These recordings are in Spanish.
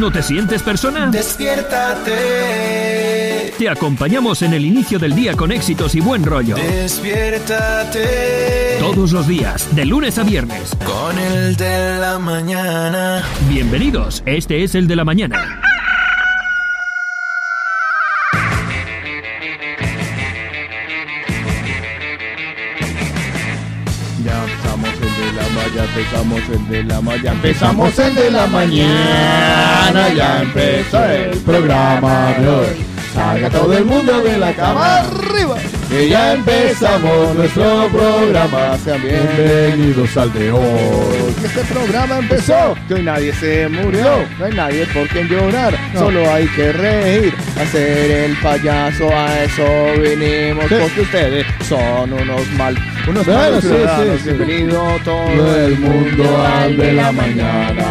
no te sientes persona? Despiértate. Te acompañamos en el inicio del día con éxitos y buen rollo. Despiértate. Todos los días, de lunes a viernes. Con el de la mañana. Bienvenidos, este es el de la mañana. Empezamos el de la mañana, ya empezó el programa de hoy. Salga todo el mundo de la cama arriba, que ya empezamos nuestro programa. Sean bienvenidos al de hoy. Este programa empezó, que hoy nadie se murió, no hay nadie por quien llorar, solo hay que reír, hacer el payaso, a eso vinimos, porque ustedes son unos malos ciudadanos. Bienvenido todo el mundo al de la mañana.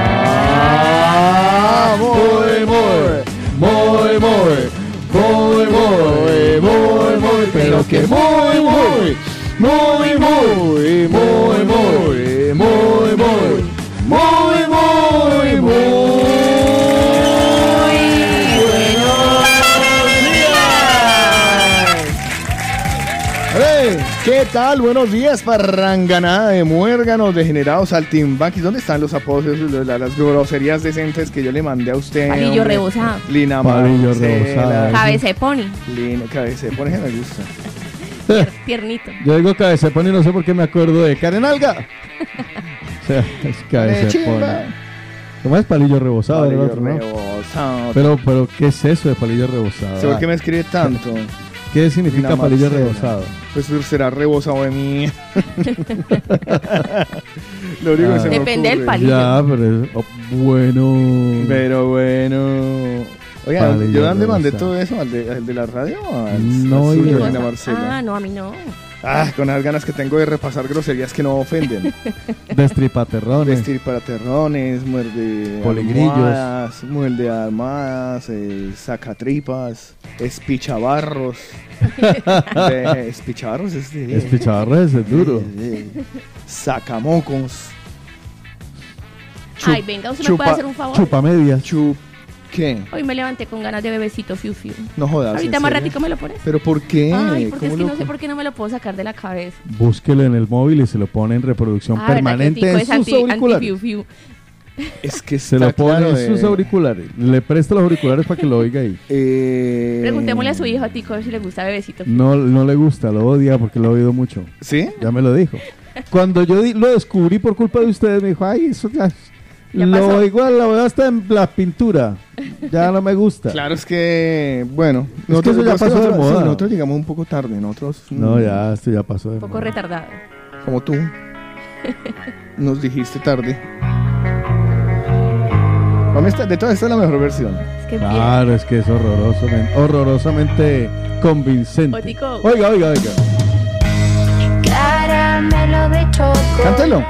Muy, pero que muy. ¿Qué tal? Buenos días, parranganada de muérganos, degenerados, saltimbanquis. ¿Dónde están los apodos, las groserías decentes que yo le mandé a usted? Palillo rebozado. Lina Palillo rebozado. Cabeza de pony. Cabeza de pony, que me gusta. Tiernito. Yo digo cabeza de pony, no sé por qué me acuerdo de Karen Alga. O sea, es cabeza de pony. ¿Cómo es palillo rebozado? Palillo el otro, ¿no? rebozado. Pero, ¿qué es eso de palillo rebozado? ¿Por qué me escribe tanto? ¿Qué significa Lina palillo Marcela. rebozado? Pues será rebozado de mí. Lo único que se me Depende del ocurre. palillo. Ya, pero bueno. Pero bueno. Oiga, Palillo ¿yo dónde mandé rebozado. todo eso? ¿Al de la radio o al No, suyo, yo- Lina Marcela? Ah, no, a mí no. Con las ganas que tengo de repasar groserías que no ofenden. Destripaterrones. Vestir para terrones, muerde Poligrillos. almohadas, muerde almohadas, sacatripas, espichabarros. Espichabarros es de... Espicharres, es duro. Sacamocos. Ay, venga, ¿usted me puede hacer un favor? Chupamedias. ¿Qué? Hoy me levanté con ganas de bebecito fiu fiu. No jodas. Ahorita ¿en más serio? ratico me lo pones. ¿Pero por qué? Ay, porque es que ¿Cómo no sé por qué no me lo puedo sacar de la cabeza. Búsquelo en el móvil y se lo pone en reproducción permanente en sus auriculares. Fiu fiu. Es que Se lo está pone claro en sus de- auriculares. Le presto los auriculares para que lo oiga ahí. Preguntémosle a su hijo, a Tico, a ver si le gusta bebecito fiu. No le gusta, lo odia porque lo he oído mucho. ¿Sí? Ya me lo dijo. Cuando yo lo descubrí por culpa de ustedes, me dijo, ay, eso ya... Ya lo pasó. igual lo veo hasta en la pintura. Ya no me gusta. Claro, es que, bueno, que eso ya pasó de moda. sí, nosotros llegamos un poco tarde, nosotros... No, ya, esto ya pasó. Un poco retardado. Como tú. Nos dijiste tarde. De todas, esta es la mejor versión. Es que Claro, es que es horrorosamente convincente. Otico. Oiga. Caramelo de chocolate. Cántelo.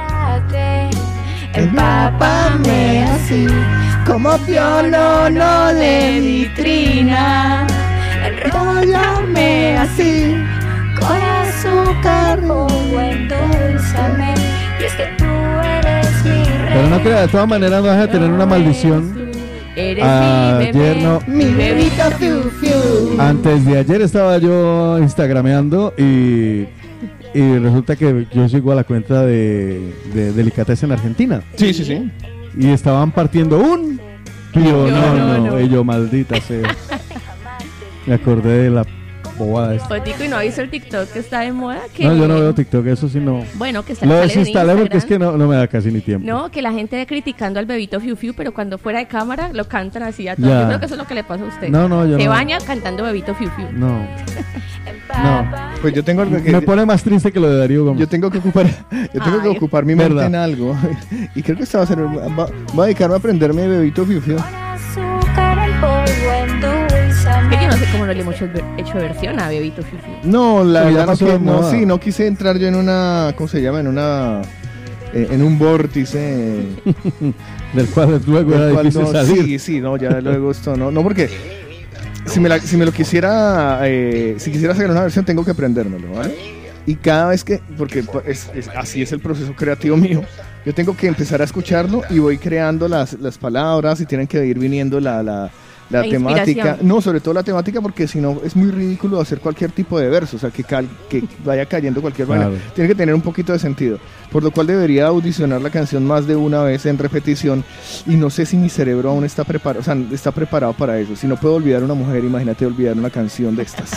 Empápame así, como pionono de vitrina. Enróllame así, con azúcar o endulzame. Y es que tú eres mi rey. Pero no crea, de todas maneras no vas a tener una maldición. Eres Ayer mi bebé. no. Mi bebito fiu fiu. Antes de ayer estaba yo instagrameando y resulta que yo sigo a la cuenta de Delicatessen en Argentina. Sí, sí, sí. Y estaban partiendo un pionono. Y yo, maldita sea. Me acordé de la bobada esta. Otico, ¿y no ha visto el TikTok que está de moda? Que No, yo no veo TikTok, eso sí no. Bueno, que está Lo sale en desinstalé porque es que Instagram. no me da casi ni tiempo. No, que la gente criticando al bebito fiu fiu, pero cuando fuera de cámara lo cantan así a todos. Ya. Yo creo que eso es lo que le pasa a usted. No, yo Se no. baña cantando bebito fiu fiu. No. Pues yo tengo algo que... Me pone más triste que lo de Darío Gómez. Yo tengo que ocupar mi mente ¿Verdad? en algo. Y creo que esta va a ser... Voy a dedicarme a aprenderme de bebito fiu fiu. Azúcar en polvo, endulzame. Que yo no sé cómo no le hemos hecho versión a bebito fiu fiu. No, la Pero ya verdad no, pasó de moda. no quise entrar yo en una... ¿Cómo se llama? En un vórtice... Del cual luego era del cual difícil no- salir. Sí, no, ya luego esto no. No, porque... Si me lo quisiera... si quisiera sacar una versión, tengo que aprendérmelo, ¿vale? Y cada vez que... Porque así es el proceso creativo mío. Yo tengo que empezar a escucharlo y voy creando las palabras y tienen que ir viniendo la temática. No, sobre todo la temática, porque si no es muy ridículo hacer cualquier tipo de verso, o sea, que vaya cayendo cualquier vaina. Tiene que tener un poquito de sentido, por lo cual debería audicionar la canción más de una vez en repetición, y no sé si mi cerebro aún está preparado, o sea, está preparado para eso. Si no puedo olvidar a una mujer, imagínate olvidar una canción de estas.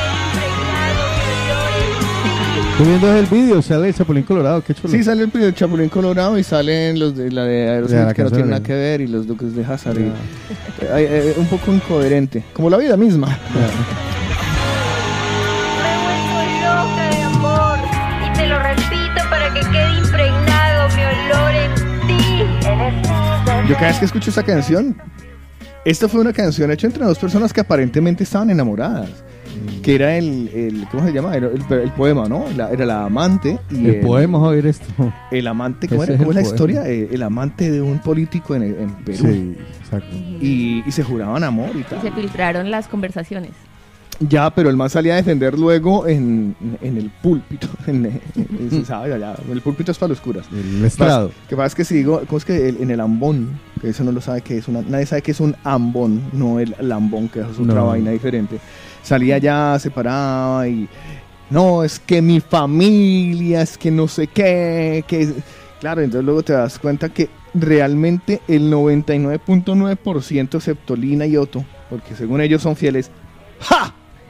Estoy viendo el vídeo, sale el Chapulín Colorado, qué chulo. Sí, sale el video del Chapulín Colorado y salen los de la de Aerosmith, que no tienen nada que ver, y los Duques de Hazzard. Un poco incoherente, como la vida misma. Me vuelvo loca de amor y te lo repito para que quede impregnado mi olor en ti. Yo cada vez que escucho esta canción, esta fue una canción hecha entre dos personas que aparentemente estaban enamoradas. Que era el ¿cómo se llama? Era el poema, ¿no? Era la amante. Y el poema, oír esto. El amante, ¿cómo es la historia? El amante de un político en Perú. Sí, exacto. Y se juraban amor y tal. Y se filtraron las conversaciones. Ya, pero el man salía a defender luego en el púlpito. ¿Sabes? Allá, el púlpito es para los curas. El estrado. Que pasa es que si digo, ¿cómo es que en el ambón? Que eso no lo sabe que es nadie sabe que es un ambón, no el lambón, que es otra vaina diferente. Salía ya, se paraba y no, es que mi familia, es que no sé qué, claro, entonces luego te das cuenta que realmente el 99.9%, excepto Lina y Otto, porque según ellos son fieles, ¡ja!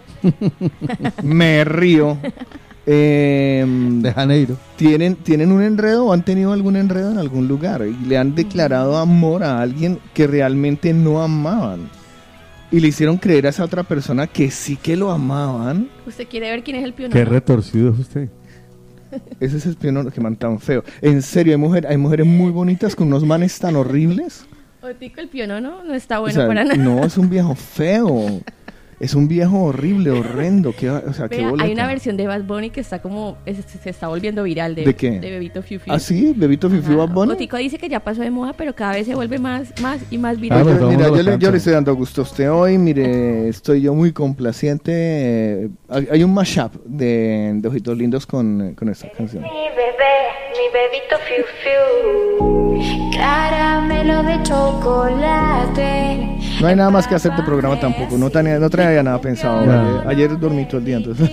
Me río. De Janeiro. Tienen un enredo o han tenido algún enredo en algún lugar y le han declarado amor a alguien que realmente no amaban. Y le hicieron creer a esa otra persona que sí que lo amaban. ¿Usted quiere ver quién es el pionero? Qué retorcido es usted. Ese es el pionero, que man tan feo. En serio, hay mujeres muy bonitas con unos manes tan horribles. Otico, el pionono no está bueno para nada. No, es un viejo feo. Es un viejo horrible, horrendo. Vea, qué boleta. Hay una versión de Bad Bunny que está como se está volviendo viral. ¿De qué? De Bebito Fiu Fiu. ¿Ah, sí? ¿Bebito Fiu Fiu Bad Bunny? Otico dice que ya pasó de moda, pero cada vez se vuelve más y más viral. Mira, yo le estoy dando gusto a usted hoy. Mire, estoy yo muy complaciente. Hay un mashup de Ojitos Lindos con esta canción. Mi bebé, mi bebito Fiu Fiu, caramelo de chocolate. No hay nada más que hacer de programa tampoco. No traía nada pensado. ¿Vale? Ayer dormí todo el día, entonces.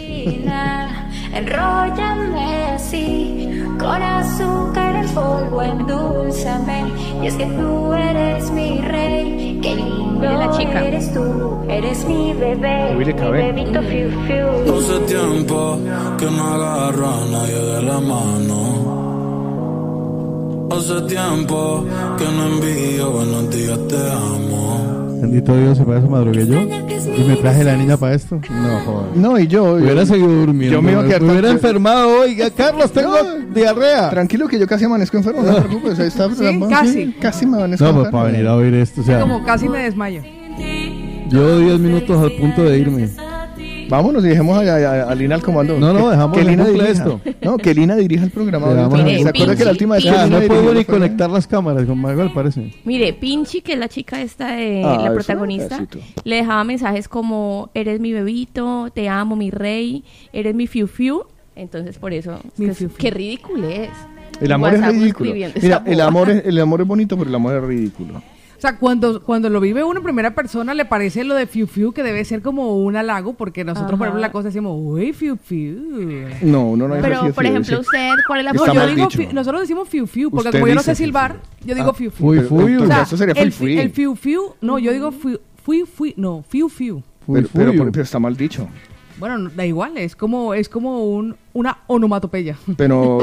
Enróllame así, con azúcar en polvo, endulzame. Y es que tú eres mi rey, qué lindo la chica. eres tú, eres mi bebé, mi bebito Fiu Fiu. Hace tiempo que no agarro a nadie de la mano. Hace tiempo que no envío buenos días, te amo. Bendito Dios, se para eso madrugué yo y me traje la niña para esto. No, joder. No, y yo hubiera seguido durmiendo. Yo me iba a quedar hubiera enfermado. Oiga, Carlos, tengo diarrea. Tranquilo que yo casi amanezco enfermo, no te preocupes. Ahí está, casi me amanezco enfermo. No, pues para venir a oír esto, o sea, como casi me desmayo. Yo 10 minutos al punto de irme. Vámonos y dejemos a Lina al comando. No, dejamos que Lina dirija esto. No, que Lina dirija el programa. Mire, ¿Se acuerda que la última vez no puedo ni conectar las cámaras con Manuel, parece? Mire, Pinchi, que es la chica esta de la protagonista, le dejaba mensajes como: eres mi bebito, te amo, mi rey, eres mi Fiu Fiu. Entonces, por eso, qué ridículo es. El amor es ridículo. Mira, el amor es bonito, pero el amor es ridículo. O sea, cuando lo vive uno en primera persona, le parece lo de Fiu Fiu que debe ser como un halago, porque nosotros, por ejemplo, la cosa decimos, uy, Fiu Fiu. No, uno no dice Pero, Fiu por Fiu, ejemplo, usted, ¿cuál es la yo digo nosotros decimos Fiu Fiu, porque usted como yo no sé dice silbar, yo digo Fiu Fiu. Fiu. O sea, eso sería el Fiu Fiu, no, yo digo Fiu Fiu. Pero está mal dicho. Bueno, da igual, es como una onomatopeya. Pero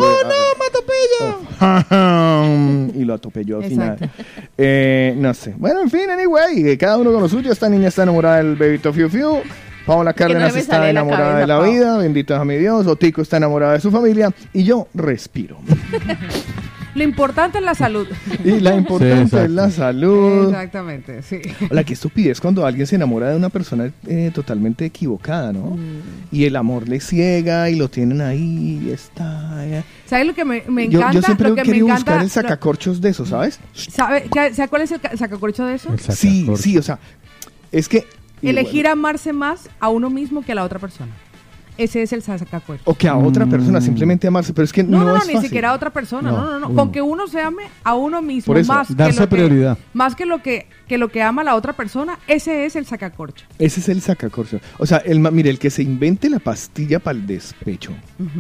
y lo atropelló al final. No sé. Bueno, en fin, anyway, cada uno con lo suyo. Esta niña está enamorada del bebito Fiu Fiu. Paola Cárdenas está enamorada de la vida, bendito sea mi Dios. Otico está enamorada de su familia y yo respiro. Lo importante es la salud. Y la importante es la salud. Exactamente, sí. Hola, qué estupidez cuando alguien se enamora de una persona totalmente equivocada, ¿no? Y el amor le ciega y lo tienen ahí y está. ¿Sabes lo que me encanta? Yo siempre he querido buscar el sacacorchos de eso, ¿sabes? ¿Sabe cuál es el sacacorcho de eso? Sí, o sea, es que... Elegir amarse más a uno mismo que a la otra persona. ese es el sacacorcho. O que a otra persona, simplemente amarse, pero es que no es ni fácil. siquiera a otra persona, no. Con que uno se ame a uno mismo, Por eso, más darse prioridad. Más que lo que ama la otra persona, ese es el sacacorcho. Ese es el sacacorcho. O sea, mire, el que se invente la pastilla para el despecho,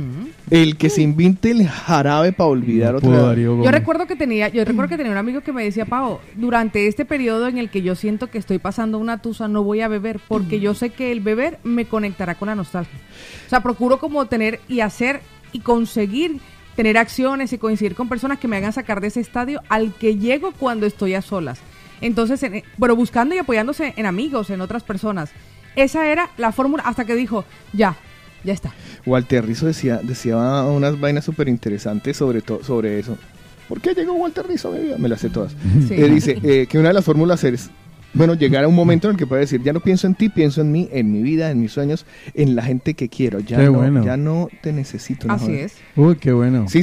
el que se invente el jarabe para olvidar otra vez. Yo recuerdo que tenía un amigo que me decía, Pau, durante este periodo en el que yo siento que estoy pasando una tusa, no voy a beber, porque yo sé que el beber me conectará con la nostalgia. O sea, procuro como tener y hacer y conseguir tener acciones y coincidir con personas que me hagan sacar de ese estadio al que llego cuando estoy a solas. Entonces, pero buscando y apoyándose en amigos, en otras personas. Esa era la fórmula hasta que dijo, ya está. Walter Rizzo decía unas vainas súper interesantes sobre eso. ¿Por qué llegó Walter Rizzo? Me las sé todas. Sí. Dice que una de las fórmulas es, llegar a un momento en el que puede decir, ya no pienso en ti, pienso en mí, en mi vida, en mis sueños, en la gente que quiero. Ya no te necesito. Así es. Uy, qué bueno. Sí.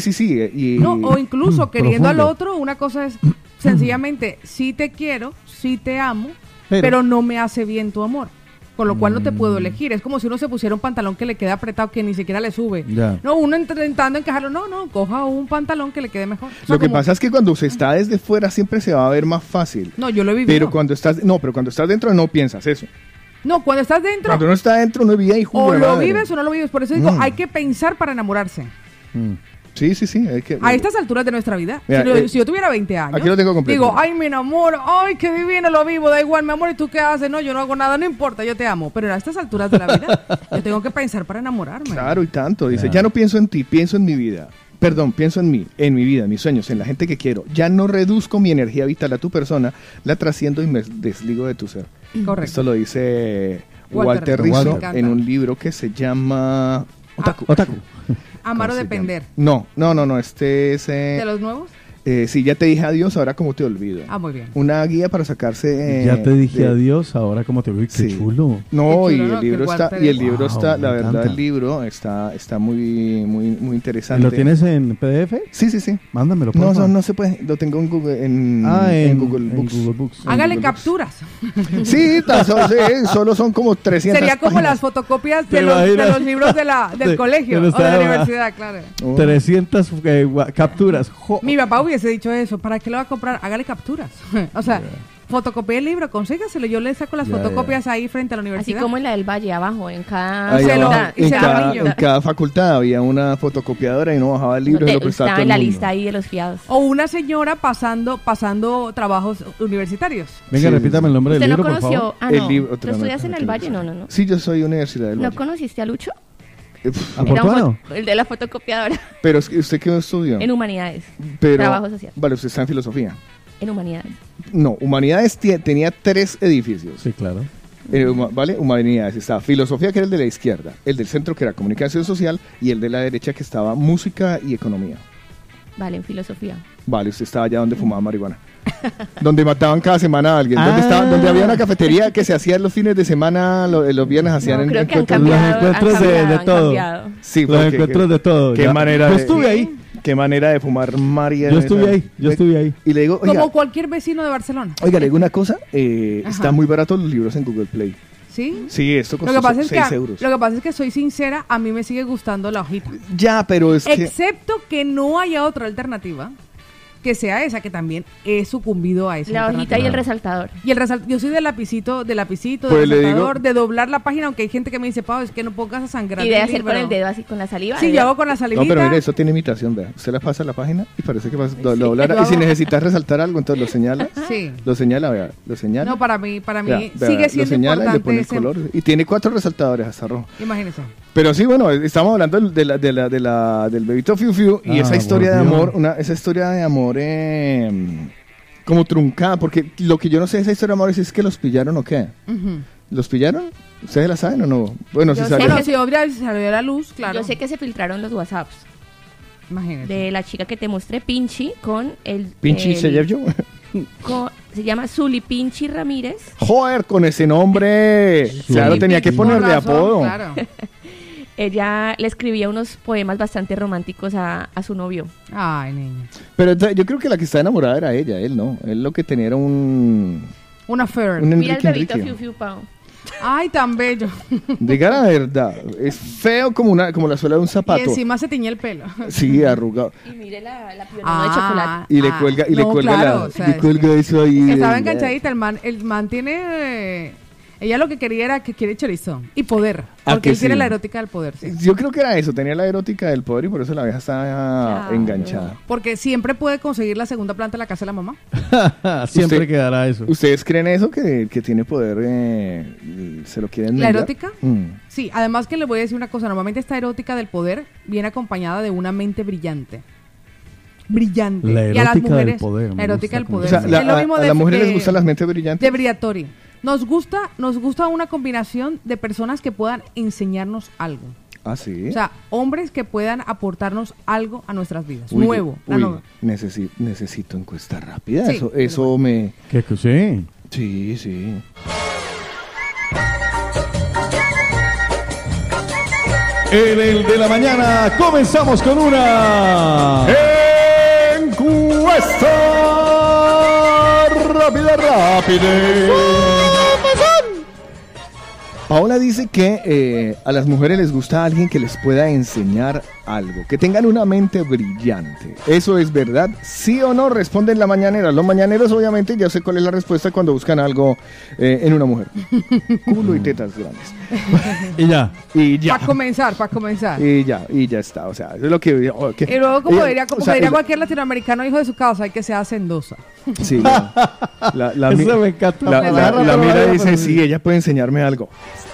O incluso queriendo profundo. al otro, una cosa es sencillamente, sí te quiero, sí te amo, pero no me hace bien tu amor. Con lo cual no te puedo elegir. Es como si uno se pusiera un pantalón que le queda apretado, que ni siquiera le sube. Ya. No, uno intentando encajarlo. No, coja un pantalón que le quede mejor. O sea, Lo que pasa es que cuando se está desde fuera siempre se va a ver más fácil. No, yo lo he vivido. Pero cuando estás dentro no piensas eso. No, cuando estás dentro, Cuando uno está dentro no vive ahí o lo vives o no lo vives. Por eso digo, hay que pensar para enamorarse. Sí. Hay que, A estas alturas de nuestra vida. Mira, Si yo tuviera 20 años, aquí lo tengo completo. digo, ay, me enamoro, ay, qué divino, lo vivo, da igual, mi amor, ¿y tú qué haces? No, yo no hago nada, no importa, yo te amo. Pero a estas alturas de la vida, yo tengo que pensar para enamorarme. Claro, y tanto. Dice, ya no pienso en ti, pienso en mi vida. Perdón, pienso en mí, en mi vida, en mis sueños, en la gente que quiero. Ya no reduzco mi energía vital a tu persona, la trasciendo y me desligo de tu ser. Correcto. Esto lo dice Walter Rizzo en un libro que se llama Otaku. Amar o ¿Cómo se depender. llama? No, este es... ¿De los nuevos? Sí, ya te dije adiós, ahora como te olvido. Ah, muy bien. Una guía para sacarse... ya te dije adiós, ahora como te voy, qué chulo. No, Qué y chulo, el libro que está, Walter y el es- libro Wow, está, la me verdad, encanta. el libro está muy interesante. ¿Lo tienes en PDF? Sí. Mándamelo, por favor. No se puede, lo tengo en Google, en Google Books. En Hágale Google capturas. Books. Sí, solo son como 300 Sería como páginas. las fotocopias ¿Te de los imaginas? libros del colegio pero o de la estaba- universidad, claro. 300 capturas. Mi papá hubiese dicho eso, ¿para qué lo va a comprar? Hágale capturas. O sea, fotocopie el libro, consígaselo, yo le saco las fotocopias ahí frente a la Así universidad. como en la del Valle, abajo, en cada Ahí lo- abajo, y en, se cada, amarillo. en cada facultad había una fotocopiadora y uno bajaba el libro y lo prestaba a estaba todo en el la mundo. lista ahí de los fiados. O una señora pasando trabajos universitarios. Venga, Sí, repítame el nombre del ¿Usted no libro, por conoció? favor. Ah, El no. libro, ¿Tú otra estudias vez, en el Valle? No. Sí, yo soy Universidad del ¿No Valle. conociste a Lucho? Pf, ¿A Era un Portuano? el de la fotocopiadora. Pero es que usted qué estudió. En humanidades. Pero, Trabajo social. Vale, usted está en filosofía. En humanidades. No, Humanidades tenía 3 edificios. Sí, claro. ¿Vale? Humanidades estaba filosofía, que era el de la izquierda, el del centro, que era comunicación social, y el de la derecha, que estaba música y economía. Vale, en filosofía. Vale, usted estaba allá donde fumaba marihuana. Donde mataban cada semana a alguien. Ah. Donde había una cafetería que se hacía los fines de semana, los viernes hacían No, creo que han encuentros. cambiado. Los encuentros de han todo. cambiado. Sí, Los porque- encuentros de todo. Qué ya. manera Yo de- estuve ahí. Qué manera de fumar María. Yo estuve ahí. Y le digo, oiga, Como cualquier vecino de Barcelona. le digo una cosa, Ajá. está muy barato los libros en Google Play. ¿Sí? Sí, esto Lo costó que, pasa es 6 que, euros. lo que pasa es que soy sincera, a mí me sigue gustando la hojita. Ya, pero es que... Excepto que no haya otra alternativa que sea esa, que también he sucumbido a esa La hojita alternativa. y el resaltador. Y yo soy del lapicito, Pues del le resaltador, digo- de doblar la página, aunque hay gente que me dice, Pau, es que no pongas a sangrar Y de el hacer libro. con el dedo así con la saliva. Sí, ¿no? yo hago con la salivita. No, pero mire, eso tiene imitación, vea. Usted le pasa la página y parece que lo doblara. yo Y si hago- necesitas resaltar algo, entonces lo señala. Sí. Lo señala, vea. Lo señala. No, para mí Vea, sigue lo siendo señala y le importante pone el ese. color. Y tiene 4 resaltadores hasta rojo. Imagínese. Pero sí, bueno, estamos hablando del bebito Fiu Fiu y esa historia de volvió. amor, esa historia de amor como truncada, porque lo que yo no sé de esa historia de amor es que los pillaron o qué. Ujú. ¿Los pillaron? ¿Ustedes la saben o no? Bueno, si Yo sé salió. Bueno, si obvia salió a la luz, claro. Yo sé que se filtraron los WhatsApps Imagínese. de la chica que te mostré, Pinchi, con el... Pinche el- se lleva yo. se llama Zuli Pinchi Ramírez. Joder, con ese nombre. Claro, tenía que Con ponerle razón, apodo. Claro. Ella le escribía unos poemas bastante románticos a su novio. Ay, niña. Pero entonces, yo creo que la que está enamorada era ella, él no. Él lo que tenía era un Una affair. Un Mira el Enrique bebito Enrique. Fiu Fiu Pau. Ay, tan bello. Diga la verdad, es feo como la suela de un zapato. Y encima se tiñe el pelo. Sí, arrugado. Y mire la pionera de chocolate. Y le cuelga, le cuelga eso ahí. Estaba enganchadita, el man tiene... Ella lo que quería era que quiere chorizo y poder, porque él tiene la erótica del poder. Sí. Yo creo que era eso, tenía la erótica del poder y por eso la vieja estaba enganchada. Porque siempre puede conseguir la segunda planta de la casa de la mamá. Siempre quedará eso. ¿Ustedes creen eso, que tiene poder, se lo quieren ¿La negar? erótica? Sí, además que les voy a decir una cosa, normalmente esta erótica del poder viene acompañada de una mente brillante. Brillante. La erótica y a las mujeres, del poder. La erótica del poder. O sea, sí. Es lo mismo a las mujeres les gustan las mentes brillantes. De Briatore. Nos gusta una combinación de personas que puedan enseñarnos algo. Ah, sí. O sea, hombres que puedan aportarnos algo a nuestras vidas. Nuevo. Necesito encuesta rápida. Sí, eso me... ¿Qué? Sí. Sí, sí. En el de la mañana comenzamos con una encuesta rápida. Paola dice que a las mujeres les gusta alguien que les pueda enseñar algo, que tengan una mente brillante. ¿Eso es verdad? ¿Sí o no? Responden la mañanera. Los mañaneros, obviamente, ya sé cuál es la respuesta cuando buscan algo en una mujer. Culo y tetas grandes. Y ya. Para comenzar. Y ya está. O sea, eso es lo que... Y luego, como diría cualquier latinoamericano hijo de su casa, hay que sea hacendosa. Sí, eso me encanta. La mira dice, sí, ella puede enseñarme algo.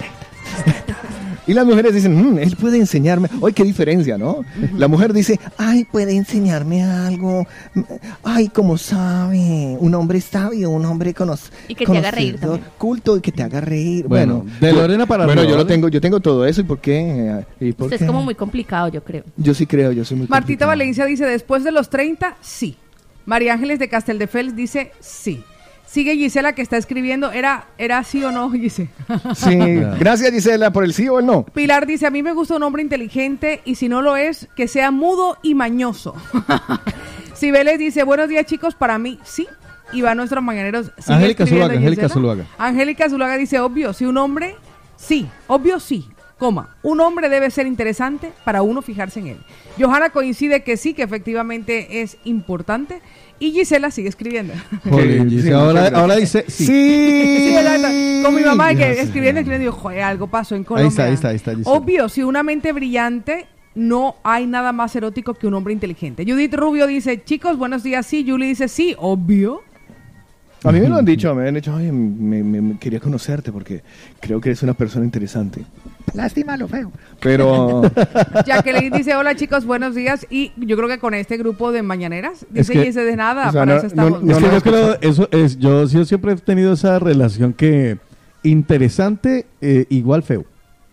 Y las mujeres dicen, él puede enseñarme. ¡Ay, qué diferencia!, ¿no? La mujer dice, ¡ay, puede enseñarme algo! ¡Ay, cómo sabe! Un hombre sabio, un hombre y que te haga reír también. Culto y que te haga reír. Bueno, de Lorena para Bueno, yo tengo todo eso. ¿Y por qué? Usted es como muy complicado, yo creo. Yo sí creo, yo soy muy Martita complicado. Valencia dice, después de los 30, sí. María Ángeles de Casteldefels dice, sí. Sigue Gisela que está escribiendo, ¿era sí o no, Gisela? Sí, gracias Gisela por el sí o el no. Pilar dice, a mí me gusta un hombre inteligente y si no lo es, que sea mudo y mañoso. Cibeles dice, buenos días chicos, para mí sí. Y va nuestros mañaneros. Angélica Zuluaga. Angélica Zuluaga dice, obvio, si un hombre, sí, obvio sí. Un hombre debe ser interesante para uno fijarse en él. Johanna coincide que sí, que efectivamente es importante. Y Gisela sigue escribiendo. Joder, Gisela, ahora dice sí. Sí, con mi mamá que escribiendo, digo, joder, algo pasó en Colombia. Ahí está Gisela. Obvio, si una mente brillante, no hay nada más erótico que un hombre inteligente. Judith Rubio dice, chicos, buenos días, sí. Julie dice, sí, obvio. A mí me lo han dicho, ay, me quería conocerte porque creo que eres una persona interesante. Lástima lo feo. Pero... Jacqueline dice, hola chicos, buenos días. Y yo creo que con este grupo de mañaneras, dice, y ese de nada, o sea, para eso estamos. Yo creo, eso es, yo siempre he tenido esa relación que interesante igual feo.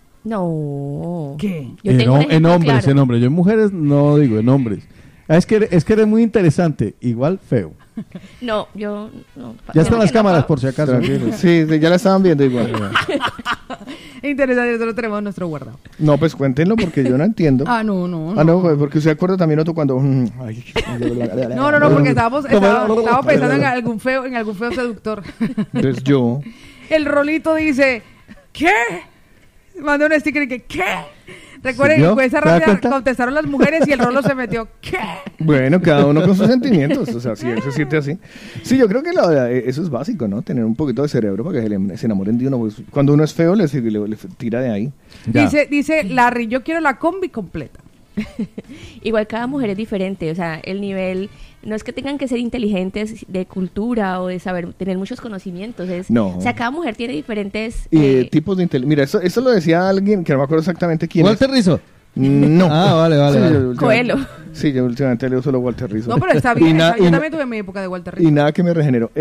No. ¿Qué? Yo tengo un en hombres, claro. en hombres. Yo en mujeres no digo, en hombres. Es que eres muy interesante, igual feo. No, yo no. Ya están las cámaras, por si acaso. Sí, ya la estaban viendo igual. Interesante, nosotros tenemos nuestro guardado. No, pues cuéntenlo porque yo no entiendo. No, porque usted acuerda también otro cuando... No, porque estábamos pensando en algún feo seductor. Entonces yo... El Rolito dice, ¿qué? Mandó un sticker y que, ¿qué? Recuerden que con esa rápida contestaron las mujeres y el Rolo se metió, ¿qué? Bueno, cada uno con sus sentimientos, o sea, si él se siente así. Sí, yo creo que eso es básico, ¿no? Tener un poquito de cerebro para que se enamoren de uno. Pues, cuando uno es feo, le tira de ahí. Dice Larry, yo quiero la combi completa. Igual cada mujer es diferente, o sea, el nivel no es que tengan que ser inteligentes de cultura o de saber tener muchos conocimientos, o sea, cada mujer tiene diferentes tipos de inteligencia. Mira, eso lo decía alguien que no me acuerdo exactamente quién es. ¿Walter Rizzo? No. Vale. Coelho. Sí, yo últimamente leo solo Walter Rizzo. No, pero está bien, yo también tuve mi época de Walter Rizzo. Y nada que me regenero.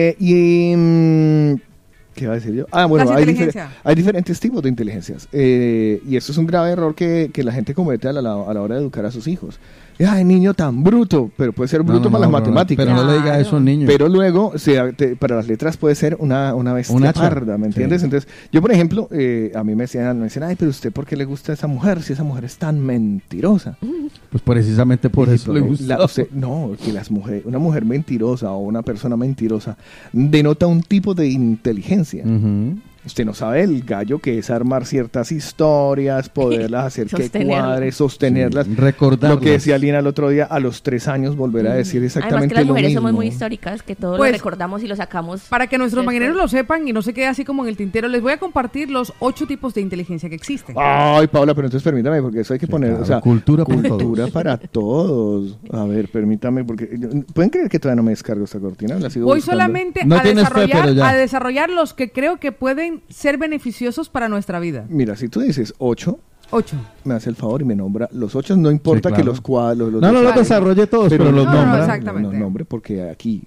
¿Qué iba a decir yo? Bueno, hay diferentes tipos de inteligencias. Y eso es un grave error que la gente comete a la hora de educar a sus hijos. ¡Ay, niño tan bruto! Pero puede ser bruto para las matemáticas. Pero no le diga eso a un niño. Pero luego, para las letras puede ser una bestia parda, ¿me entiendes? Sí. Entonces, yo, por ejemplo, a mí me decían, ay, pero ¿usted por qué le gusta a esa mujer si esa mujer es tan mentirosa? Pues precisamente por eso le gusta. Que una mujer mentirosa o una persona mentirosa denota un tipo de inteligencia. Usted no sabe el gallo que es armar ciertas historias, poderlas hacer que cuadre, sostenerlas. Sí, recordarlas. Lo que decía Lina el otro día, a los 3 años volver a decir exactamente lo mismo. Además que las mujeres somos muy históricas, que todo lo recordamos y lo sacamos. Para que nuestros mañaneros lo sepan y no se quede así como en el tintero, les voy a compartir los 8 tipos de inteligencia que existen. Ay, Paula, pero entonces permítame, porque eso hay que poner, claro, o sea, cultura para todos. A ver, permítame, porque ¿pueden creer que todavía no me descargo esta cortina? Voy buscando. Solamente no a desarrollar los que creo que pueden ser beneficiosos para nuestra vida. Mira, si tú dices 8, 8. me hace el favor y me nombra los 8, no importa que los cuadros... No los desarrolle todos, pero los nombra. No, exactamente. No, nombre, porque aquí...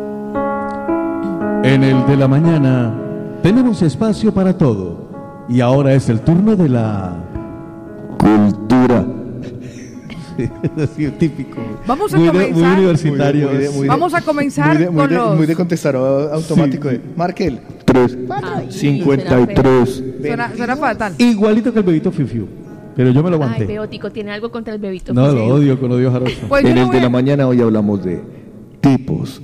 En el de la mañana tenemos espacio para todo. Y ahora es el turno de la... cultura. Así, típico. Vamos a comenzar. Muy universitario. Vamos a comenzar con los... Muy de contestador automático. Sí. Markel. 3. 53. Suena fatal. Igualito que el bebito Fiu Fiu. Pero yo me lo aguanté. Ay, Beotico, ¿tiene algo contra el bebito? No, lo odio con odio jarocho. Pues en el de la mañana hoy hablamos de tipos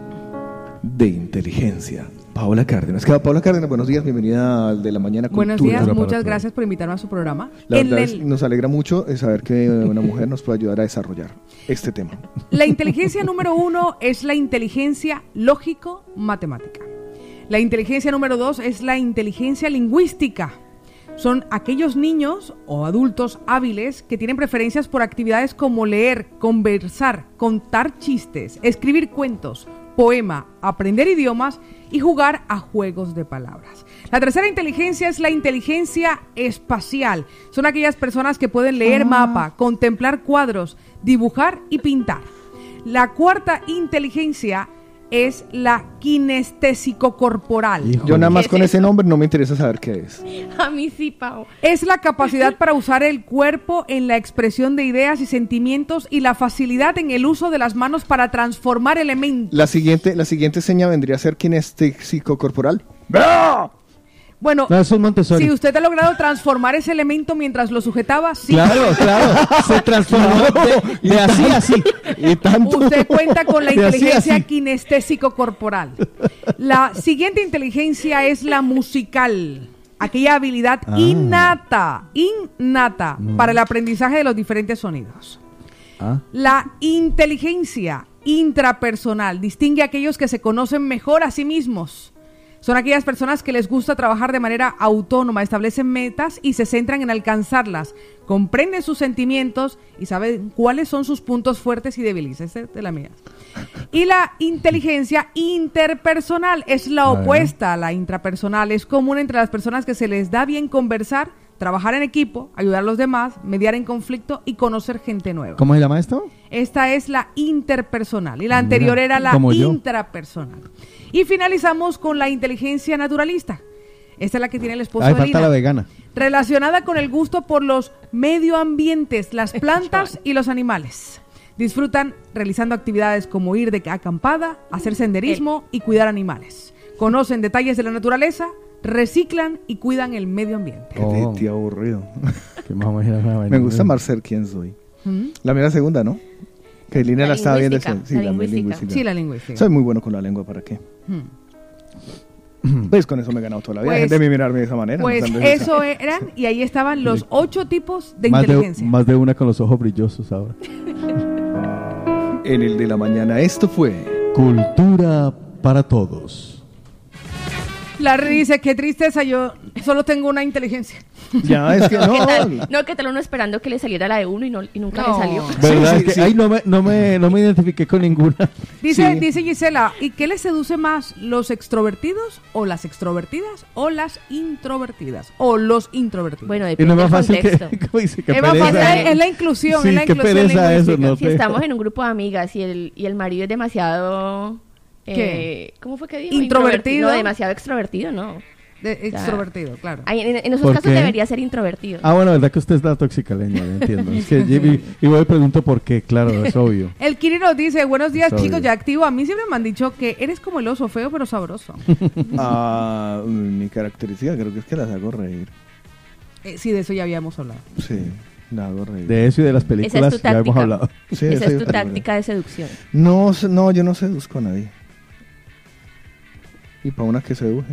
de inteligencia. Paola Cárdenas. Paola Cárdenas, buenos días, bienvenida al de la mañana. Buenos días, muchas gracias por invitarme a su programa. La verdad nos alegra mucho saber que una mujer nos puede ayudar a desarrollar este tema. La inteligencia número 1 es la inteligencia lógico-matemática. La inteligencia número 2 es la inteligencia lingüística. Son aquellos niños o adultos hábiles que tienen preferencias por actividades como leer, conversar, contar chistes, escribir cuentos, poema, aprender idiomas y jugar a juegos de palabras. La tercera inteligencia es la inteligencia espacial. Son aquellas personas que pueden leer mapa, contemplar cuadros, dibujar y pintar. La cuarta inteligencia es la kinestésico-corporal. Yo nada más con ese nombre no me interesa saber qué es. A mí sí, Pau. Es la capacidad para usar el cuerpo en la expresión de ideas y sentimientos y la facilidad en el uso de las manos para transformar elementos. La siguiente seña vendría a ser kinestésico-corporal. Bueno, no, es un Montessori. Si usted ha logrado transformar ese elemento mientras lo sujetaba, sí. Claro, se transformó de así a así. Y tanto. Usted cuenta con la inteligencia kinestésico-corporal. La siguiente inteligencia es la musical. Aquella habilidad innata para el aprendizaje de los diferentes sonidos. La inteligencia intrapersonal distingue a aquellos que se conocen mejor a sí mismos. Son aquellas personas que les gusta trabajar de manera autónoma, establecen metas y se centran en alcanzarlas, comprenden sus sentimientos y saben cuáles son sus puntos fuertes y débiles. Esta es de la mía. Y la inteligencia interpersonal es la opuesta a la intrapersonal. Es común entre las personas que se les da bien conversar, trabajar en equipo, ayudar a los demás, mediar en conflicto y conocer gente nueva. ¿Cómo se llama esto? Esta es la interpersonal y la anterior era la intrapersonal. Y finalizamos con la inteligencia naturalista. Esta es la que tiene el esposo de Lina. Falta la vegana. Relacionada con el gusto por los medioambientes, las plantas y los animales. Disfrutan realizando actividades como ir de acampada, hacer senderismo y cuidar animales. Conocen detalles de la naturaleza, reciclan y cuidan el medio ambiente. Qué aburrido. Me gusta más ser quien soy. La mera segunda, ¿no? Que Lina la estaba viendo. Sí, la lingüística. Sí, la lingüística. Soy muy bueno con la lengua, ¿para qué? Pues con eso me he ganado toda la vida. Pues, gente de mirarme de esa manera. Pues no eso eran, y ahí estaban los 8 tipos de inteligencia. Más de una con los ojos brillosos ahora. En el de la mañana, esto fue Cultura para Todos. Larry dice, qué tristeza, yo solo tengo una inteligencia. Ya, es que no, que tal uno esperando que le saliera la de uno y nunca le salió. ¿Verdad? Es que ahí no me identifiqué con ninguna. Dice Gisela, ¿y qué les seduce más? ¿Los extrovertidos o las extrovertidas o las introvertidas? O los introvertidos. Bueno, depende del contexto. Es la inclusión. Sí, qué pereza eso. Si estamos en un grupo de amigas y el marido es demasiado... ¿Cómo fue que dijo? Introvertido. No, demasiado extrovertido, no. Extrovertido, claro. En esos casos debería ser introvertido. Bueno, verdad que usted es la toxicaleña, entiendo. Es que y voy pregunto por qué, claro, es obvio. El Kiri nos dice, buenos días chicos, ya activo. A mí siempre me han dicho que eres como el oso, feo pero sabroso. Mi característica creo que es que las hago reír. Sí, de eso ya habíamos hablado. Sí. Las hago reír. De eso y de las películas ya hemos hablado. Sí, esa es tu táctica de seducción. No, yo no seduzco a nadie. Y para una que se dibuje.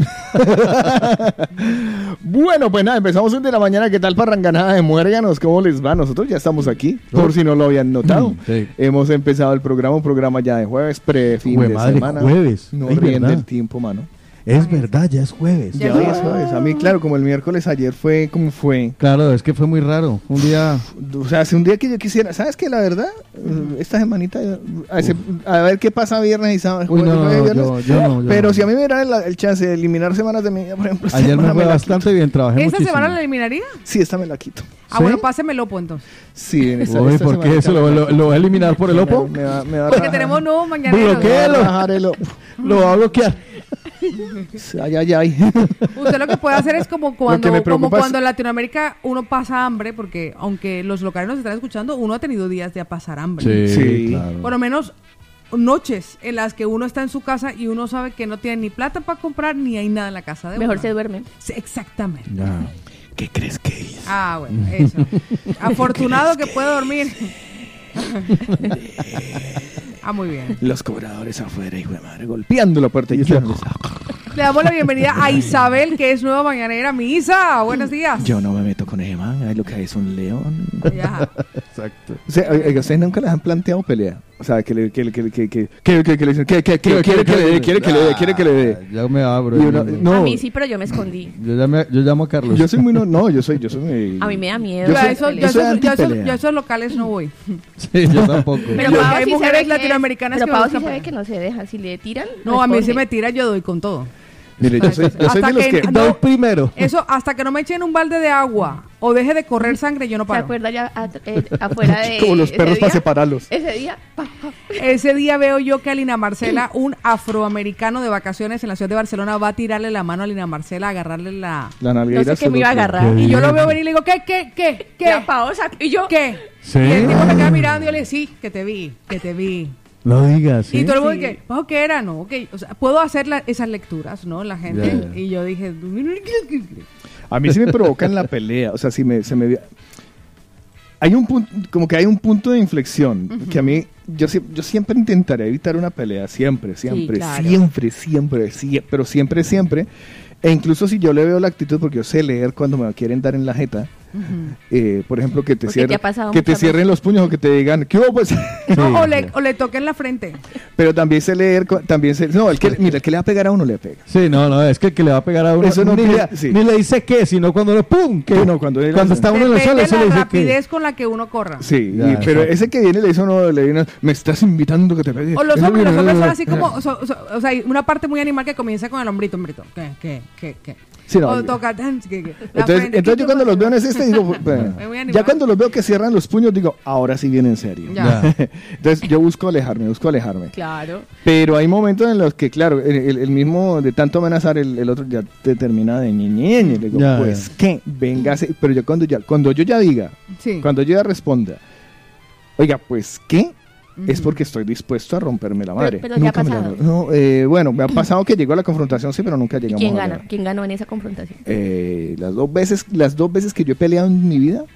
Bueno, pues nada, empezamos un de la mañana. ¿Qué tal, parranganada de muérganos? ¿Cómo les va? Nosotros ya estamos aquí, por si no lo habían notado. Sí. Hemos empezado el programa, un programa ya de jueves, fin de semana. Jueves. No Ay, ríen ¿verdad? del tiempo, mano. Es verdad, ya es jueves. Ya es jueves. A mí, claro, como el miércoles ayer fue como fue. Claro, es que fue muy raro. Un día... O sea, hace un día que yo quisiera, ¿sabes qué? La verdad, esta semanita, a ver qué pasa viernes y sábado. Uy, no, viernes. yo no. Pero si a mí me dieran el chance de eliminar semanas de mi vida, por ejemplo, esta Ayer me semana fue la bastante quito. bien, trabajé ¿Esta muchísimo. semana la eliminaría? Sí, esta me la quito. Ah, ¿Sí? bueno, pásemelo, pues, entonces. Sí, en esta, Uy, esta ¿por qué? semanita ¿Se lo va a eliminar por el Opo? Me va a Porque rajar. tenemos nuevos mañaneros. Bloquéelo. Bajar el Opo. Lo va a bloquear. Ay. Usted lo que puede hacer es como que cuando, me preocupa es- cuando en Latinoamérica uno pasa hambre, porque aunque los locales nos están escuchando, uno ha tenido días de pasar hambre. Sí. claro. Por lo menos noches en las que uno está en su casa y uno sabe que no tiene ni plata para comprar ni hay nada en la casa de Mejor uno. se duerme. Sí, exactamente. Ya. ¿Qué crees que hice? Ah, bueno, eso. Afortunado que puede dormir. Ah, muy bien. Los cobradores afuera, hijo de madre, golpeando la puerta y yo Le damos la bienvenida a Isabel, que es nueva mañanera. Mi Isa, buenos días. Yo no me meto con ese man, ahí lo que hay es un león. Ya. Exacto. O sea, oiga, ustedes nunca les han planteado pelea. O sea, que le dicen, quiere que le dé. Ya me abro. Y uno- no, A mí sí, pero yo me escondí. Yo llamo a Carlos. yo soy muy yo soy muy. A mí me da miedo. Yo Yo a soy- esos- yo yo a soy esos- yo a esos- antipelea. yo a esos locales no voy. Sí, yo tampoco. Pero Yo- Pau hay sí se mujeres ve que- latinoamericanas pero que Pau no sí se escapan. ve que no se deja. Si le tiran, No, a mí responde. si me tira, yo doy con todo. Mire, yo soy Hasta de los que- que. no. Doy primero. Eso, hasta que no me echen un balde de agua o deje de correr sangre, yo no ¿Se paro. acuerda ya afuera de Como los ese perros para día? separarlos. Ese día, Ese día veo yo que a Lina Marcela, un afroamericano de vacaciones en la ciudad de Barcelona, va a tirarle la mano a Lina Marcela, a agarrarle la... La no nalguera sé qué me iba a solo- agarrar. Y yo lo veo venir y le digo, ¿qué? Ya, Pau, y yo, ¿Qué? Sí. Y el tipo me queda mirando y yo le digo, sí, que te vi. No digas. ¿sí? Y todo el mundo Sí. que, "Bajo, ¿qué era? No, ok. O sea, puedo hacer esas lecturas, ¿no? La gente. Ya, ya. Y yo dije, A mí sí me provoca en la pelea. O sea, se me hay un punto, como que hay un punto de inflexión que a mí, yo siempre intentaré evitar una pelea, siempre, claro. pero siempre. E incluso si yo le veo la actitud, porque yo sé leer cuando me quieren dar en la jeta, por ejemplo, que te, Porque te ha pasado que te muchas cierren los puños o que te digan, ¿qué hubo? Pues? no, o le toquen la frente. Pero también sé leer, no, el que le va a pegar a uno le pega. Sí, no, es que el que le va a pegar a uno Eso no ni, quiere- sí. ni le dice qué, sino cuando le ¡pum! Que No, cuando él- está uno en el Depende suelo, de se le la dice rapidez con la que uno corra. Sí, Ya, pero exacto. ese que viene le dice a uno, le viene, me estás invitando que te pegue. O los hombres son así como, o sea, hay una parte muy animal que comienza con el hombrito. ¿Qué? Sí, no, o yo- toca, la Entonces frente, yo ¿qué cuando te los veo en pasa? ese digo, bueno, Es muy animal. ya cuando los veo que cierran los puños, digo, ahora sí viene en serio. Ya. Entonces yo busco alejarme. claro. Pero hay momentos en los que, claro, el mismo de tanto amenazar, el otro ya te termina de ñeñeñe. Le digo, Ya, pues, ya. ¿qué? Véngase. Pero yo cuando yo ya diga, Sí. cuando yo ya responda, oiga, pues, ¿qué? Es porque estoy dispuesto a romperme la madre. Pero ya ha me la- pasado. no, bueno, me ha pasado que llegó a la confrontación, sí, pero nunca llegamos ¿Quién a gana? hablar. ¿Quién ganó en esa confrontación? Las dos veces que yo he peleado en mi vida,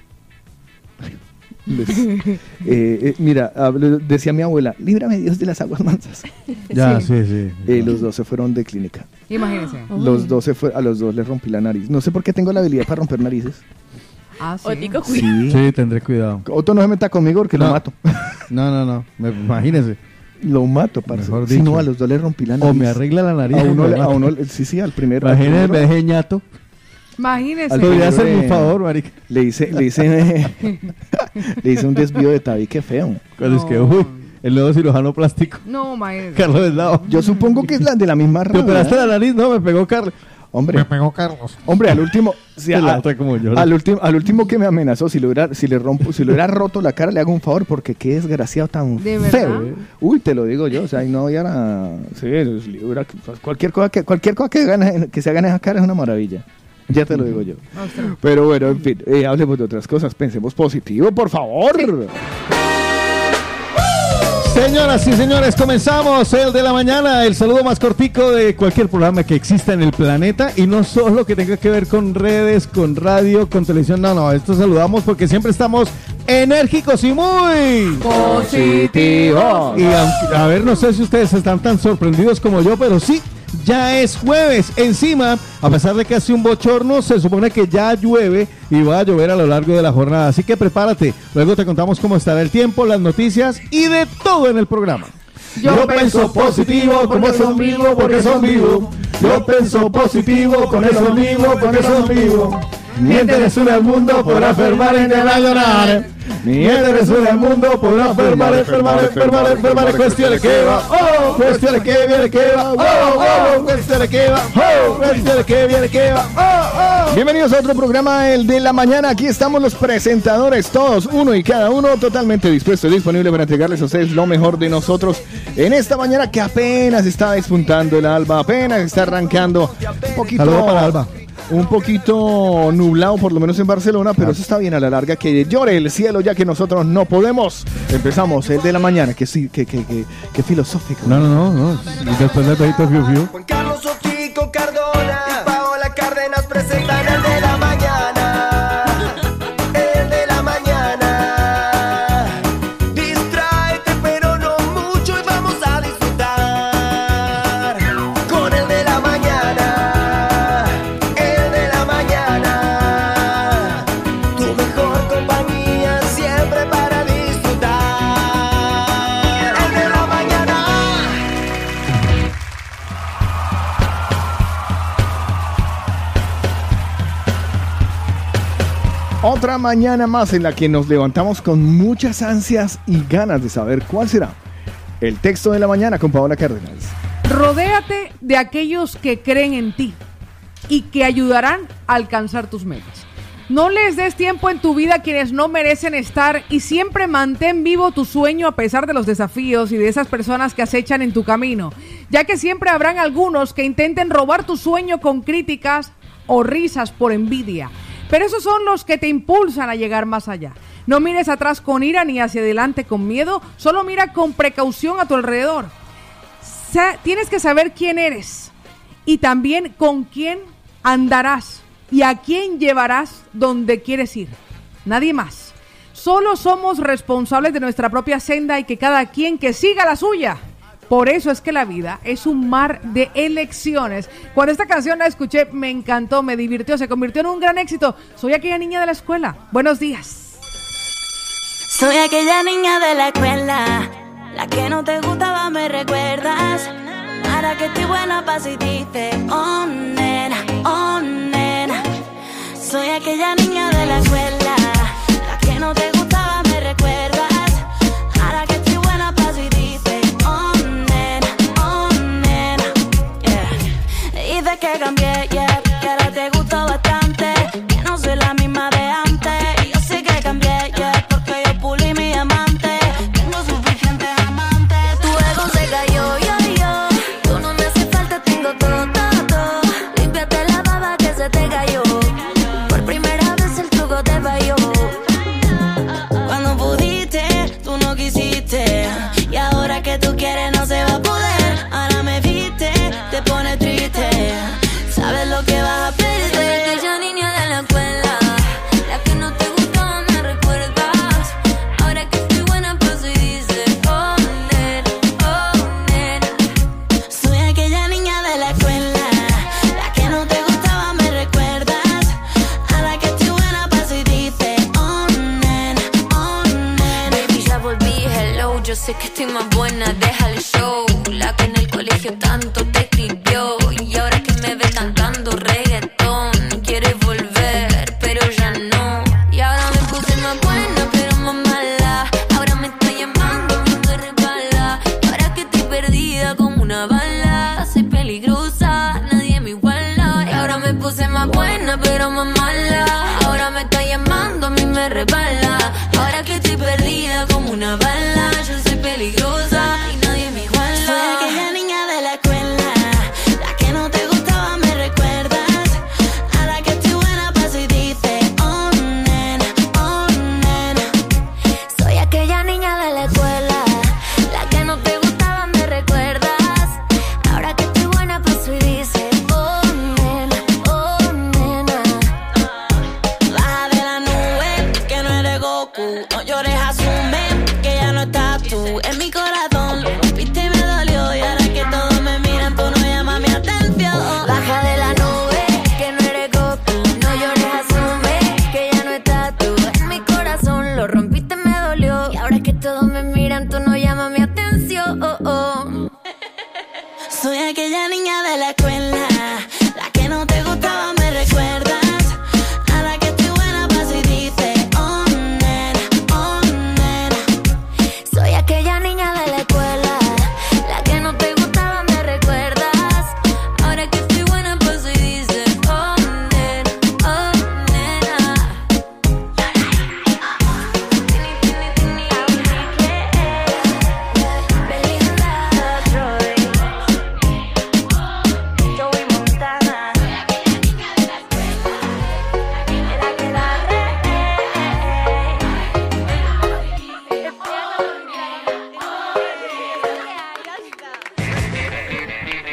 mira, decía mi abuela, líbrame Dios de las aguas mansas. Ya, Sí. sí. Los dos se fueron de clínica. Imagínense. A los dos les rompí la nariz. No sé por qué tengo la habilidad para romper narices. Ah, sí. Otico, Sí. Sí, tendré cuidado. Otto no se meta conmigo porque lo No. mato. No. Imagínese. Lo mato, parce. Mejor Si dicho. no, a los dos les rompí la nariz. O me arregla la nariz. A o uno, me mata. sí, al primero. al Imagínese, primero me dejé ñato. Imagínese. Al Podría primero hacerme un de- favor, marica. le hice un desvío de tabique feo. Cuando es que, uy, el nuevo cirujano plástico. No, imagínese. Carlos del Lado. Yo supongo que es la de la misma ¿Te rama. operaste la nariz? No, me pegó Carlos. Hombre, Carlos. hombre, al último, sí, La otra como llora. al último que me amenazó, si le hubiera roto la cara, le hago un favor porque qué desgraciado tan ¿De feo. verdad? Uy, te lo digo yo, o sea, y no ya cualquier cosa que se haga en esa cara es una maravilla. Ya te lo digo yo. Ostras. Pero bueno, en fin, hablemos de otras cosas, pensemos positivo, por favor. Señoras y señores, comenzamos el de la mañana, el saludo más cortico de cualquier programa que exista en el planeta y no solo que tenga que ver con redes, con radio, con televisión, no, esto saludamos porque siempre estamos enérgicos y muy Positivo. Y a ver, no sé si ustedes están tan sorprendidos como yo, pero sí, ya es jueves. Encima, a pesar de que hace un bochorno, se supone que ya llueve y va a llover a lo largo de la jornada. Así que prepárate. Luego te contamos cómo estará el tiempo, las noticias y de todo en el programa. Yo pienso positivo porque son vivos, porque son vivos. Yo pienso positivo con esos vivos, porque son vivos. Mientras resuena el mundo podrá enfermar y te va a llorar. Mientras resuena el mundo podrá enfermar. Cuestiones que va, oh, cuestiones que viene que va, oh, cuestiones que va, oh, cuestiones que viene que va, oh. Bienvenidos a otro programa, el de la mañana. Aquí estamos los presentadores, todos, uno y cada uno, totalmente dispuesto y disponible para entregarles a ustedes lo mejor de nosotros en esta mañana que apenas está despuntando el alba, apenas está arrancando un poquito. Saludos para Alba. Un poquito nublado, por lo menos en Barcelona, pero eso está bien a la larga, que llore el cielo ya que nosotros no podemos. Empezamos el de la mañana, que sí, que filosófico. No. Y después del bejito Fiu Fiu. Juan Carlos Ochico Cardona y Paola Cárdenas presentan el de la mañana. El de la mañana. Distráete, pero no mucho y vamos a disfrutar con el de la mañana. Otra mañana más en la que nos levantamos con muchas ansias y ganas de saber cuál será el texto de la mañana con Paola Cárdenas. Rodéate de aquellos que creen en ti y que ayudarán a alcanzar tus metas. No les des tiempo en tu vida a quienes no merecen estar y siempre mantén vivo tu sueño a pesar de los desafíos y de esas personas que acechan en tu camino, ya que siempre habrán algunos que intenten robar tu sueño con críticas o risas por envidia. Pero esos son los que te impulsan a llegar más allá. No mires atrás con ira ni hacia adelante con miedo, solo mira con precaución a tu alrededor. Tienes que saber quién eres y también con quién andarás y a quién llevarás donde quieres ir. Nadie más. Solo somos responsables de nuestra propia senda y que cada quien que siga la suya. Por eso es que la vida es un mar de elecciones. Cuando esta canción la escuché, me encantó, me divirtió, se convirtió en un gran éxito. Soy aquella niña de la escuela. Buenos días. Soy aquella niña de la escuela, la que no te gustaba, me recuerdas. Ahora que estoy buena pa' si dices, oh nena, oh nena. Soy aquella niña de la escuela, la que no te gustaba, me recuerdas. Ahora que estoy buena pa' si dices, oh nena, yeah. Y de que cambié, yeah, que ahora te gustó bastante, que no soy la misma de antes. Y yo sé que cambié, yeah, porque yo pulí mi amante. Tengo suficientes amantes, tu ego se cayó, yo. Tú no me hace falta, tengo todo. Límpiate la baba que se te cayó. Por primera vez el truco te falló. Cuando pudiste, tú no quisiste. Y ahora que tú quieres no se va a poder. Ahora me viste, te pone triste. Sabes lo que vas a perder. Soy aquella niña de la escuela, la que no te gustaba, me recuerdas. Ahora que estoy buena paso y dices, oh nena. Soy aquella niña de la escuela, la que no te gustaba, me recuerdas. Ahora que estoy buena paso y dices, oh nena. Baby, ya volví, hello. Yo sé que estoy más buena, deja el show. La que en el colegio tanto te escribió. Y ahora que me ve cantando reggaetón, quiere volver, pero ya no. Y ahora me puse más buena, pero más mala. Ahora me está llamando, me resbala. Ahora que estoy perdida como una bala. Soy peligrosa, nadie me iguala. Y ahora me puse más buena, pero más mala. Ahora me está llamando, a mí me resbala. Ahora que estoy perdida como una bala. Yo soy peligrosa y nadie me iguala. Soy aquella niña de la escuela, la que no te gustaba, me recuerdas. Ahora que estoy buena paso y dices, oh nena. Soy aquella niña de la escuela, la que no te gustaba, me recuerdas. Ahora que estoy buena paso y dices, oh nena. Baja de la nube, que no eres Goku. No llores, asume que ya no estás tú en mi corazón. Lo rompiste y me dolió. Y ahora que todos me miran, tú no llamas mi atención.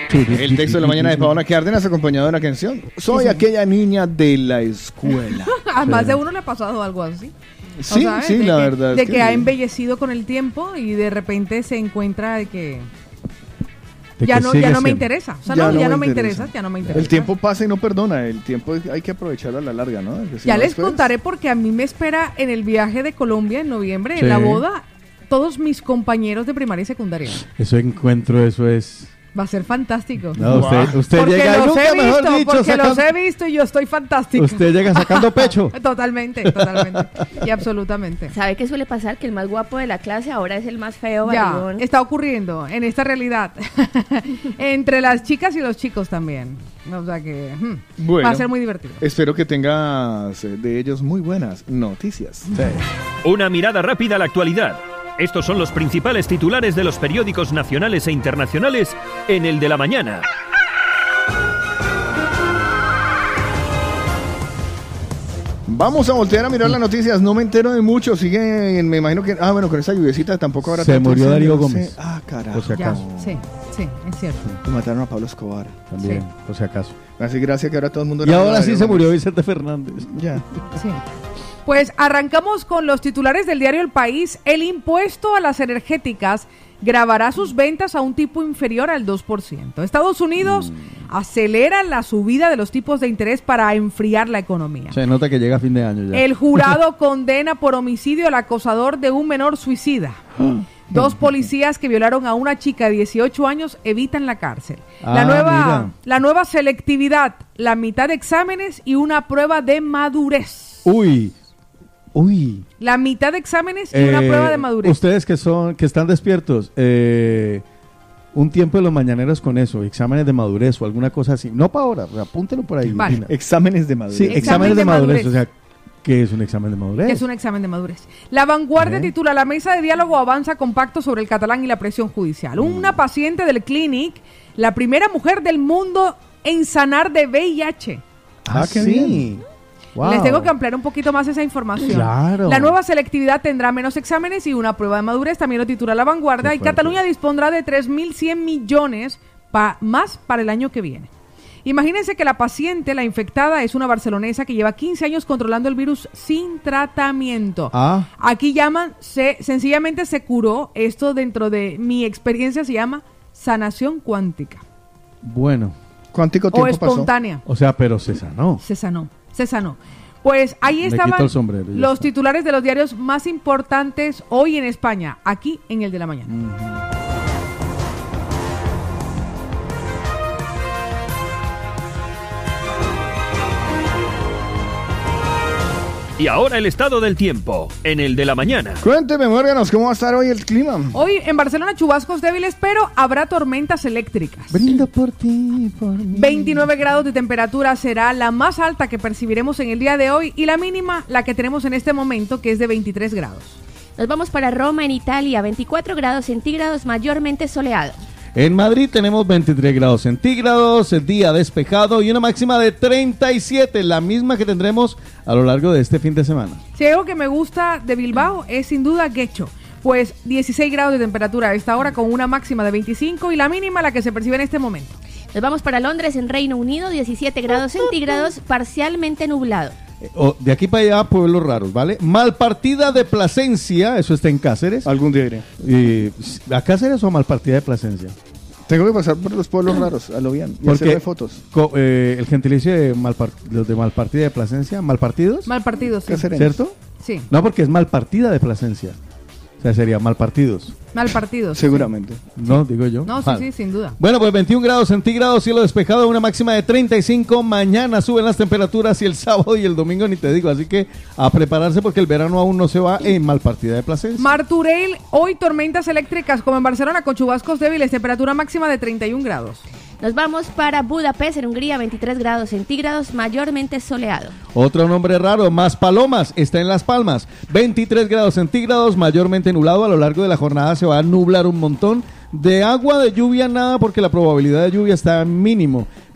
El texto de la mañana de Paola Cárdenas acompañado de una canción. Soy aquella niña de la escuela. A más de uno le ha pasado algo así. Sí, ¿sabes? sí, la verdad. De que ha embellecido con el tiempo y de repente se encuentra de que ya no me interesa. O sea, ya no me interesa. El tiempo pasa y no perdona. El tiempo hay que aprovecharlo a la larga, ¿no? Ya les contaré porque a mí me espera en el viaje de Colombia en noviembre, en la boda, todos mis compañeros de primaria y secundaria. Eso es... Va a ser fantástico. No, usted porque llega los nunca, he mejor visto, dicho, porque los he visto y yo estoy fantástico. Usted llega sacando pecho. Totalmente. Y absolutamente. ¿Sabe qué suele pasar? Que el más guapo de la clase ahora es el más feo, ya, barrigón. está ocurriendo en esta realidad. Entre las chicas y los chicos también. O sea que va a ser muy divertido. Espero que tengas de ellos muy buenas noticias. Sí. Una mirada rápida a la actualidad. Estos son los principales titulares de los periódicos nacionales e internacionales en el de la mañana. Vamos a voltear a mirar las noticias. No me entero de mucho. Sigue, me imagino que... bueno, con esa lluviecita tampoco habrá... Se murió Darío Gómez. Carajo. Por si acaso. Sí, es cierto. Y mataron a Pablo Escobar. También, por si acaso. Así gracias que ahora todo el mundo... Y ahora sí se murió Vicente Fernández. Ya. Sí. Pues arrancamos con los titulares del diario El País. El impuesto a las energéticas gravará sus ventas a un tipo inferior al 2%. Estados Unidos acelera la subida de los tipos de interés para enfriar la economía. Se nota que llega a fin de año ya. El jurado condena por homicidio al acosador de un menor suicida. 2 policías que violaron a una chica de 18 años evitan la cárcel. La nueva selectividad, la mitad de exámenes y una prueba de madurez. Uy. La mitad de exámenes y una prueba de madurez. Ustedes que están despiertos, un tiempo de los mañaneros con eso, exámenes de madurez o alguna cosa así. No para ahora, apúntelo por ahí. Vale. Exámenes de madurez. Sí, exámenes de madurez. O sea, ¿qué es un examen de madurez? Es un examen de madurez. La Vanguardia titula: La mesa de diálogo avanza con pacto sobre el catalán y la presión judicial. Una paciente del Clinic, la primera mujer del mundo en sanar de VIH. Qué bien. Wow. Les tengo que ampliar un poquito más esa información. Claro. La nueva selectividad tendrá menos exámenes y una prueba de madurez, también lo titula La Vanguardia, y Cataluña dispondrá de 3.100 millones más para el año que viene. Imagínense que la paciente, la infectada, es una barcelonesa que lleva 15 años controlando el virus sin tratamiento. Aquí sencillamente se curó. Esto, dentro de mi experiencia, se llama sanación cuántica. Bueno. ¿Cuántico tiempo pasó? O espontánea. O sea, pero se sanó. Se sanó. Pues ahí estaban los titulares de los diarios más importantes hoy en España, aquí en el de la mañana. Y ahora el estado del tiempo, en el de la mañana. Cuénteme, Morganos, ¿cómo va a estar hoy el clima? Hoy en Barcelona chubascos débiles, pero habrá tormentas eléctricas. Brindo por ti, por mí. 29 grados de temperatura será la más alta que percibiremos en el día de hoy y la mínima, la que tenemos en este momento, que es de 23 grados. Nos vamos para Roma, en Italia, 24 grados centígrados, mayormente soleado. En Madrid tenemos 23 grados centígrados, el día despejado y una máxima de 37, la misma que tendremos a lo largo de este fin de semana. Si hay algo que me gusta de Bilbao es sin duda Guecho, pues 16 grados de temperatura a esta hora con una máxima de 25 y la mínima la que se percibe en este momento. Nos vamos para Londres, en Reino Unido, 17 grados centígrados, parcialmente nublado. De aquí para allá, pueblos raros, ¿vale? Malpartida de Plasencia, eso está en Cáceres. Algún día iré. ¿A Cáceres o a Malpartida de Plasencia? Tengo que pasar por los pueblos raros, a lo bien, y hacerme fotos. El gentilicio de los de Malpartida de Plasencia, ¿malpartidos? Malpartidos, sí. ¿Cierto? Sí. No, porque es Malpartida de Plasencia. O sea, sería malpartidos. Malpartidos. Seguramente. No, digo yo. No, sí, sin duda. Bueno, pues 21 grados centígrados, cielo despejado, una máxima de 35. Mañana suben las temperaturas y el sábado y el domingo ni te digo. Así que a prepararse porque el verano aún no se va en Malpartida de Plasencia. Martorell, hoy tormentas eléctricas como en Barcelona con chubascos débiles, temperatura máxima de 31 grados. Nos vamos para Budapest, en Hungría, 23 grados centígrados, mayormente soleado. Otro nombre raro, Maspalomas, está en Las Palmas, 23 grados centígrados, mayormente nublado. A lo largo de la jornada se va a nublar un montón. De agua, de lluvia, nada, porque la probabilidad de lluvia está mínimo.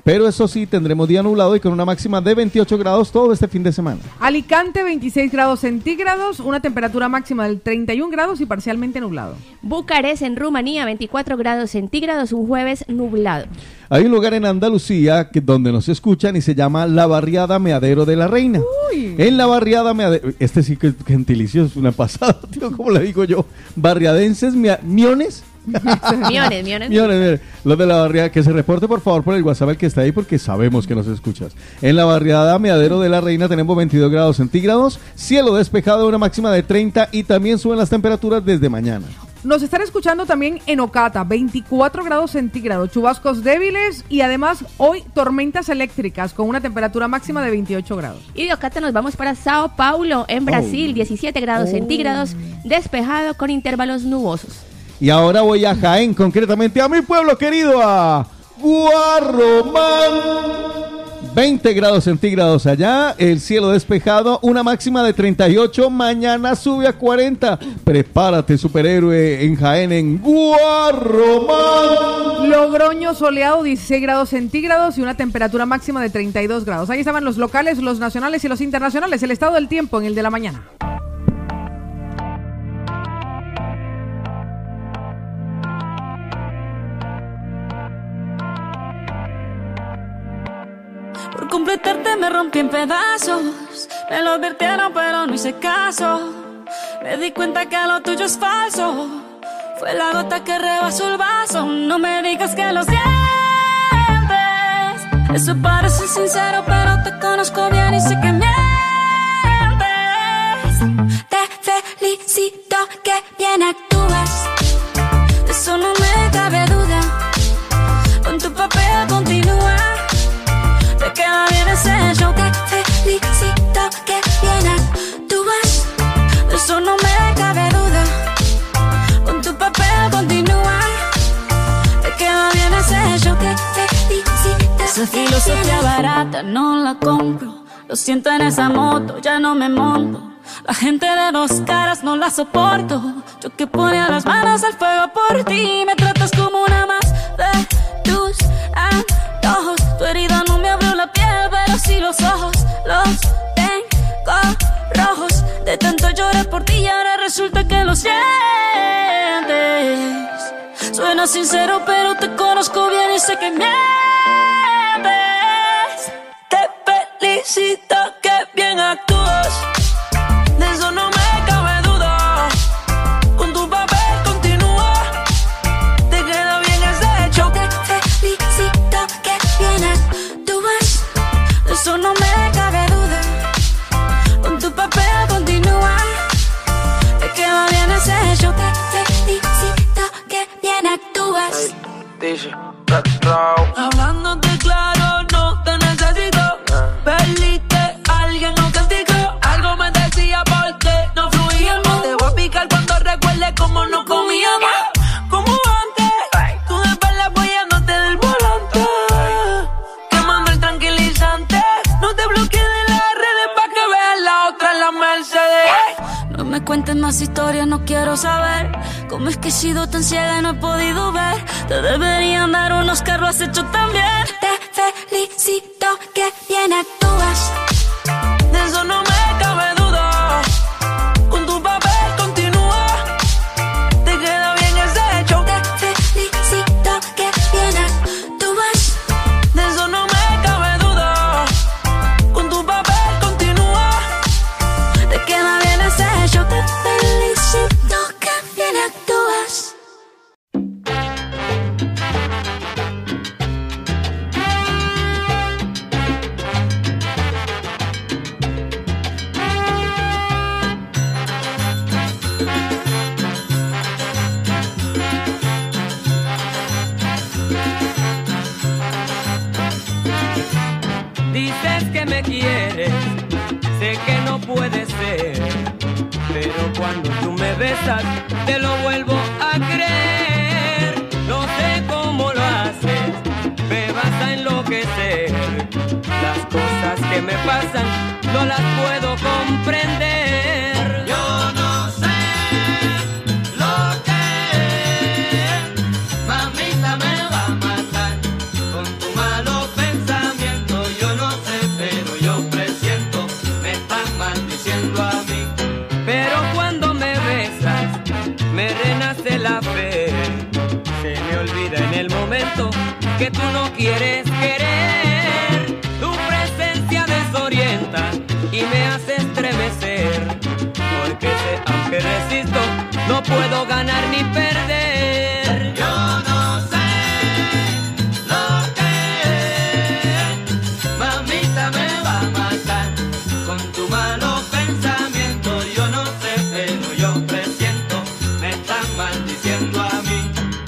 pero eso sí, tendremos día nublado y con una máxima de 28 grados todo este fin de semana. Alicante, 26 grados centígrados, una temperatura máxima del 31 grados y parcialmente nublado. Bucarest, en Rumanía, 24 grados centígrados, un jueves nublado. Hay un lugar en Andalucía donde nos escuchan y se llama La Barriada Meadero de la Reina. Uy. En la Barriada Meadero, este sí que es gentilicio, es una pasada, tío, ¿cómo le digo yo? Barriadenses, miones. Miones. Los de la barriada, que se reporte por favor por el WhatsApp el que está ahí porque sabemos que nos escuchas. En la Barriada Meadero de la Reina tenemos 22 grados centígrados, cielo despejado, una máxima de 30 y también suben las temperaturas desde mañana. Nos están escuchando también en Ocata, 24 grados centígrados, chubascos débiles y además hoy tormentas eléctricas con una temperatura máxima de 28 grados. Y de Ocata nos vamos para Sao Paulo, en Brasil, 17 grados centígrados, despejado con intervalos nubosos. Y ahora voy a Jaén, concretamente a mi pueblo querido, a Guarromán. 20 grados centígrados allá, el cielo despejado, una máxima de 38, mañana sube a 40. Prepárate, superhéroe, en Jaén, en Guarromán. Logroño soleado, 16 grados centígrados y una temperatura máxima de 32 grados. Ahí estaban los locales, los nacionales y los internacionales. El estado del tiempo en el de la mañana. Por completarte me rompí en pedazos. Me lo advirtieron pero no hice caso. Me di cuenta que lo tuyo es falso. Fue la gota que rebasó el vaso. No me digas que lo sientes. Eso parece sincero pero te conozco bien y sé que mientes. Te felicito que bien actúas. De eso no me cabe duda. Con tu papel continúa. Te queda bien ese show. Te felicito que bien actúas. De eso no me cabe duda. Con tu papel continúa. Te queda bien ese show. Te felicito. Esa filosofía barata no la compro. Lo siento en esa moto, ya no me monto. La gente de dos caras no la soporto. Yo que ponía las manos al fuego por ti. Me tratas como una más de tus antojos. Tu herida no me abrió la piel, pero sí los ojos. Los tengo rojos. De tanto llorar por ti y ahora resulta que lo sientes. Suena sincero, pero te conozco bien y sé que mientes. Te felicito que bien actúas. De eso no me cabe duda. Con tu papel continúa. Te queda bien ese show. Te felicito que bien actúas. De eso no me cabe duda. Con tu papel continúa. Te queda bien ese show. Te felicito que bien actúas. Hablándote claro, no te necesito. Perdiste a alguien o castigo. Algo me decía porque no fluíamos. Te voy a picar cuando recuerde cómo no comíamos. Como antes, tú de espalda apoyándote del volante. Quemando el tranquilizante. No te bloquees de las redes pa' que veas la otra en la Mercedes. No me cuentes más historias, no quiero saber. ¿Cómo es que he sido tan ciega y no he podido ver? Te deberían dar unos carros, has hecho tan bien. Te felicito que bien actúas. De eso no me cabe duda. Con tu papel continúa. Te queda bien ese show. Te felicito que bien actúas. De eso no me cabe duda. Con tu papel continúa. Te queda bien ese show. Te felicito que bien actúas. Dices que me quieres, sé que no puede ser, pero cuando tú me besas te lo vuelvo a creer. No sé cómo lo haces, me vas a enloquecer. Las cosas que me pasan no las puedo comprender. Yo no sé lo que es, mamita me va a matar con tu malo pensamiento. vence la fe. Se me olvida en el momento que tú no quieres querer. Tu presencia desorienta y me hace estremecer. Porque sé, aunque resisto, no puedo ganar ni perder. Yo no sé lo que mamita me va a matar con tu malo pensamiento. Yo no sé, pero yo presiento, me están maldiciendo a mí.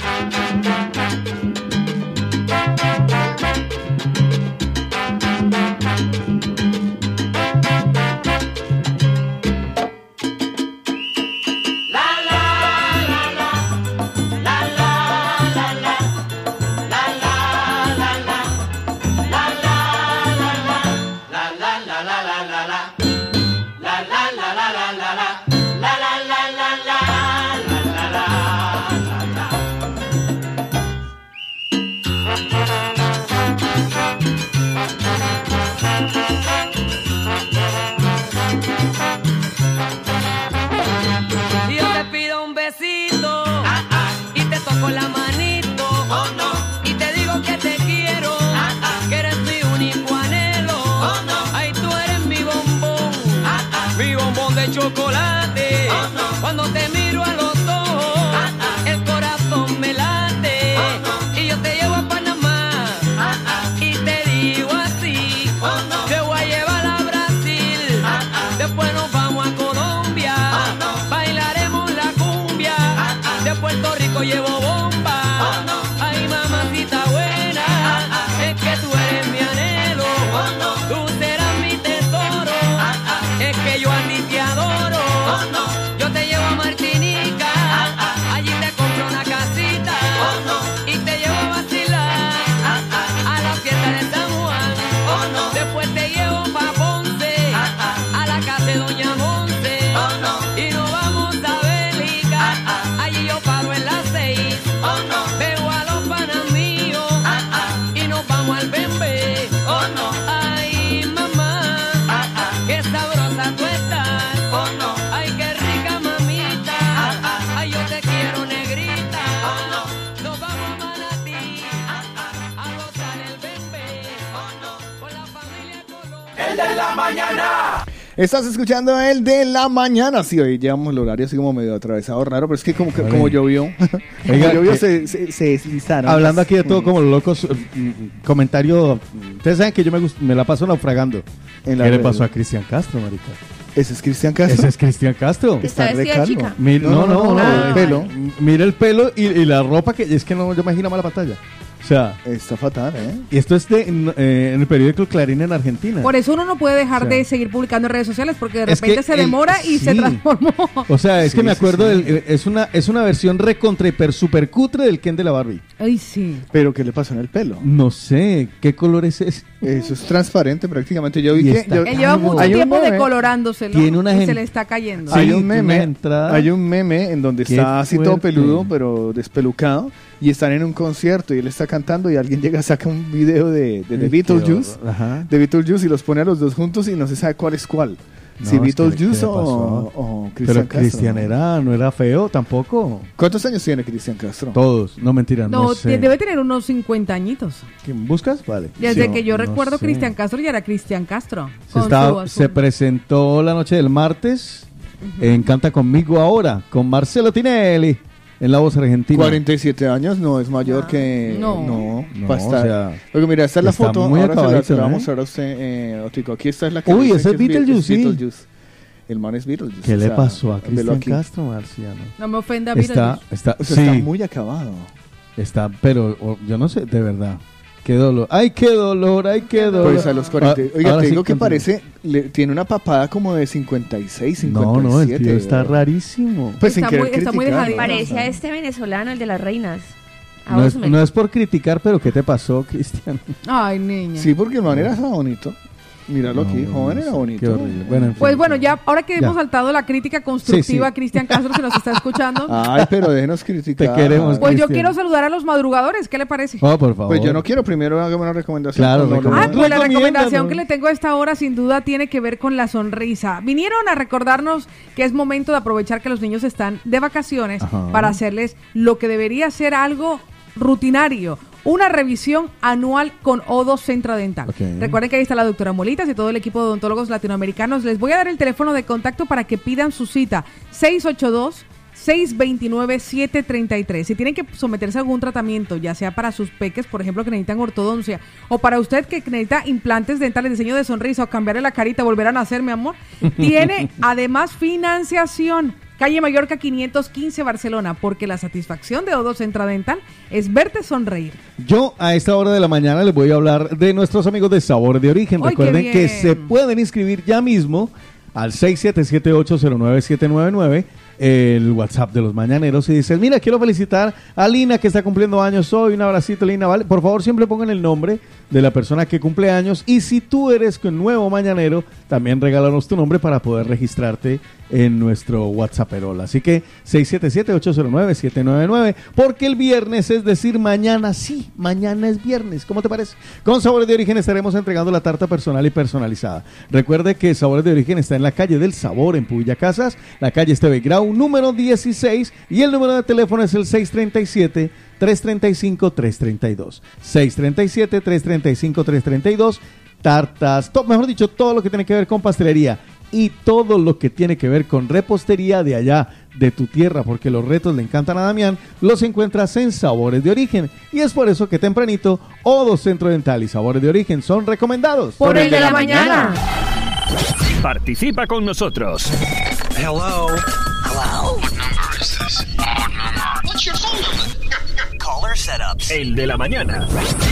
Y yo te pido un besito y te toco la manito, oh, no. Y te digo que te quiero, que eres mi único anhelo, oh, no. Ay, tú eres mi bombón, mi bombón de chocolate, oh, no. Cuando te miro a los ojos, el corazón me late, oh, no. Y yo te llevo a Panamá, y te digo así, oh, no. Te voy a llevar a Brasil, después nos vamos a Colombia, oh, no. Bailaremos la cumbia, de Puerto Rico llevo bomba, oh, no. Ay, mamacita buena, es que tú eres mi anhelo, oh, no. Tú serás mi tesoro, es que yo a ti te adoro, oh, no. Yo te llevo a Martinica, allí te compro una casita, oh, no. Y te llevo a vacilar a la fiesta de San Juan, oh, no. Después te llevo pa' Ponce, a la casa de Doña Monte, oh, no. Y nos vamos a Bélica, allí yo paro en las 6, oh, no. Veo a los panas míos, y nos vamos al Bembe, oh, no. Ay, mamá, qué sabrosa tú estás, oh, no. Ay, qué rica mamita, ay, yo te quiero negrita, oh, no. Nos vamos a Manatí, a gozar el Bembe, oh, no. Con la familia Colón. El de la mañana. Estás escuchando el de la mañana. Sí, hoy llevamos el horario así como medio atravesado, raro, pero es que como llovió, Oiga, se deslizaron. Hablando aquí de todo como los locos, comentario. Ustedes saben que yo me la paso naufragando. ¿Qué le pasó a Cristian Castro, marica? ¿Ese es Cristian Castro? Ese es Cristian Castro. ¿Está vestida chica? No, el pelo. Mira el pelo y la ropa que es que no, yo me imagino más la pantalla. O sea, está fatal, ¿eh? Y esto es en el periódico Clarín en Argentina. Por eso uno no puede dejar de seguir publicando en redes sociales porque de repente se demora y se transformó. O sea, es que me acuerdo, es una versión recontra hiper super cutre del Ken de la Barbie. Ay, sí. ¿Pero qué le pasó en el pelo? No sé, ¿qué color es ese? Eso es transparente prácticamente. Yo vi que... Él lleva mucho tiempo decolorándoselo y se le está cayendo. Hay un meme en donde está así todo peludo, pero despelucado. Y están en un concierto y él está cantando y alguien llega, saca un video de Beetlejuice y los pone a los dos juntos y no se sabe cuál es cuál. No, si Beetlejuice o Cristian Castro. Cristian no era feo tampoco. ¿Cuántos años tiene Cristian Castro? Todos, no mentira, no sé. Debe tener unos 50 añitos. ¿Quién buscas? Vale. Desde que yo recuerdo Cristian Castro ya era Cristian Castro. Se presentó la noche del martes en Canta Conmigo Ahora con Marcelo Tinelli. En la voz argentina. 47 años, no es mayor que... No, para estar. O sea, porque mira, esta es la foto. Muy ahora se la vamos a ver a usted, Otico. Aquí está la que... Uy, ese es Beetlejuice, sí. El man es Beetlejuice. ¿Qué le pasó a Cristian Castro, Marciano? No me ofenda Beetlejuice. Está muy acabado. Está, pero yo no sé, de verdad. Qué dolor. ¡Ay, qué dolor! ¡Ay, qué dolor! Pues a los 40. Oiga, te digo que parece... tiene una papada como de 56, 57. No, el tío está rarísimo. Pues está muy dejadito. Parece a este venezolano, el de las reinas. No es por criticar, pero ¿qué te pasó, Cristian? Ay, niña. Sí, porque de manera está bonito. Míralo aquí, joven, era bonito. Qué horrible. Bueno, en fin, Pues bueno, ya ahora que hemos saltado la crítica constructiva a Cristian Castro, se nos está escuchando. Ay, pero déjenos criticar. Te queremos, Pues yo Cristian. quiero saludar a los madrugadores, ¿qué le parece? Oh, por favor. Pues yo no quiero, primero hágame una recomendación. Claro, No, Pues la recomendación Recomiéndanos. que le tengo a esta hora sin duda tiene que ver con la sonrisa. Vinieron a recordarnos que es momento de aprovechar que los niños están de vacaciones para hacerles lo que debería ser algo rutinario. Una revisión anual con O2 Centro Dental. Okay. Recuerden que ahí está la doctora Molitas y todo el equipo de odontólogos latinoamericanos. Les voy a dar el teléfono de contacto para que pidan su cita. 682-629-733. Si tienen que someterse a algún tratamiento, ya sea para sus peques, por ejemplo, que necesitan ortodoncia, o para usted que necesita implantes dentales, diseño de sonrisa o cambiarle la carita, volver a nacer, mi amor, tiene además financiación. Calle Mallorca 515 Barcelona, porque la satisfacción de O2 Centro Dental es verte sonreír. Yo a esta hora de la mañana les voy a hablar de nuestros amigos de Sabor de Origen. ¡Ay, Recuerden qué que bien! se pueden inscribir ya mismo al 677809-799, el WhatsApp de los mañaneros, y dicen, mira, quiero felicitar a Lina que está cumpliendo años hoy, un abracito, Lina, ¿vale? Por favor, siempre pongan el nombre de la persona que cumple años, y si tú eres un nuevo mañanero, también regálanos tu nombre para poder registrarte en nuestro WhatsApperol. Así que 677-809-799, porque el viernes, es decir, mañana, sí, mañana es viernes, ¿cómo te parece? Con Sabores de Origen estaremos entregando la tarta personal y personalizada. Recuerde que Sabores de Origen está en la calle del Sabor, en Pubilla Casas, la calle Esteve Grau, número 16, y el número de teléfono es el 637-335-332. 637-335-332. Tartas, mejor dicho, todo lo que tiene que ver con pastelería y todo lo que tiene que ver con repostería de allá, de tu tierra, porque los retos le encantan a Damián, los encuentras en Sabores de Origen. Y es por eso que tempranito, O2 Centro Dental y Sabores de Origen son recomendados Por el de la mañana. Participa con nosotros. Hello. Hello. What number is this? What number? What's your phone number? Caller setups. El de la mañana.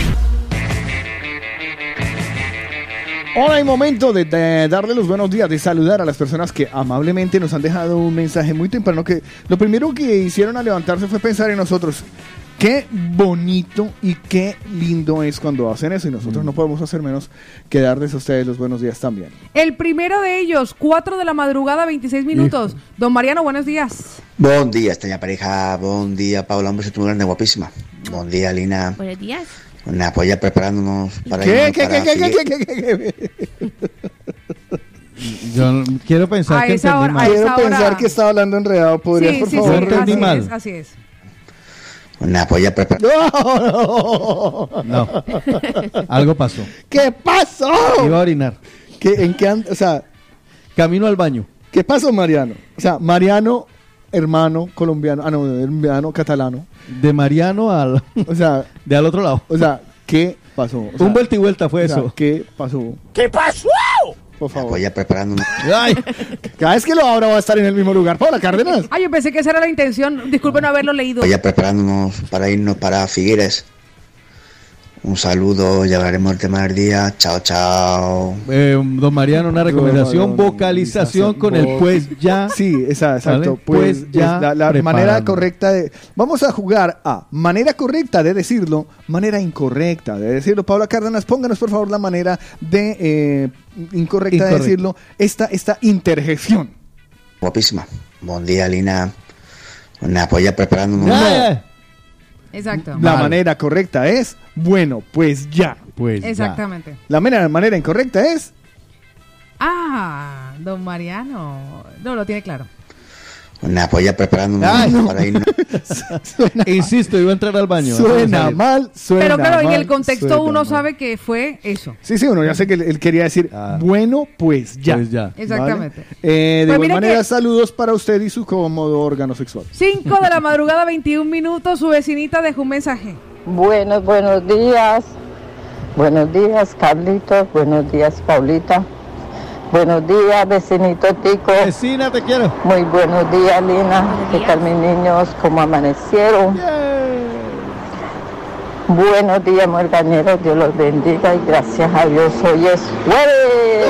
Ahora hay momento de darle los buenos días, de saludar a las personas que amablemente nos han dejado un mensaje muy temprano, que lo primero que hicieron al levantarse fue pensar en nosotros. Qué bonito y qué lindo es cuando hacen eso, y nosotros no podemos hacer menos que darles a ustedes los buenos días también. El primero de ellos, 4 de la madrugada, 26 minutos. Don Mariano, buenos días. Buen día, extraña pareja. Buen día, Paula, hombre, soy tu grande, guapísima. Buen día, Lina. Buenos días. Una polla preparándonos para ¿Qué? Yo quiero pensar que entendí mal. Quiero pensar que estaba hablando enredado. ¿Podrías, por favor? No entendí mal. Así es. Una polla preparada. No. Algo pasó. ¿Qué pasó? Iba a orinar. ¿En qué o sea, camino al baño. ¿Qué pasó, Mariano? O sea, Mariano, hermano colombiano, hermano catalano. De Mariano al... O sea, de al otro lado. O sea, ¿qué pasó? O sea, un vuelta y vuelta fue eso. ¿Qué pasó? ¿Qué pasó? Por favor. Polla preparándonos. Ay, cada vez que lo abra va a estar en el mismo lugar. Paula Cárdenas. Ay, yo pensé que esa era la intención. Disculpen no haberlo leído. Polla preparándonos para irnos para Figueres. Un saludo, ya hablaremos el tema del día. Chao, chao. Don Mariano, una recomendación, vocalización con el pues ya. Sí, exacto. ¿Vale? Pues ya la preparando. manera correcta de... Vamos a jugar a manera correcta de decirlo, manera incorrecta de decirlo. Paula Cárdenas, pónganos por favor la manera de incorrecta de decirlo. Esta interjección. Guapísima. Buen día, Lina. Una polla preparándonos. Exacto. La manera correcta es, bueno, pues ya. Pues exactamente. La manera incorrecta es... Ah, don Mariano. No, lo tiene claro. Una polla preparándonos para irnos. Insisto, iba a entrar al baño. Suena mal, suena Pero claro, mal, en el contexto suena uno mal. sabe que fue eso. Sí, uno ya sé que él quería decir, bueno, pues ya. Pues ya. Exactamente. ¿Vale? De Pues igual mire manera, que- saludos para usted y su cómodo órgano sexual. 5 de la madrugada, 21 minutos. Su vecinita dejó un mensaje. Buenos días. Buenos días, Carlitos. Buenos días, Paulita. Buenos días, vecinito Tico. Vecina, te quiero. Muy buenos días, Lina. ¿Qué tal mis niños? ¿Cómo amanecieron? Buenos días, morganeros. Dios los bendiga y gracias a Dios hoy es jueves.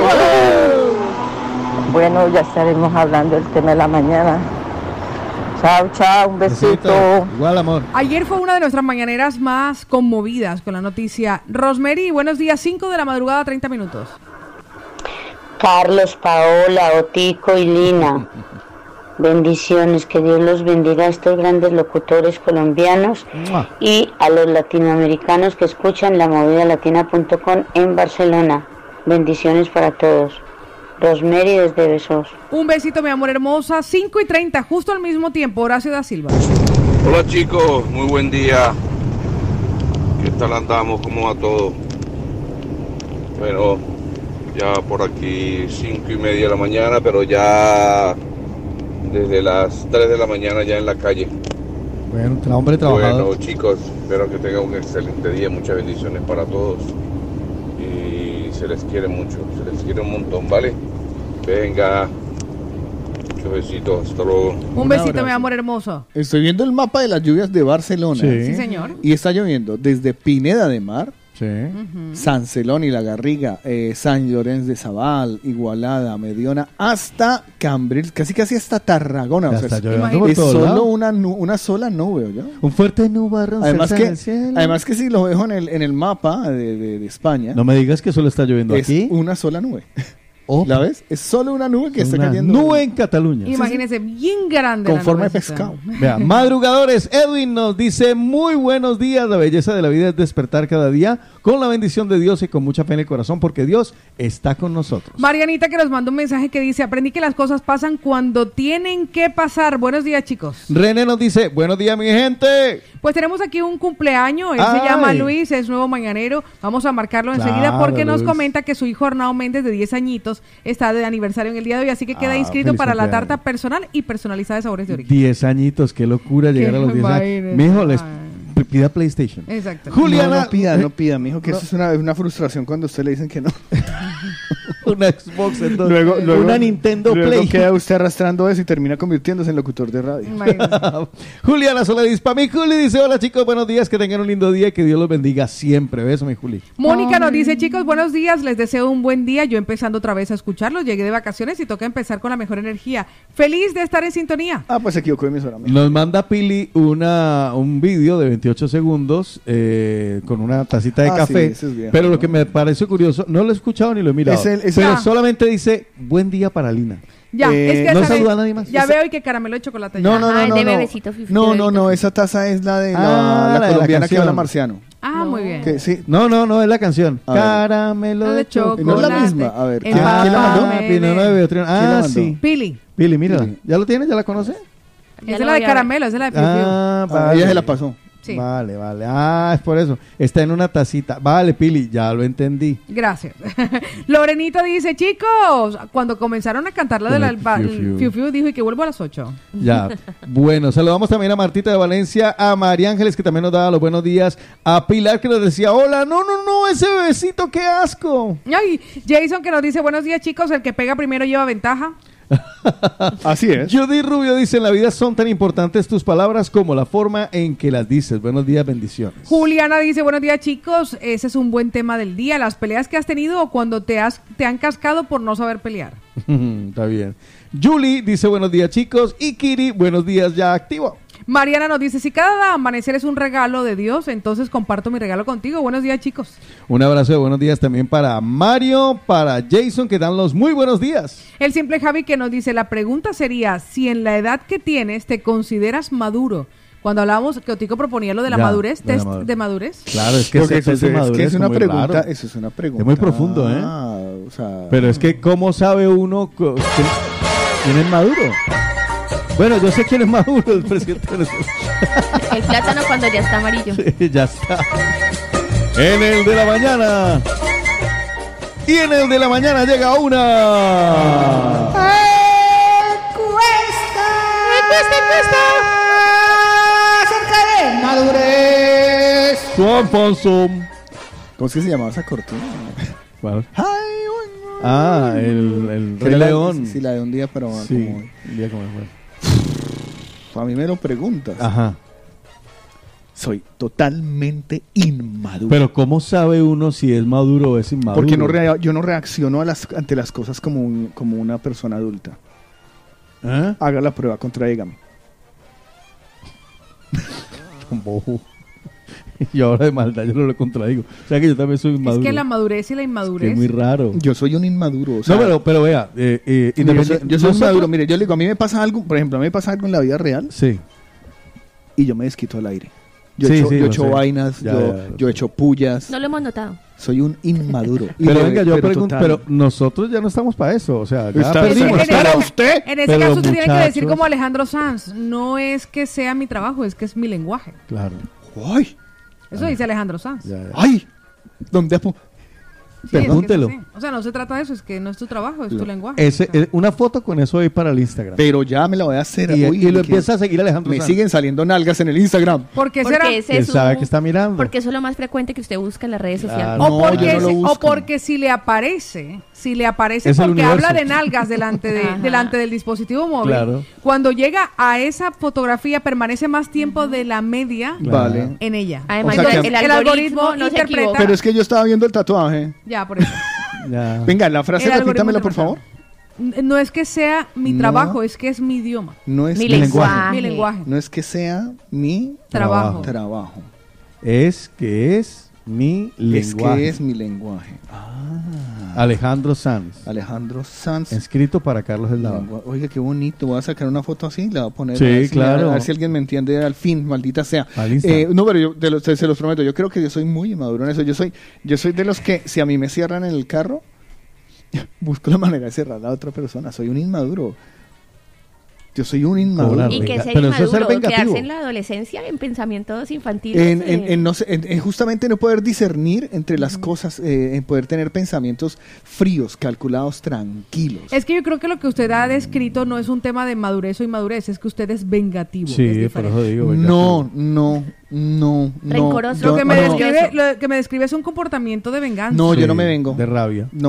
Bueno, ya estaremos hablando del tema de la mañana. Chao, un besito. Igual, amor. Ayer fue una de nuestras mañaneras más conmovidas con la noticia. Rosemary, buenos días, 5 de la madrugada, 30 minutos. Carlos, Paola, Otico y Lina. Bendiciones, que Dios los bendiga a estos grandes locutores colombianos y a los latinoamericanos que escuchan la movidalatina.com en Barcelona. Bendiciones para todos. Rosemary desde Besos. Un besito, mi amor hermosa. 5:30, justo al mismo tiempo. Horacio da Silva. Hola chicos, muy buen día. ¿Qué tal andamos? ¿Cómo va todo? Bueno, ya por aquí 5:30 de la mañana, pero ya desde las 3 de la mañana ya en la calle. Bueno, hombre trabajador. Bueno chicos, espero que tengan un excelente día, muchas bendiciones para todos. Y se les quiere mucho, se les quiere un montón, ¿vale? Venga, muchos besitos, hasta luego. Un besito, mi amor hermoso. Estoy viendo el mapa de las lluvias de Barcelona. Sí, señor. Y está lloviendo desde Pineda de Mar, San Celoni, La Garriga, San Llorenç de Sabal, Igualada, Mediona, hasta Cambrils, casi hasta Tarragona. O sea, es solo una sola nube, ¿ya? Un fuerte nubarrón. Además que si lo veo en el mapa de España. No me digas que solo está lloviendo es aquí. Una sola nube. ¿La ves? Es solo una nube que está cayendo. Nube en Cataluña. Imagínese, bien grande. Con forma de pescado. Vea, madrugadores, Edwin nos dice: muy buenos días, la belleza de la vida es despertar cada día con la bendición de Dios y con mucha fe en el corazón, porque Dios está con nosotros. Marianita, que nos manda un mensaje que dice: aprendí que las cosas pasan cuando tienen que pasar. Buenos días, chicos. René nos dice: buenos días, mi gente. Pues tenemos aquí un cumpleaños, él se llama Luis, es nuevo mañanero, vamos a marcarlo enseguida porque nos comenta que su hijo Arnao Méndez de 10 añitos está de aniversario en el día de hoy, así que queda inscrito para la tarta personal y personalizada de sabores de origen. 10 añitos, qué locura llegar a los 10 años. Mijo, les pida PlayStation. Exacto. Juliana, no pida, mijo, que eso es una frustración cuando a usted le dicen que no. Una Xbox, entonces. Luego, una Nintendo luego Play. queda usted arrastrando eso y termina convirtiéndose en locutor de radio. Juliana Soledad para mí, Juli dice: hola chicos, buenos días, que tengan un lindo día y que Dios los bendiga siempre. Beso, mi Juli. Mónica nos dice: chicos, buenos días, les deseo un buen día. Yo empezando otra vez a escucharlos, llegué de vacaciones y toca empezar con la mejor energía. Feliz de estar en sintonía. Pues se equivocó de emisora. Nos manda Pili un vídeo de 28 segundos con una tacita de café, sí, pero lo que me parece curioso, no lo he escuchado ni lo he mirado, pero solamente dice: buen día para Lina. Ya, es que no saluda a nadie más. Ya veo y que caramelo de chocolate. No, esa taza es la de la colombiana que habla marciano. Muy bien. Que, sí. No, es la canción. Caramelo de chocolate. No es la misma. A ver, ¿quién la mandó? Sí. Pili, mírala. ¿Ya lo tiene? ¿Ya la conoce? Es de la de caramelo, es de la de Fiu. Ella se la pasó. Sí. Vale. Es por eso. Está en una tacita. Vale, Pili, ya lo entendí. Gracias. Lorenito dice: chicos, cuando comenzaron a cantar la del Fiu Fiu, dijo: y que vuelvo a las 8. Ya. Bueno, saludamos también a Martita de Valencia, a María Ángeles, que también nos daba los buenos días, a Pilar, que nos decía: hola, no, ese bebecito, qué asco. Ay, Jason, que nos dice: buenos días, chicos, el que pega primero lleva ventaja. Así es. Judy Rubio dice: en la vida son tan importantes tus palabras como la forma en que las dices. Buenos días, bendiciones. Juliana dice: buenos días, chicos, ese es un buen tema del día, las peleas que has tenido o cuando te han cascado por no saber pelear. Está bien. Julie dice: buenos días, chicos. Y Kiri: buenos días, ya activo. Mariana nos dice: si cada amanecer es un regalo de Dios, entonces comparto mi regalo contigo. Buenos días, chicos. Un abrazo de buenos días también para Mario, para Jason, que dan los muy buenos días. El simple Javi, que nos dice: la pregunta sería si en la edad que tienes te consideras maduro. Cuando hablábamos, que Otico proponía lo de la madurez, test de madurez. Claro, es que es una pregunta, eso es una pregunta. Es muy profundo, ¿eh? O sea, pero es que ¿cómo sabe uno quién es maduro? Bueno, yo sé quién es Maduro, el presidente de Venezuela. El plátano cuando ya está amarillo. Sí, ya está. En el de la mañana. Y en el de la mañana llega una. Encuesta acerca de madurez. ¿Cómo es que se llamaba esa cortina? ¿Cuál? El Rey León. Sí, la de un día, pero sí, como un día como fue. A mí me lo preguntas. Ajá. Soy totalmente inmaduro. Pero ¿cómo sabe uno si es maduro o es inmaduro? Porque yo no reacciono ante las cosas como una persona adulta. ¿Eh? Haga la prueba, contradígame. Y ahora de maldad yo no lo contradigo. O sea que yo también soy inmaduro. Es que la madurez y la inmadurez. Es muy raro. Yo soy un inmaduro. O sea, no, pero vea. Yo soy inmaduro. Mire, yo le digo, a mí me pasa algo, por ejemplo, a mí me pasa algo en la vida real. Sí. Y yo me desquito al aire. Yo he hecho vainas, yo he hecho pullas. No lo hemos notado. Soy un inmaduro. Pero venga, yo pregunto, pero nosotros ya no estamos para eso. O sea, ya perdimos. En ese caso usted tiene que decir como Alejandro Sanz, no es que sea mi trabajo, es que es mi lenguaje. Claro. ¡Ay! Eso dice Alejandro Sanz. ¡Ay! ¿Dónde Pregúntelo. Sí. O sea, no se trata de eso, es que no es tu trabajo, es tu lenguaje. Una foto con eso ahí para el Instagram. Pero ya me la voy a hacer. Y lo empieza a seguir Alejandro Me Sanz. siguen saliendo nalgas en el Instagram. ¿Por qué será? Él sabe que está mirando. Porque eso es lo más frecuente que usted busca en las redes sociales. O porque si le aparece Es porque habla de nalgas delante del dispositivo móvil. Claro. Cuando llega a esa fotografía permanece más tiempo de la media en ella. Además, O sea que el algoritmo no se equivoca. Pero es que yo estaba viendo el tatuaje. Ya, por eso. Venga, la frase repítamela, por favor. No es que sea mi trabajo, es que es mi idioma. No es mi lenguaje. Mi lenguaje. No es que sea mi trabajo. Es que es mi lenguaje. Es que es mi lenguaje. Alejandro Sanz. Alejandro Sanz. Escrito para Carlos Eslava. Oiga, qué bonito. Voy a sacar una foto así, la voy a poner. Sí, claro. A ver si alguien me entiende al fin, maldita sea. No, pero yo se los prometo. Yo creo que yo soy muy inmaduro en eso. Yo soy de los que, si a mí me cierran en el carro, busco la manera de cerrar a la otra persona. Soy un inmaduro. Yo soy un inmaduro. Y que sea inmaduro, quedarse en la adolescencia en pensamientos infantiles. En justamente no poder discernir entre las cosas, en poder tener pensamientos fríos, calculados, tranquilos. Es que yo creo que lo que usted ha descrito no es un tema de madurez o inmadurez, es que usted es vengativo. Sí, por eso digo vengativo. No. Rencoroso. Lo que me describe es un comportamiento de venganza. No, yo no me vengo. De rabia. No.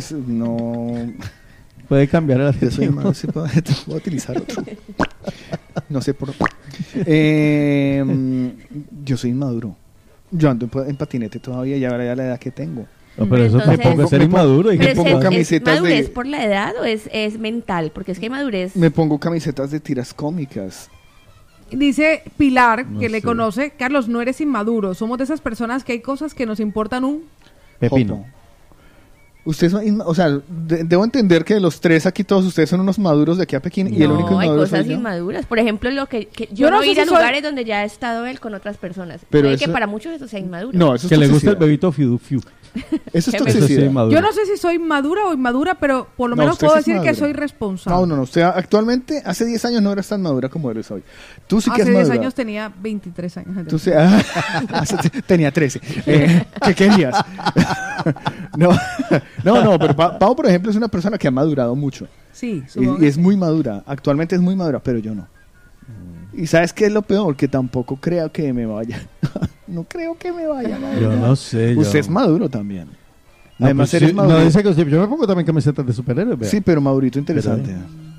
Puede cambiar el adjetivo. Puedo utilizar otro. No sé por qué. Yo soy inmaduro. Yo ando en patinete todavía, ya la edad que tengo. No, pero eso me pongo a ser inmaduro. Me pongo camisetas ¿Es madurez por la edad o es mental? Porque es que hay madurez. Me pongo camisetas de tiras cómicas. Dice Pilar, que le conoce, Carlos, no eres inmaduro. Somos de esas personas que hay cosas que nos importan un pepino. Ustedes son, o sea, debo entender que de los tres aquí todos ustedes son unos maduros de aquí a Pekín y el único inmaduro hay cosas inmaduras. Por ejemplo, yo no ir a lugares donde ya ha estado él con otras personas. Pero que para muchos eso sea inmaduro. No, eso es que le gusta el bebito fiu. Eso es toxicidad. Yo no sé si soy madura o inmadura, pero por lo menos puedo decir que soy responsable. No. Usted actualmente, hace 10 años no eras tan madura como eres hoy. Tú sí que hace es madura. Hace 10 años tenía 23 años. Tú tenía 13. ¿Qué querías? No, pero Pau, por ejemplo, es una persona que ha madurado mucho. Sí. Y es muy madura. Actualmente es muy madura, pero yo no. ¿Y sabes qué es lo peor? Que tampoco creo que me vaya. No creo que me vaya. Yo no sé. Usted es maduro también. No, además pues eres maduro. No dice que yo me pongo también camisetas de superhéroes. Vea. Sí, pero madurito interesante.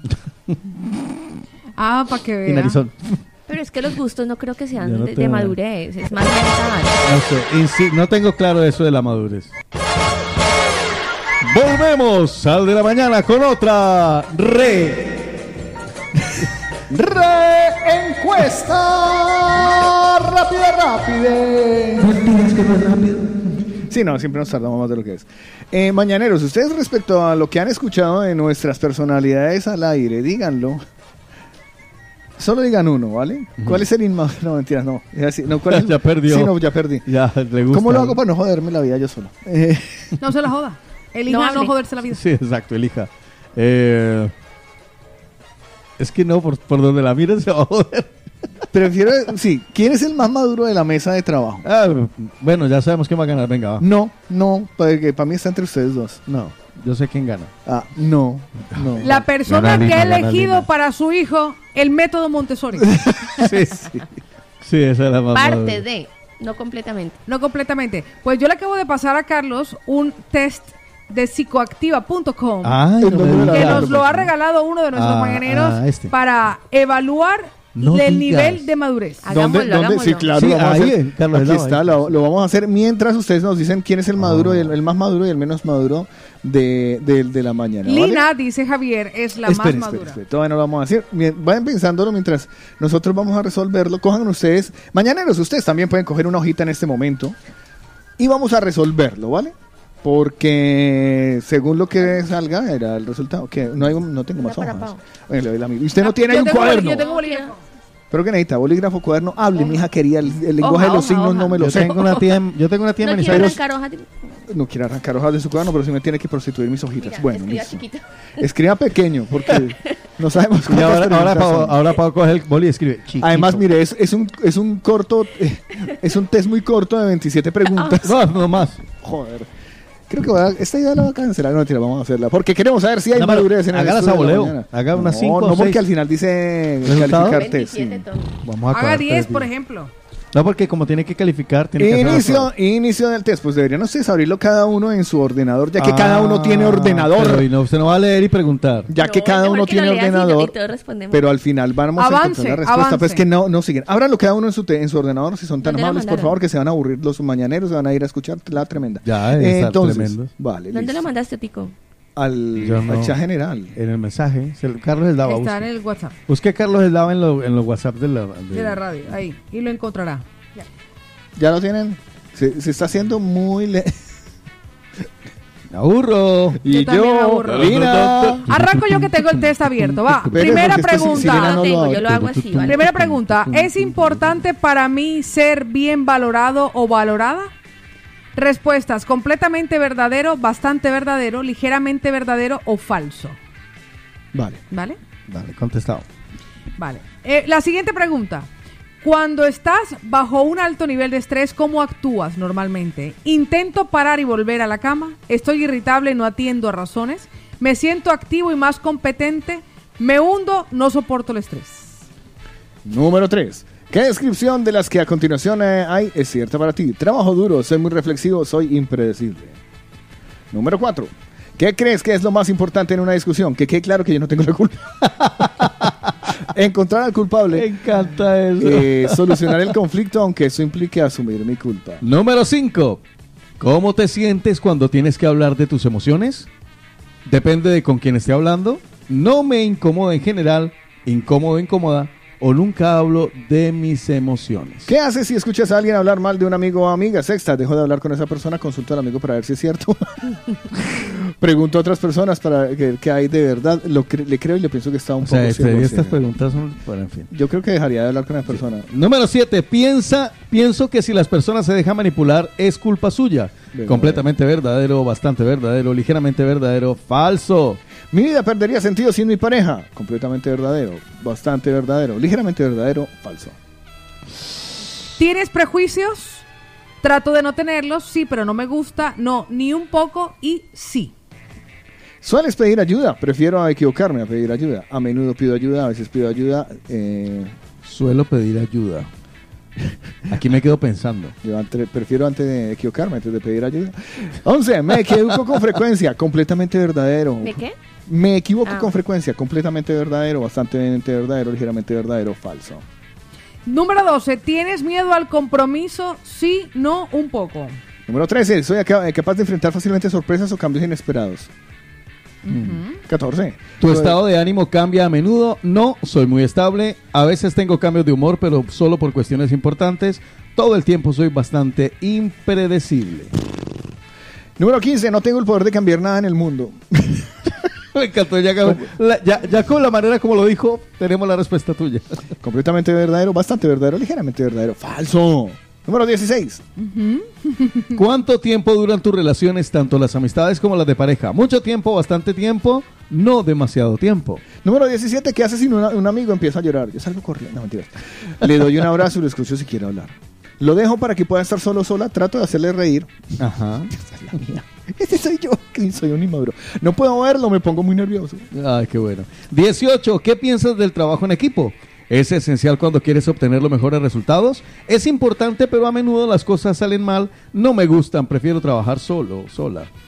Para que vea. Y narizón. Pero es que los gustos no creo que sean de madurez. Es más mental. No sé. No tengo claro eso de la madurez. Volvemos al de la mañana con otra encuesta rápida. Sí, no, siempre nos tardamos más de lo que es. Mañaneros, ustedes respecto a lo que han escuchado de nuestras personalidades al aire, díganlo. Solo digan uno, ¿vale? ¿Cuál es el inmaduro? No, mentiras, no. ¿Cuál es ya perdió. Sí, no, ya perdí. Ya, le gusta. ¿Cómo lo hago para no joderme la vida yo solo? No se la joda. Elija no joderse la vida. Sí, exacto, elija. Es que no, por donde la mires se va a joder. Prefiero, sí. ¿Quién es el más maduro de la mesa de trabajo? Bueno, ya sabemos quién va a ganar. Venga, va. No, porque para mí está entre ustedes dos. No, yo sé quién gana. No. La persona que ha elegido para su hijo el método Montessori. Sí. Sí, esa es la más Parte madura. de, no completamente. No completamente. Pues yo le acabo de pasar a Carlos un test de psicoactiva.com Ay, que nos lo ha regalado uno de nuestros mañaneros para evaluar No del digas. nivel de madurez. ¿Dónde? Sí, claro, Sí, lo vamos a ahí, hacer. Carlos Aquí Helado, está, lo vamos a hacer mientras ustedes nos dicen quién es el maduro, el más maduro y el menos maduro de la mañana. ¿vale? Lina, dice Javier, es la más madura. Espere, todavía no lo vamos a decir. Vayan pensándolo mientras nosotros vamos a resolverlo. Cojan ustedes, mañaneros, ustedes también pueden coger una hojita en este momento y vamos a resolverlo, ¿vale? Porque según lo que salga era el resultado. Que no tengo más hojas. Bueno, le doy la misma. Usted no tiene ahí un cuaderno. Yo tengo bolígrafo. ¿Pero qué necesita? ¿Bolígrafo, cuaderno? Hable, mi hija querida. El lenguaje de los signos no me lo sé. Yo tengo una tía en Manizales. No quiero arrancar hojas de su cuaderno, pero sí me tiene que prostituir mis hojitas. Mira, bueno, escriba listo. chiquito. Escriba pequeño, porque no sabemos Y cuántas ahora Pau coge el boli y escribe chiquito. Además, mire, es un corto, es un test muy corto de 27 preguntas. No más. Joder. Creo que esta idea la va a cancelar. No, mentira, vamos a hacerla. Porque queremos saber si hay madurez en el Hágalas estudio a de la voleo. mañana. Haga unas 5 o No, 6. porque al final dice ¿Resultado? calificar test. Vamos a Haga 10, por ejemplo. No, porque como tiene que calificar, tiene que hacer Inicio del test. Pues deberían ustedes abrirlo cada uno en su ordenador, ya que cada uno tiene ordenador. Pero usted no va a leer y preguntar. Ya que cada uno tiene ordenador. Pero al final vamos a encontrar la respuesta. Pues que no siguen. Ábranlo cada uno en su ordenador, si son tan amables, por favor, que se van a aburrir los mañaneros, se van a ir a escuchar la tremenda. Ya, entonces, tremendo. Vale. ¿Dónde lo mandaste, Tico? Al chat general. En el mensaje. Carlos Eslava. Está en el WhatsApp. Busque Carlos Eslava en los WhatsApp de la radio. Ahí. Y lo encontrará. ¿Ya lo tienen? Se está haciendo muy... Me aburro. Y yo Lina. Arranco yo que tengo el test abierto. Va. Primera pregunta. Yo lo hago así, ¿vale? Primera pregunta. ¿Es importante para mí ser bien valorado o valorada? Respuestas: completamente verdadero, bastante verdadero, ligeramente verdadero o falso. Vale, contestado. Vale. La siguiente pregunta. Cuando estás bajo un alto nivel de estrés, ¿cómo actúas normalmente? ¿Intento parar y volver a la cama? ¿Estoy irritable y no atiendo a razones? ¿Me siento activo y más competente? ¿Me hundo? ¿No soporto el estrés? Número 3. ¿Qué descripción de las que a continuación hay es cierta para ti? Trabajo duro, soy muy reflexivo, soy impredecible. Número 4. ¿Qué crees que es lo más importante en una discusión? Que quede claro que yo no tengo la culpa. Encontrar al culpable. Me encanta eso. Solucionar el conflicto, aunque eso implique asumir mi culpa. Número 5. ¿Cómo te sientes cuando tienes que hablar de tus emociones? Depende de con quién esté hablando. No me incomoda en general, incómodo, incómoda, o nunca hablo de mis emociones. ¿Qué haces si escuchas a alguien hablar mal de un amigo o amiga? Sexta, dejo de hablar con esa persona, consulto al amigo para ver si es cierto. Pregunto a otras personas para que hay de verdad. Le creo y le pienso que está un poco... Estas preguntas son... Bueno, en fin. Yo creo que dejaría de hablar con esa persona. Número 7. Pienso que si las personas se dejan manipular es culpa suya. Completamente verdadero, bastante verdadero, ligeramente verdadero, falso. Mi vida perdería sentido sin mi pareja. Completamente verdadero, bastante verdadero, ligeramente verdadero, falso. ¿Tienes prejuicios? Trato de no tenerlos, sí, pero no me gusta, no, ni un poco y sí. ¿Sueles pedir ayuda? Prefiero equivocarme a pedir ayuda. A menudo pido ayuda, a veces pido ayuda. Suelo pedir ayuda. Aquí me quedo pensando. Yo prefiero antes de equivocarme, antes de pedir ayuda. 11. Me equivoco con frecuencia, completamente verdadero. ¿Me qué? Me equivoco con frecuencia, completamente verdadero, bastante verdadero, ligeramente verdadero, falso. Número 12. ¿Tienes miedo al compromiso? Sí, no, un poco. Número 13. Soy capaz de enfrentar fácilmente sorpresas o cambios inesperados. 14. ¿Tu estado de ánimo cambia a menudo? No, soy muy estable. A veces tengo cambios de humor, pero solo por cuestiones importantes. Todo el tiempo soy bastante impredecible. Número 15. No tengo el poder de cambiar nada en el mundo. Me encantó. Ya con la manera como lo dijo, tenemos la respuesta tuya. Completamente verdadero, bastante verdadero, ligeramente verdadero, falso. Número 16. ¿Cuánto tiempo duran tus relaciones, tanto las amistades como las de pareja? Mucho tiempo, bastante tiempo, no demasiado tiempo. Número 17. ¿Qué hace si un amigo empieza a llorar? Yo salgo corriendo, no mentiras. Le doy un abrazo y lo escucho si quiere hablar. Lo dejo para que pueda estar solo o sola. Trato de hacerle reír. Ajá. Este soy yo, que soy un inmaduro. No puedo verlo, me pongo muy nervioso. Ay, qué bueno. 18. ¿Qué piensas del trabajo en equipo? ¿Es esencial cuando quieres obtener los mejores resultados? Es importante, pero a menudo las cosas salen mal. No me gustan, prefiero trabajar solo o sola.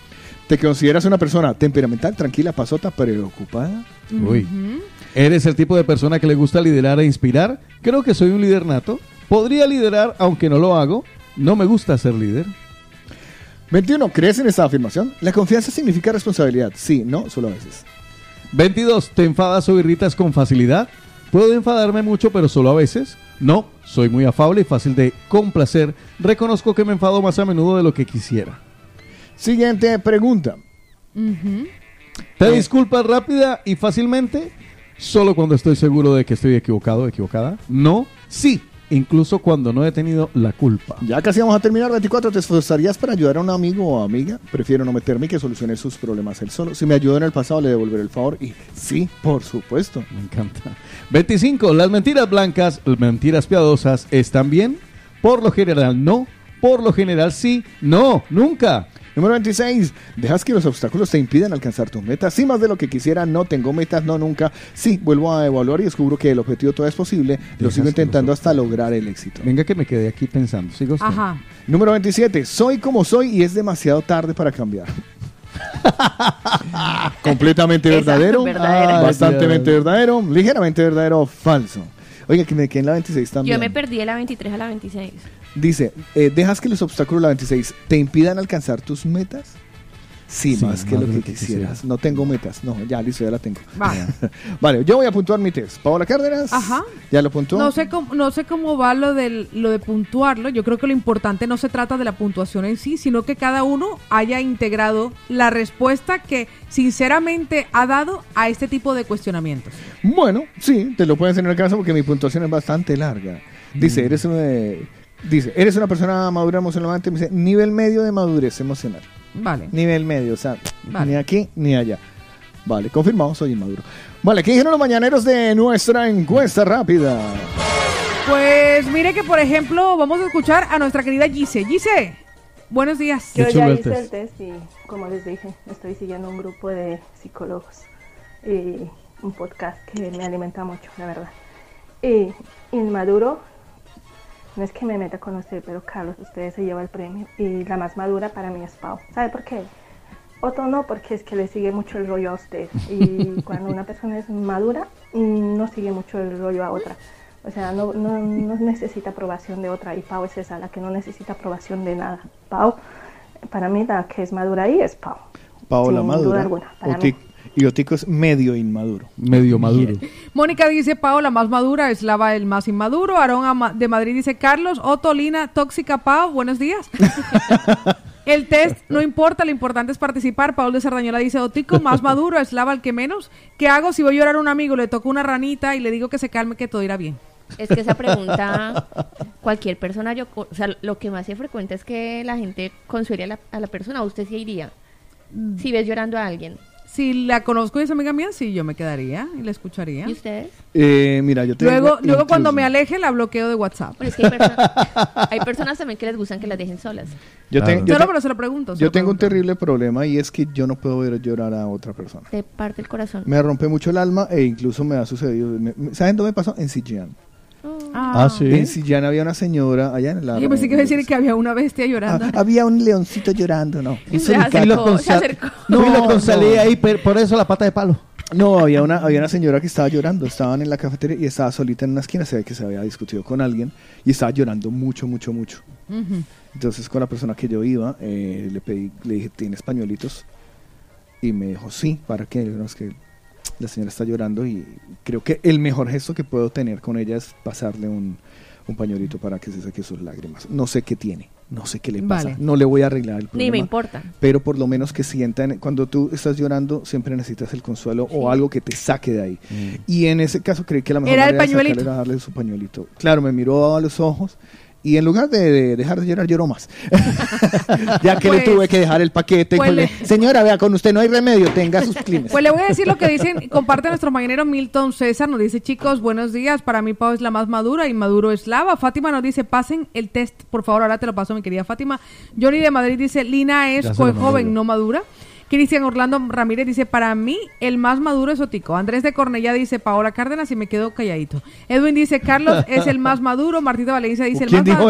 ¿Te consideras una persona temperamental, tranquila, pasota, preocupada? Uy. ¿Eres el tipo de persona que le gusta liderar e inspirar? Creo que soy un líder nato. Podría liderar, aunque no lo hago. No me gusta ser líder. 21. ¿Crees en esta afirmación? La confianza significa responsabilidad. Sí, no, solo a veces. 22. ¿Te enfadas o irritas con facilidad? Puedo enfadarme mucho, pero solo a veces. No, soy muy afable y fácil de complacer. Reconozco que me enfado más a menudo de lo que quisiera. Siguiente pregunta. ¿Te disculpas rápida y fácilmente? Solo cuando estoy seguro de que estoy equivocado o equivocada. No, sí, incluso cuando no he tenido la culpa. Ya casi vamos a terminar. 24. ¿Te esforzarías para ayudar a un amigo o amiga? Prefiero no meterme y que solucione sus problemas él solo. Si me ayudó en el pasado, le devolveré el favor. Y sí, por supuesto. Me encanta. 25. ¿Las mentiras blancas, mentiras piadosas, están bien? Por lo general, no. Por lo general, sí. No, nunca. Número 26. ¿Dejas que los obstáculos te impidan alcanzar tus metas? Sí, más de lo que quisiera. No tengo metas, no nunca. Sí, vuelvo a evaluar y descubro que el objetivo todo es posible. Lo sigo intentando hasta lograr el éxito. Venga que me quedé aquí pensando. Sigo usted. Ajá. Número 27. Soy como soy y es demasiado tarde para cambiar. Completamente verdadero. Bastantemente verdadero. Ligeramente verdadero. Falso. Oiga, que me quedé en la 26 también. Yo me perdí de la 23 a la 26. Dice, ¿dejas que los obstáculos de la 26 te impidan alcanzar tus metas? Sí, más que lo que quisieras. No tengo metas. No, ya, listo, ya la tengo. Vale. Vale, yo voy a puntuar mi test. Paola Cárdenas. Ajá. ¿Ya lo puntuó? No sé cómo va lo de puntuarlo. Yo creo que lo importante no se trata de la puntuación en sí, sino que cada uno haya integrado la respuesta que sinceramente ha dado a este tipo de cuestionamientos. Bueno, sí, te lo puedes hacer en el caso porque mi puntuación es bastante larga. Dice, eres una persona madura emocionalmente. Me dice, nivel medio de madurez emocional. Vale. Nivel medio, o sea, ni aquí ni allá. Vale, confirmado, soy inmaduro. Vale, ¿qué dijeron los mañaneros de nuestra encuesta rápida? Pues mire que, por ejemplo, vamos a escuchar a nuestra querida Gise. Gise, buenos días. Yo ya hice el test y, como les dije, estoy siguiendo un grupo de psicólogos y un podcast que me alimenta mucho, la verdad. Y inmaduro, no es que me meta con usted, pero Carlos, usted se lleva el premio. Y la más madura para mí es Pau. ¿Sabe por qué? Otto no, porque es que le sigue mucho el rollo a usted. Y cuando una persona es madura, no sigue mucho el rollo a otra. O sea, no necesita aprobación de otra. Y Pau es esa, la que no necesita aprobación de nada. Pau, para mí, la que es madura ahí es Pau. Pau la madura. Sin duda alguna, para mí. Y Otico es medio inmaduro. Medio maduro. Mónica dice, Pau, la más madura, Eslava, el más inmaduro. Aarón de Madrid dice, Carlos, Otto, Lina, tóxica, Pau, buenos días. El test no importa, lo importante es participar. Paul de Sardañola dice, Otico, más maduro, Eslava, el que menos. ¿Qué hago si voy a llorar a un amigo, le toco una ranita y le digo que se calme, que todo irá bien? Es que esa pregunta, cualquier persona, o sea, lo que más se frecuenta es que la gente consuele a la persona. ¿Usted sí iría? Si ves llorando a alguien. Si la conozco y es amiga mía, sí, yo me quedaría y la escucharía. ¿Y ustedes? Mira, yo tengo... Luego cuando me aleje, la bloqueo de WhatsApp. Pero es que hay personas también que les gustan que las dejen solas. Pero se lo pregunto. Yo tengo un terrible problema y es que yo no puedo ver llorar a otra persona. Te parte el corazón. Me rompe mucho el alma e incluso me ha sucedido... ¿Saben dónde me pasó? En Sillán. Sí. En Sillán había una señora allá en la... Yo pensé que iba a decir que había una bestia llorando. Había un leoncito llorando, ¿no? Se acercó. No, con salida ahí, por eso la pata de palo. No, había una señora que estaba llorando. Estaban en la cafetería y estaba solita en una esquina. Se ve que se había discutido con alguien y estaba llorando mucho, mucho, mucho. Uh-huh. Entonces, con la persona que yo iba, le dije, ¿tienes pañuelitos? Y me dijo, sí, ¿para qué? No, es que la señora está llorando y creo que el mejor gesto que puedo tener con ella es pasarle un pañuelito para que se saque sus lágrimas. No sé qué tiene, no sé qué le pasa, vale. No le voy a arreglar el problema. Ni me importa. Pero por lo menos que sientan, cuando tú estás llorando, siempre necesitas el consuelo o algo que te saque de ahí. Y en ese caso creí que la mejor manera de sacarle era darle su pañuelito. Claro, me miró a los ojos y en lugar de dejar de llorar, lloró más. Ya que le tuve que dejar el paquete. Señora, vea, con usted no hay remedio, tenga sus clines. Pues le voy a decir lo que dicen, comparte nuestro mañanero Milton César, nos dice, chicos, buenos días, para mí Pau es la más madura y maduro es Lava. Fátima nos dice, pasen el test, por favor, ahora te lo paso, mi querida Fátima. Johnny de Madrid dice, Lina es joven, no madura. Cristian Orlando Ramírez dice, para mí el más maduro es Otico. Andrés de Cornellá dice, Paola Cárdenas, y me quedo calladito. Edwin dice, Carlos es el más maduro. Martita Valencia dice, ¿quién dijo eso?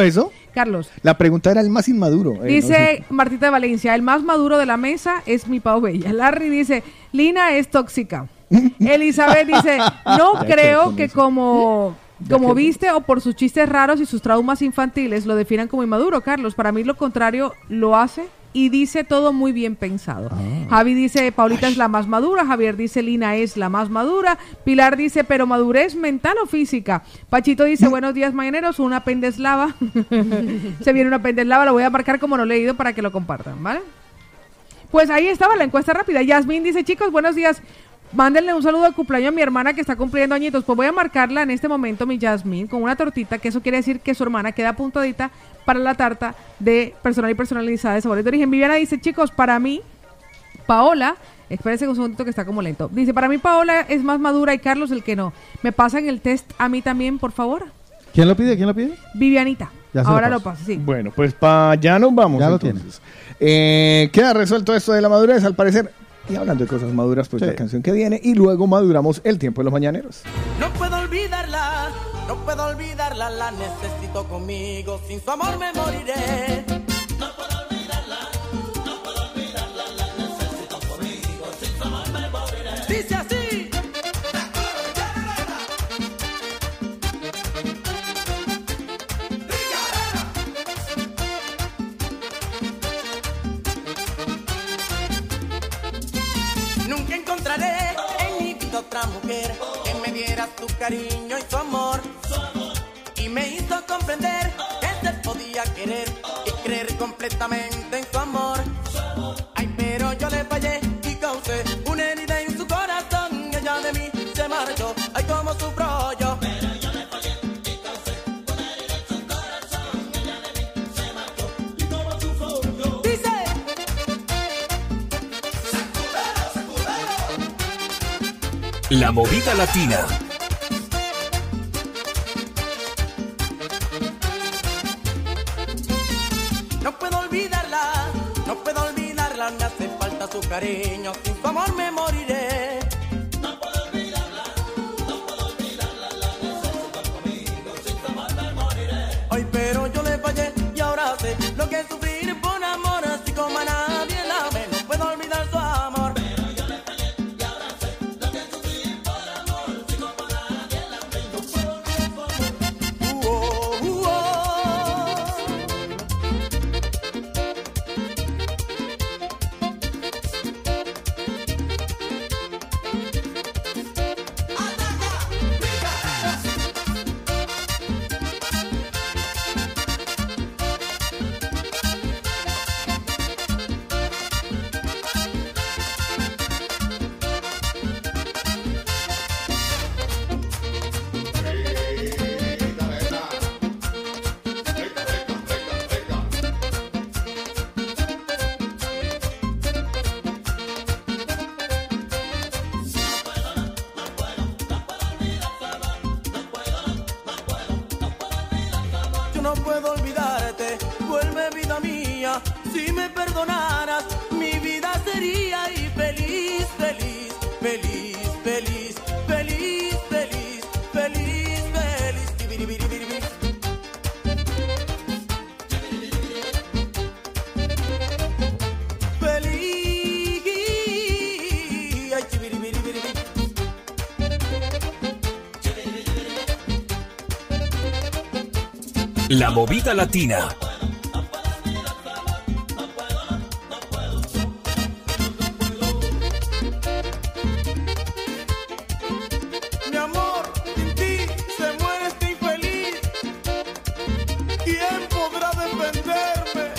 Carlos. La pregunta era el más inmaduro. Dice Martita de Valencia, el más maduro de la mesa es mi Pau Bella. Larry dice, Lina es tóxica. Elizabeth dice, no creo que como viste o por sus chistes raros y sus traumas infantiles lo definan como inmaduro, Carlos. Para mí lo contrario lo hace y dice todo muy bien pensado. Javi dice, Paulita es la más madura. Javier dice, Lina es la más madura. Pilar dice, pero madurez mental o física. Pachito dice, buenos días mañaneros, una pendeslava. Se viene una pendeslava, lo voy a marcar como no leído para que lo compartan, ¿vale? Pues ahí estaba la encuesta rápida. Yasmín dice, chicos, buenos días. Mándenle un saludo de cumpleaños a mi hermana que está cumpliendo añitos. Pues voy a marcarla en este momento, mi Yasmín, con una tortita, que eso quiere decir que su hermana queda apuntadita para la tarta de personal y personalizada de sabores de origen. Viviana dice, chicos, para mí, Paola, espérense un segundito que está como lento. Dice, para mí Paola es más madura y Carlos el que no. ¿Me pasan el test a mí también, por favor? ¿Quién lo pide? ¿Quién lo pide? Vivianita. Ahora lo paso, sí. Bueno, pues ya nos vamos. Ya entonces. Queda resuelto esto de la madurez, al parecer. Y hablando de cosas maduras, pues la canción que viene y luego maduramos el tiempo de los mañaneros. No puedo olvidarla, la necesito conmigo, sin su amor me moriré. No puedo olvidarla, la necesito conmigo, sin su amor me moriré. Dice así. Nunca encontraré en mi vida otra mujer que me diera su cariño y su amor. Y me hizo comprender que se podía querer y creer completamente en su amor. Ay, pero yo le fallé y causé una herida en su corazón. Ella de mí se marchó, ay, como sufro yo. Pero yo le fallé y causé una herida en su corazón. Ella de mí se marchó, y como sufro yo. Dice. La movida latina. No puedo olvidarla, me hace falta su cariño, sin su amor me moriré. No puedo olvidarla, la necesito conmigo, sin su amor me moriré. Ay, pero yo le fallé y ahora sé lo que es sufrir por amor, así como a nadie la ve. No puedo olvidar su amor. Pero yo le fallé y ahora sé lo que es sufrir por amor, así como a nadie la ve. No puedo olvidar su amor. No puedo olvidarte, vuelve vida mía. Si me perdonaras, mi vida sería y feliz, feliz, feliz, feliz, feliz, feliz, feliz, feliz. Tibiribiribiribi. Feliz. Ay, tibiribiribiribi. La movida latina. Mi amor, sin ti se muere este infeliz. ¿Quién podrá defenderme?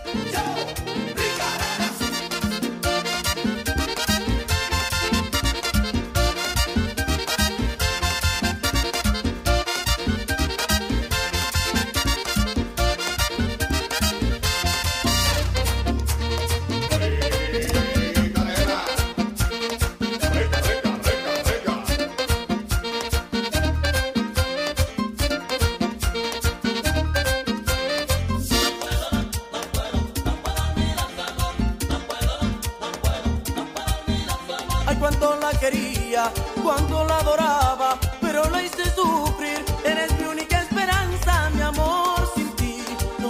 Ay, cuánto la quería, cuánto la adoraba, pero la hice sufrir. Eres mi única esperanza, mi amor, sin ti no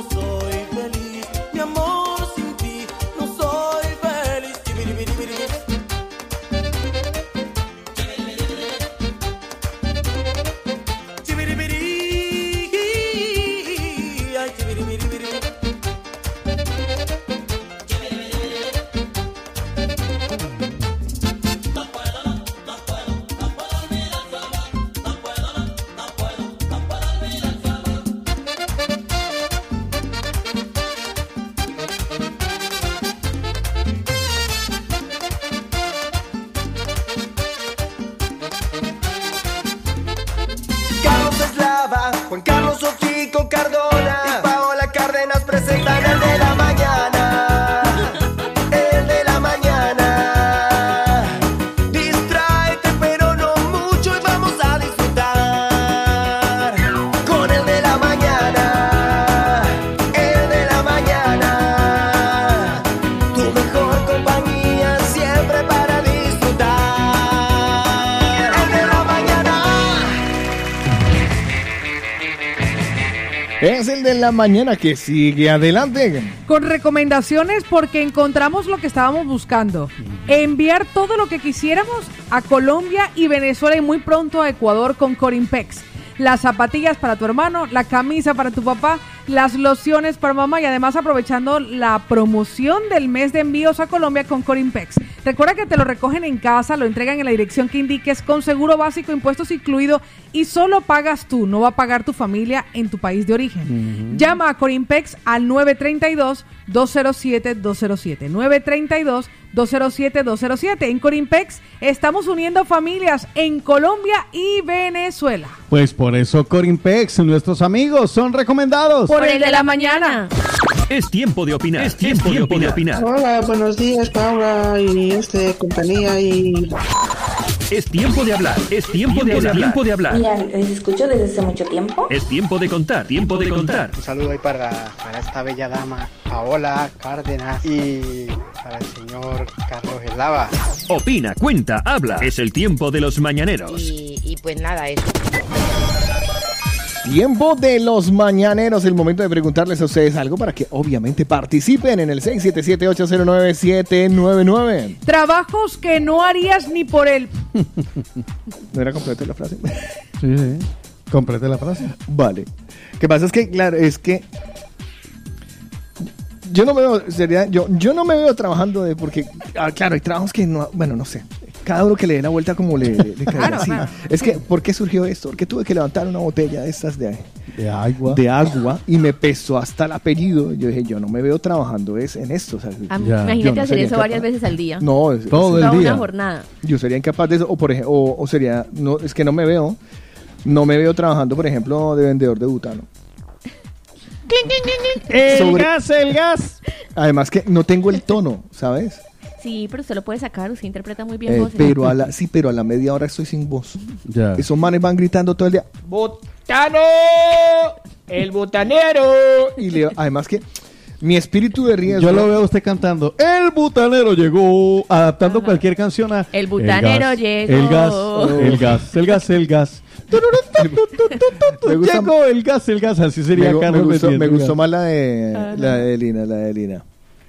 Es el de la mañana que sigue adelante. Con recomendaciones porque encontramos lo que estábamos buscando. Enviar todo lo que quisiéramos a Colombia y Venezuela y muy pronto a Ecuador con Corimpex. Las zapatillas para tu hermano, la camisa para tu papá, las lociones para mamá y además aprovechando la promoción del mes de envíos a Colombia con Corimpex. Recuerda que te lo recogen en casa, lo entregan en la dirección que indiques con seguro básico, impuestos incluido y solo pagas tú, no va a pagar tu familia en tu país de origen. Llama a Corimpex al 932-207-207. 932-207-207. En Corimpex estamos uniendo familias en Colombia y Venezuela. Pues por eso Corimpex, nuestros amigos, son recomendados. Por el de la mañana. Es tiempo de opinar. Es tiempo de opinar. Hola, buenos días, Paula y compañía y... Es tiempo de hablar. Es tiempo de hablar. Tiempo de hablar. Mira, les escucho desde hace mucho tiempo. Es tiempo de contar. Tiempo de contar. Un saludo ahí para esta bella dama, Paola Cárdenas, y para el señor Carlos Eslava. Opina, cuenta, habla. Es el tiempo de los mañaneros. Y pues nada, eso. Tiempo de los mañaneros, el momento de preguntarles a ustedes algo para que obviamente participen en el 677-809-799. Trabajos que no harías ni por él. ¿No era completa la frase? Sí, completa la frase. Vale. ¿Qué pasa? Es que, claro, es que yo no me veo, yo no me veo trabajando porque, claro, hay trabajos que no, bueno, no sé. Cada uno que le dé la vuelta como le cae. Claro, así. claro. Es que, ¿por qué surgió esto? Porque tuve que levantar una botella de estas de agua y me pesó hasta el apellido. Yo dije, yo no me veo trabajando en esto. O sea, imagínate hacer eso varias veces al día. No, todo el día. Una jornada. Yo sería incapaz de eso. O por ejemplo, o sería, no, es que no me veo trabajando, por ejemplo, de vendedor de butano. El gas. Además que no tengo el tono, ¿sabes? Sí, pero usted lo puede sacar, usted interpreta muy bien voces. Pero a la media hora estoy sin voz. Ya. Esos manes van gritando todo el día, ¡Butano! ¡El butanero! Y además que mi espíritu de riesgo... Yo lo veo a usted cantando, el butanero llegó, adaptando cualquier canción a... El butanero llegó. El gas. Llegó el gas, así sería Carlos. Me gustó más la de Lina.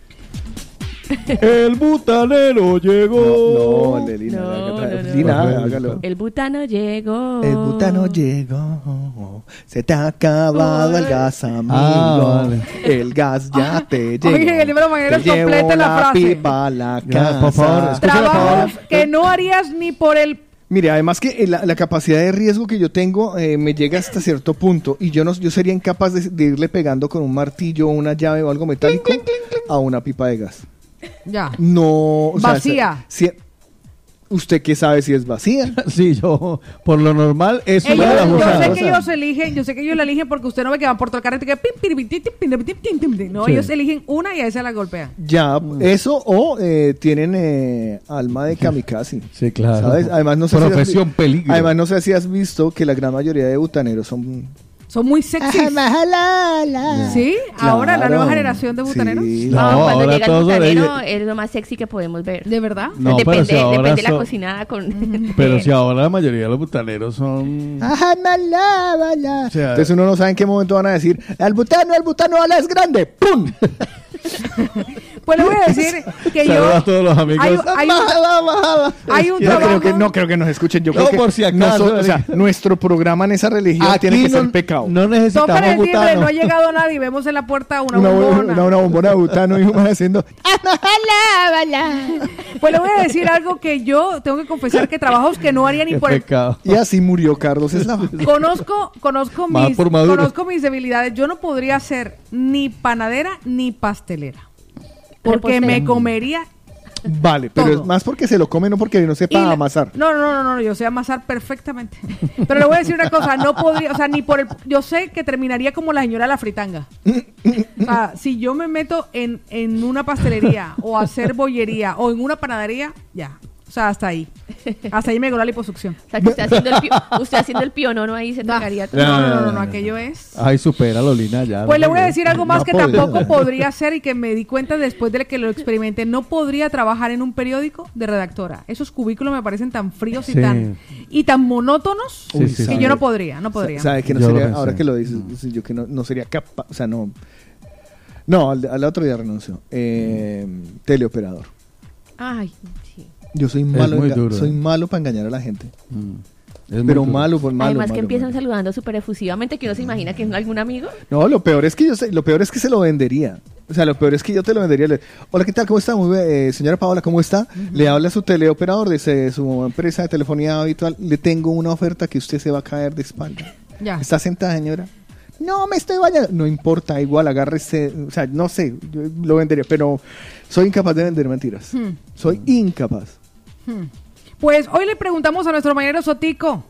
El butanero llegó. No, el de Lina. No. Lina, hágalo. El butano llegó. El butano llegó. Se te ha acabado el gas, amigo. Vale. El gas ya te llegó. Oye, el libro mañana completa la frase. Pipa a la casa. Por favor, trabajos que no harías ni por el... Mire, además que la capacidad de riesgo que yo tengo me llega hasta cierto punto y yo sería incapaz de irle pegando con un martillo o una llave o algo metálico a una pipa de gas. Ya. No. Vacía. ¿Usted qué sabe si es vacía? Sí, yo, por lo normal, es una de las Yo cosas. sé que ellos la eligen porque usted no ve que van por todo el carrete que no, ellos eligen una y a esa la golpean. Ya, eso o tienen alma de kamikaze. Sí, claro. ¿Sabes? Además, no sé Profesión peligro. Además, no sé si has visto que la gran mayoría de butaneros son muy sexys. ¿Sí? Claro. Ahora la nueva generación de butaneros. Sí. Cuando llega el butanero es lo más sexy que podemos ver. ¿De verdad? No, depende pero de la cocinada con... Pero si ahora la mayoría de los butaneros son... O sea, entonces uno no sabe en qué momento van a decir, el butano ala es grande. ¡Pum! Pues le voy a decir que Saludos a todos los amigos. Hay un trabajo... No creo que nos escuchen. Yo creo No, que por si acaso, o sea, nuestro programa en esa religión Aquí tiene que ser pecado. No necesitamos Tocan el timbre, butano. no ha llegado nadie. Vemos en la puerta una bombona de butano y uno haciendo... Pues le voy a decir algo que yo tengo que confesar que trabajos que no haría ni por el... Y así murió Carlos Eslava. Conozco mis debilidades. Yo no podría ser ni panadera ni pastelera. Porque me comería... Vale, pero todo. es más porque se lo come, no porque no sepa amasar. No, yo sé amasar perfectamente. Pero le voy a decir una cosa, no podría, o sea, ni por el... Yo sé que terminaría como la señora de la fritanga. O sea, si yo me meto en una pastelería o a hacer bollería o en una panadería, ya. O sea, hasta ahí. Hasta ahí me llegó la liposucción. O sea, que usted haciendo el pionono ahí se tocaría todo. No, aquello es... Ay, supéralo, Lina, ya. Pues le voy a decir algo más que tampoco podría hacer y que me di cuenta después de que lo experimenté. No podría trabajar en un periódico de redactora. Esos cubículos me parecen tan fríos y tan monótonos que yo no podría. ¿Sabe que no sería, ahora que lo dices, yo que no sería capaz, o sea, no... No, al otro día renuncio. Teleoperador. Ay, sí. Yo soy malo para engañar a la gente. Pero malo por malo. Además que empiezan saludando súper efusivamente, que uno se imagina que es algún amigo. No, lo peor es que se lo vendería. O sea, lo peor es que yo te lo vendería. Hola, ¿qué tal? ¿Cómo está? Muy bien. Señora Paola, ¿cómo está? Le habla su teleoperador de su empresa de telefonía habitual. Le tengo una oferta que usted se va a caer de espalda. Ya. ¿Está sentada, señora? No, me estoy bañando. No importa, igual agárrese. O sea, no sé, yo lo vendería, pero soy incapaz de vender mentiras. Soy incapaz. Pues hoy le preguntamos a nuestro mañanero Sotico.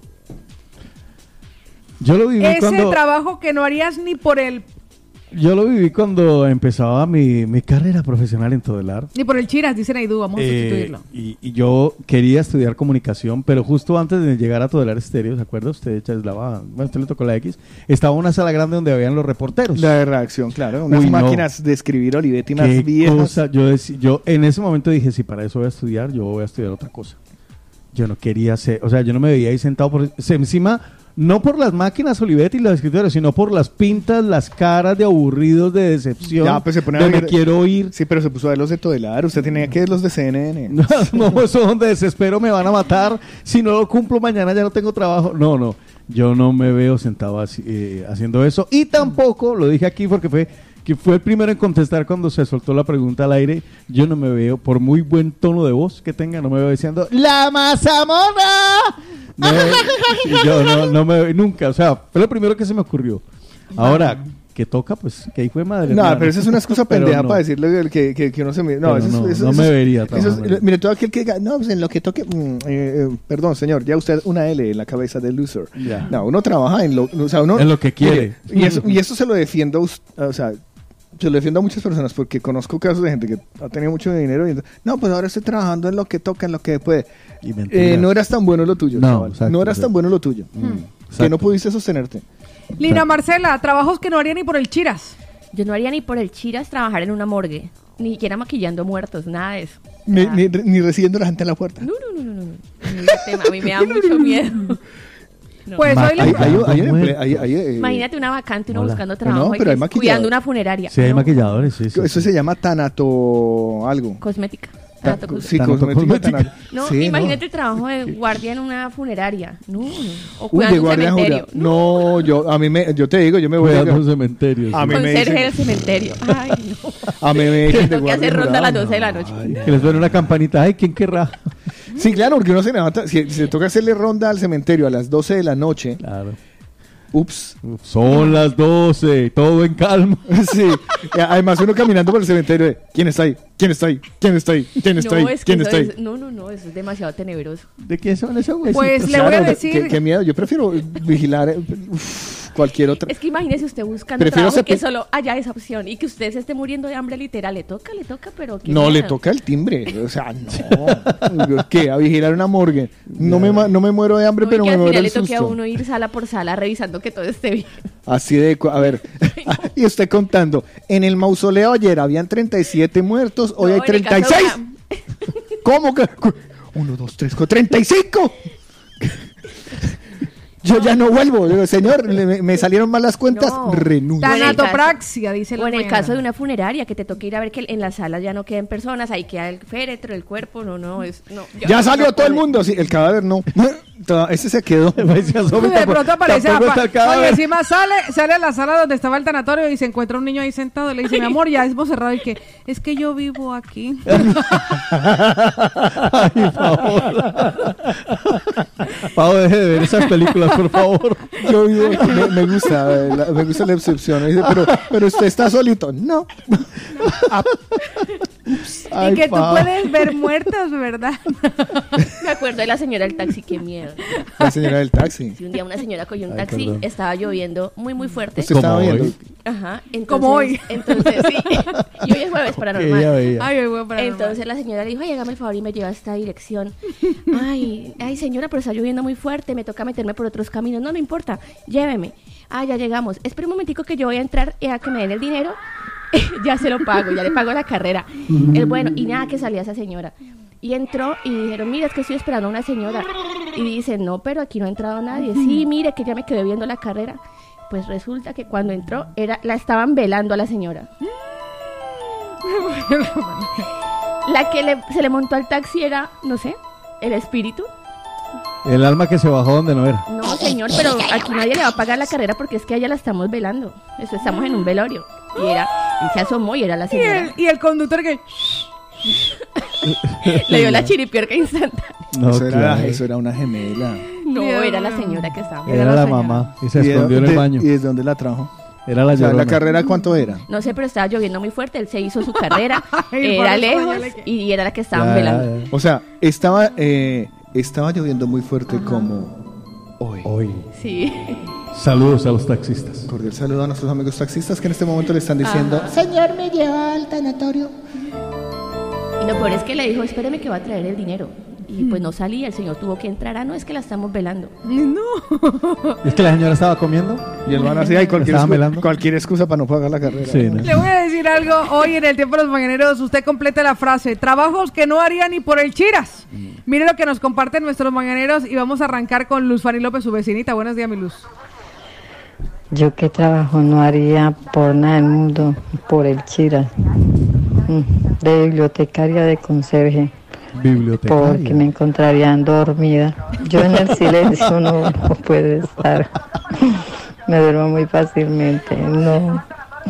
Yo lo viví ese trabajo que no harías ni por el... Yo lo viví cuando empezaba mi carrera profesional en Todelar. Ni por el Chiras, dice Naidú, vamos a sustituirlo. Y yo quería estudiar comunicación, pero justo antes de llegar a Todelar Estéreo, ¿se acuerda? Usted le tocó la X, estaba una sala grande donde habían los reporteros. La de redacción, claro, unas máquinas de escribir Olivetti más viejas. Yo en ese momento dije, si para eso voy a estudiar, yo voy a estudiar otra cosa. Yo no quería ser, o sea, yo no me veía ahí sentado encima... No por las máquinas Olivetti y los escritores, sino por las pintas, las caras de aburridos, de decepción. Ya, pues se pone a ver, quiero ir. Sí, pero se puso a ver los de Todelar. Usted tenía que ver los de CNN. No, eso es donde desespero, me van a matar. Si no lo cumplo mañana ya no tengo trabajo. No. Yo no me veo sentado así, haciendo eso. Y tampoco, lo dije aquí porque fue el primero en contestar cuando se soltó la pregunta al aire. Yo no me veo, por muy buen tono de voz que tenga, no me veo diciendo ¡La mazamorra! Yo no me veo nunca, o sea, fue lo primero que se me ocurrió. Ahora, que toca, pues, que ahí fue madre. No, pero eso es una excusa pendeja para decirle que uno se me... No, no me vería. Mire, todo aquel que diga, no, pues en lo que toque... perdón, señor, ya usted una L en la cabeza del loser. Ya. No, uno trabaja en lo... O sea, uno, en lo que quiere. Y eso se lo defiendo, o sea... Yo le defiendo a muchas personas porque conozco casos de gente que ha tenido mucho dinero y no, pues ahora estoy trabajando en lo que toca, en lo que puede. No eras tan bueno lo tuyo, no eras tan bueno lo tuyo. Que no pudiste sostenerte. Lina Marcela, trabajos que no haría ni por el Chiras. Yo no haría ni por el Chiras trabajar en una morgue, ni siquiera maquillando muertos, nada de eso. Ni recibiendo a la gente en la puerta. No. A mí me da mucho miedo. No. Pues hoy imagínate una vacante, uno buscando trabajo cuidando una funeraria. Sí, hay maquilladores, sí. Eso se llama tanato algo. Cosmética. Cosmética. No, imagínate el trabajo de guardia en una funeraria. No. O cuidando un cementerio. No, yo te digo, yo me voy a un cementerio. Conserje del cementerio. Ay, no. A mí me dicen de guardia. Que hacer ronda a las 12 de la noche. Que les suene una campanita. Ay, ¿quién querrá? Sí, claro, porque uno se levanta, si se toca hacerle ronda al cementerio a las 12 de la noche. Claro. Ups. Son las 12, todo en calma. Sí. Además uno caminando por el cementerio, ¿quién está ahí? ¿Quién está ahí? ¿Quién está ahí? ¿Quién está ahí? ¿Quién está ahí? No, eso es demasiado tenebroso. ¿De quién son esos güeyes? Pues le voy a decir... Qué miedo, yo prefiero vigilar cualquier otra. Es que imagínese usted buscando trabajo que solo haya esa opción y que usted se esté muriendo de hambre literal. Le toca, pero... No, le toca el timbre. O sea, no. ¿Qué? A vigilar una morgue. No me muero de hambre, pero me muero del susto. Le toca a uno ir sala por sala revisando que todo esté bien. Así de... A ver, y usted contando. En el mausoleo ayer habían 37 muertos, hoy hay 36. ¿Cómo que? 1, 2, 3, 4, 35. Yo ya no vuelvo. Digo, señor, me salieron mal las cuentas, renuncio. Tanatopraxia, dice la O en el caso de una funeraria, que te toque ir a ver que en la sala ya no queden personas, ahí queda el féretro, el cuerpo, ya salió todo el mundo, sí, el cadáver no. Ese se quedó. De pronto aparece oye, encima sale a la sala donde estaba el tanatorio y se encuentra un niño ahí sentado y le dice, mi amor, ya hemos cerrado, y que es que yo vivo aquí. Ay, Pau, deje de ver esas películas, por favor. Yo vivo aquí, me gusta la excepción. Pero usted está solito. No. Y que tú puedes ver muertos, ¿verdad? Me acuerdo de la señora del taxi, qué miedo. La señora del taxi. Sí, un día una señora cogió un taxi, estaba lloviendo muy, muy fuerte. ¿Usted estaba viendo? Ajá. Entonces, como hoy. Entonces, sí. Y hoy es jueves paranormal. Ay, hoy es paranormal. Entonces la señora le dijo, ay, hágame el favor y me lleva a esta dirección. Ay, señora, pero está lloviendo muy fuerte, me toca meterme por otros caminos. No importa, lléveme. Ah, ya llegamos. Espera un momentico que yo voy a entrar a que me den el dinero. Ya se lo pago, ya le pago la carrera. Bueno, y nada, que salía esa señora. Y entró y dijeron, mira, es que estoy esperando a una señora. Y dice, no, pero aquí no ha entrado nadie. Sí, mire, que ya me quedé viendo la carrera. Pues resulta que cuando entró, la estaban velando a la señora. La que se le montó al taxi era, no sé, el espíritu. El alma que se bajó donde no era. No, señor, pero aquí nadie le va a pagar la carrera porque es que a ella la estamos velando. Estamos en un velorio. Y se asomó y era la señora. Y el conductor que... Le dio la chiripiorca instantánea. No, eso era una gemela. No, era la señora que estaba. Era la mamá y se escondió en el baño. ¿Y desde dónde la trajo? Era la Llorona. ¿La carrera cuánto era? No sé, pero estaba lloviendo muy fuerte. Él se hizo su carrera. Era lejos y era la que estaban velando. O sea, estaba lloviendo muy fuerte como hoy. Sí. Saludos a los taxistas. Cordial saludo a nuestros amigos taxistas que en este momento le están diciendo: señor, me lleva al tanatorio. Y lo peor es que le dijo, espéreme que va a traer el dinero. Y pues no salía, el señor tuvo que entrar. No, es que la estamos velando. No. ¿Es que la señora estaba comiendo? Y el man hacía cualquier excusa para no pagar la carrera. Sí, ¿no? Le voy a decir algo. Hoy en el Tiempo de los Mañaneros usted completa la frase: trabajos que no haría ni por el chiras. Mire lo que nos comparten nuestros mañaneros. Y vamos a arrancar con Luz Fanny López, su vecinita. Buenos días, mi Luz. Yo qué trabajo no haría por nada del mundo, por el chiras. De bibliotecaria, de conserje. Bibliotecaria. Porque me encontrarían dormida. Yo en el silencio no puedo estar. Me duermo muy fácilmente. No.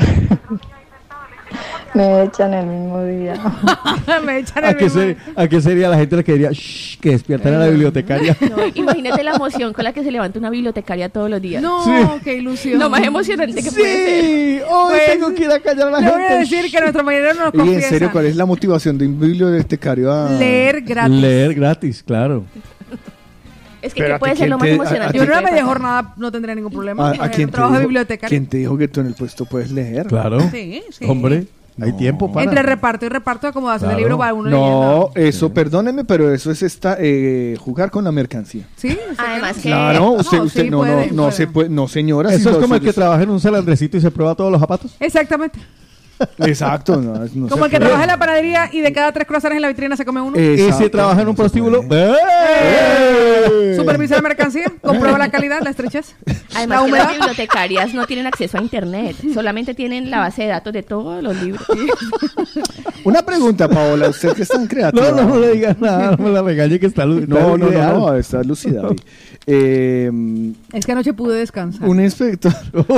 Me echan el mismo día. Me echan el mismo día. ¿A qué sería la gente la que diría que despiertan a la bibliotecaria? No, imagínate la emoción con la que se levanta una bibliotecaria todos los días. No, sí. Qué ilusión. Lo más emocionante que puede ser. Sí, hoy Pues, tengo que ir a callar a la le gente. voy a decir que nuestro mañanero nos Y confiesa. en serio, ¿cuál es la motivación de un bibliotecario a Leer gratis. Leer gratis, claro. Es que ¿qué puede ser lo más emocionante? Yo en una media jornada no tendría ningún problema. ¿A quién trabajo de bibliotecaria. ¿Quién te dijo que tú en el puesto puedes leer? Claro. Sí. Hombre, hay tiempo para... Entre reparto y reparto de acomodación Claro. de libro para uno No, leyendo. eso, perdóneme, pero eso es jugar con la mercancía. Sí. Además que... Claro, usted sí, puede. se puede, no señora. Eso si es no, como el que usted- trabaja en un salandrecito y se prueba todos los zapatos. Exactamente. Exacto. No Como el que trabaja en la panadería y de cada 3 croissants en la vitrina se come uno. Y si trabaja en un prostíbulo... Supervisa la mercancía, comprueba la calidad, la estrechez. Además la que humedad. las bibliotecarias no tienen acceso a internet, solamente tienen la base de datos de todos los libros. Una pregunta, Paola, usted que es tan creativa. No le digas nada, no me la regañe que está No, está lucida. Es que anoche pude descansar. Un inspector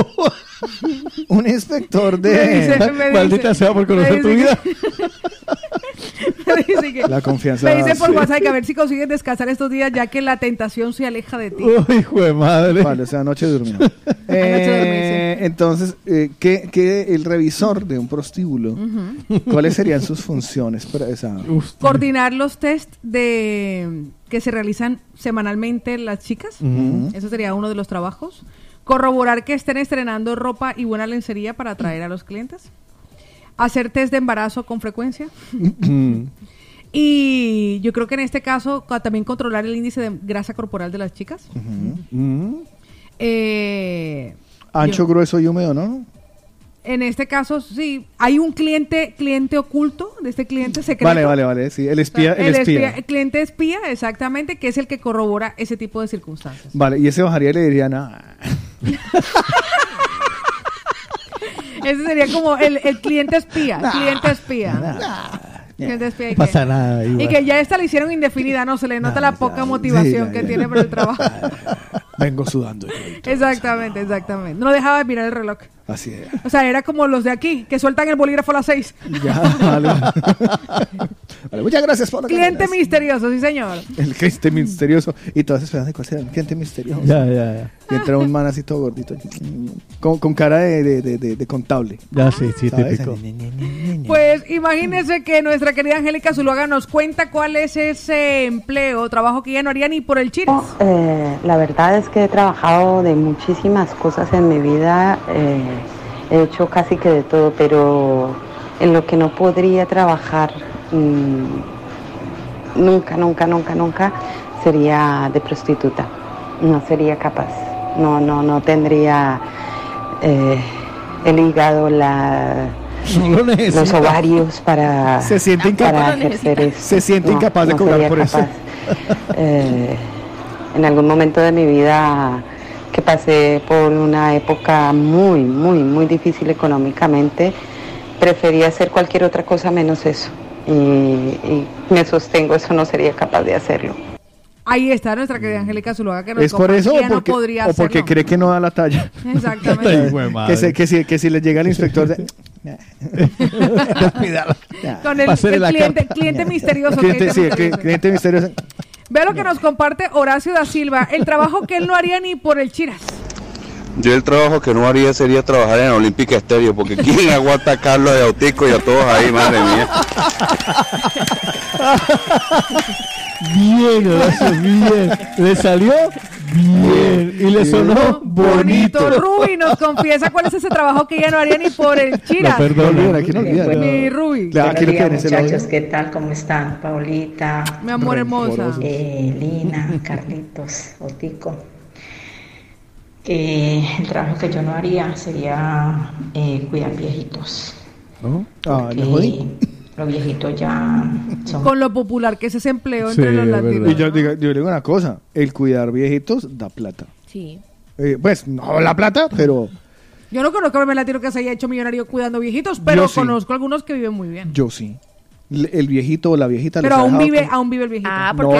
Me dice- Maldita sea por conocer tu vida. Me dice que- La confianza. Me dice por sí. WhatsApp que a ver si consigues descansar estos días ya que la tentación se aleja de ti. Uy, hijo de madre. Vale, o sea, anoche durmió. Anoche dormí, sí. Entonces, ¿qué el revisor de un prostíbulo, cuáles serían sus funciones para esa? Coordinar los test que se realizan semanalmente las chicas. Eso sería uno de los trabajos. Corroborar que estén estrenando ropa y buena lencería para atraer a los clientes. Hacer test de embarazo con frecuencia. Y yo creo que en este caso también controlar el índice de grasa corporal de las chicas. Ancho, grueso y húmedo, ¿no? En este caso, sí, hay un cliente oculto de este cliente secreto. Vale, sí, el espía. El cliente espía, exactamente, que es el que corrobora ese tipo de circunstancias. Vale, y ese bajaría y le diría nada. Ese sería como el cliente espía. Cliente espía. Cliente espía No pasa nada. y que ya esta la hicieron indefinida, no se le nota la poca motivación que tiene para el trabajo. Vengo sudando. Exactamente. No dejaba de mirar el reloj. Así es. O sea, era como los de aquí, que sueltan el bolígrafo a las 6. Ya, vale. Vale, muchas gracias, Paola. Cliente misterioso, sí, señor. El cliente misterioso. Y todas esperando cuál será el cliente misterioso. Ya. Y entra un man así todo gordito. Con cara de contable. Ya, sí, ¿sabes? típico. Pues imagínense que nuestra querida Angélica Zuluaga nos cuenta cuál es ese empleo, trabajo que ella no haría ni por el Chiras. La verdad es que he trabajado de muchísimas cosas en mi vida. He hecho casi que de todo, pero en lo que no podría trabajar nunca sería de prostituta. No sería capaz. No tendría el hígado, los ovarios para ejercer eso. Se siente incapaz de cobrar por eso. En algún momento de mi vida que pasé por una época muy difícil económicamente, prefería hacer cualquier otra cosa menos eso. Y me sostengo, eso no sería capaz de hacerlo. Ahí está nuestra querida Angélica Zuluaga que nos ¿Es por eso no podría o porque cree que no da la talla? Exactamente. que si le llega el inspector de... Con el cliente misterioso. Cliente misterioso. Vea lo que nos comparte Horacio da Silva, el trabajo que él no haría ni por el Chiras. Yo el trabajo que no haría sería trabajar en Olímpica Estéreo, porque ¿quién aguanta a Carlos de Autico y a todos ahí, madre mía? Bien, Horacio, bien. ¿Le salió? Bien. Y le sonó bonito. Ruby nos confiesa cuál es ese trabajo que ella no haría ni por el Chiras. No, perdón, aquí no olvida. Mi Ruby. Buenos días, muchachos, ¿qué tal? ¿Cómo están? Paulita. Mi amor hermosa. Lina, Carlitos, Otico. El trabajo que yo no haría sería cuidar viejitos. ¿No? Porque los viejitos ya son... Con lo popular que es ese empleo entre los latinos. Y yo digo una cosa, el cuidar viejitos da plata. Sí. Pues no la plata, pero... Yo no conozco a un latino que se haya hecho millonario cuidando viejitos, pero conozco algunos que viven muy bien. Yo sí. El viejito o la viejita... Pero aún vive el viejito. Porque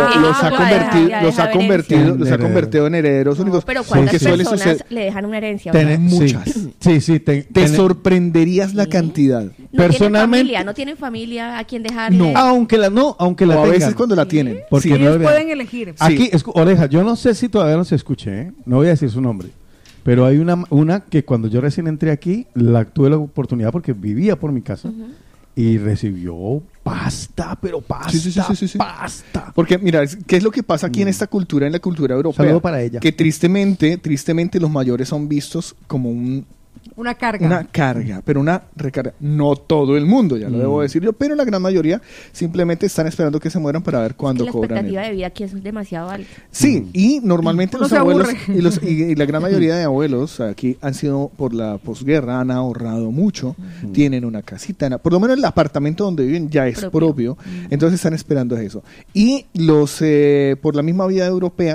los ha convertido en herederos únicos. Pero ¿cuántas personas le dejan una herencia? Muchas. Sí. Te sorprenderías la cantidad. Personalmente... No tienen familia a quien dejarle. No. Aunque la tengan. A veces cuando la tienen. Porque ellos pueden elegir. Aquí, Oreja, yo no sé si todavía no se escuche, no voy a decir su nombre. Pero hay una que cuando yo recién entré aquí, tuve la oportunidad porque vivía por mi casa. Y recibió pasta, pero pasta, sí. pasta. Porque mira, ¿qué es lo que pasa aquí en esta cultura, en la cultura europea? Saludo para ella. Que tristemente los mayores son vistos como una carga. Una carga, pero una recarga. No todo el mundo, ya lo debo decir yo, pero la gran mayoría simplemente están esperando que se mueran para ver cuándo cobran. La expectativa de vida aquí es demasiado alta. Sí, y normalmente los abuelos y la gran mayoría de abuelos aquí han sido por la posguerra, han ahorrado mucho, tienen una casita, por lo menos el apartamento donde viven ya es propio. Entonces están esperando eso. Y los por la misma vida europea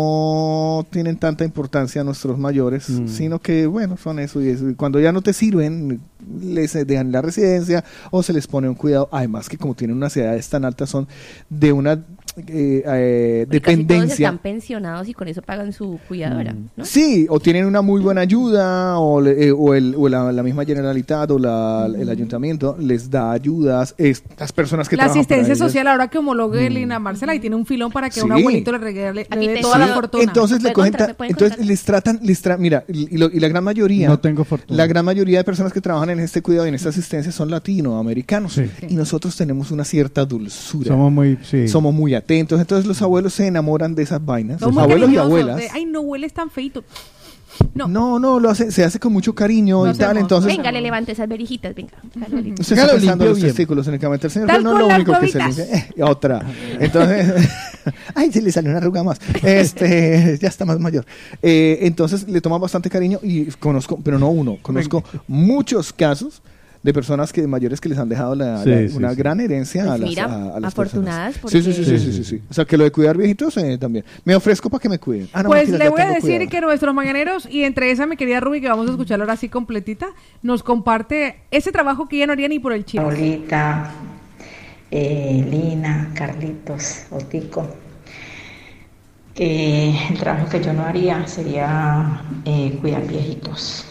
no tienen tanta importancia nuestros mayores, sino que bueno, son eso y eso. Cuando ya no te sirven, les dejan la residencia o se les pone un cuidado. Además que como tienen unas edades tan altas, son de una dependencia. Casi todos están pensionados y con eso pagan su cuidadora, ¿no? Sí, o tienen una muy buena ayuda o la misma Generalitat o el ayuntamiento les da ayudas. Estas personas que trabajan la asistencia social ahora que homologue Lina Marcela y tiene un filón para que un abuelito le regale toda la fortuna. Entonces les tratan, mira, y la gran mayoría, no tengo fortuna. La gran mayoría de personas que trabajan en este cuidado y en esta asistencia son latinoamericanos. Y nosotros tenemos una cierta dulzura. Somos muy atentos. Entonces los abuelos se enamoran de esas vainas. Los abuelos y abuelas. Ay, no hueles tan feito. No, se hace con mucho cariño y tal, entonces... Venga, le levante esas verijitas, venga. Usted está pensando los testículos únicamente. El señor pero no es lo único que se limpia. Otra. Entonces, ay, se le sale una arruga más. Ya está más mayor. Entonces le toma bastante cariño y conozco muchos casos de personas mayores que les han dejado una gran herencia pues a las afortunadas. Porque... Sí. O sea, que lo de cuidar viejitos también. Me ofrezco para que me cuiden. Pues le voy a decir que nuestros mañaneros, y entre esa mi querida Ruby, que vamos a escucharla ahora así completita, nos comparte ese trabajo que ella no haría ni por el chile. Paulita, Lina, Carlitos, Otico. El trabajo que yo no haría sería cuidar viejitos.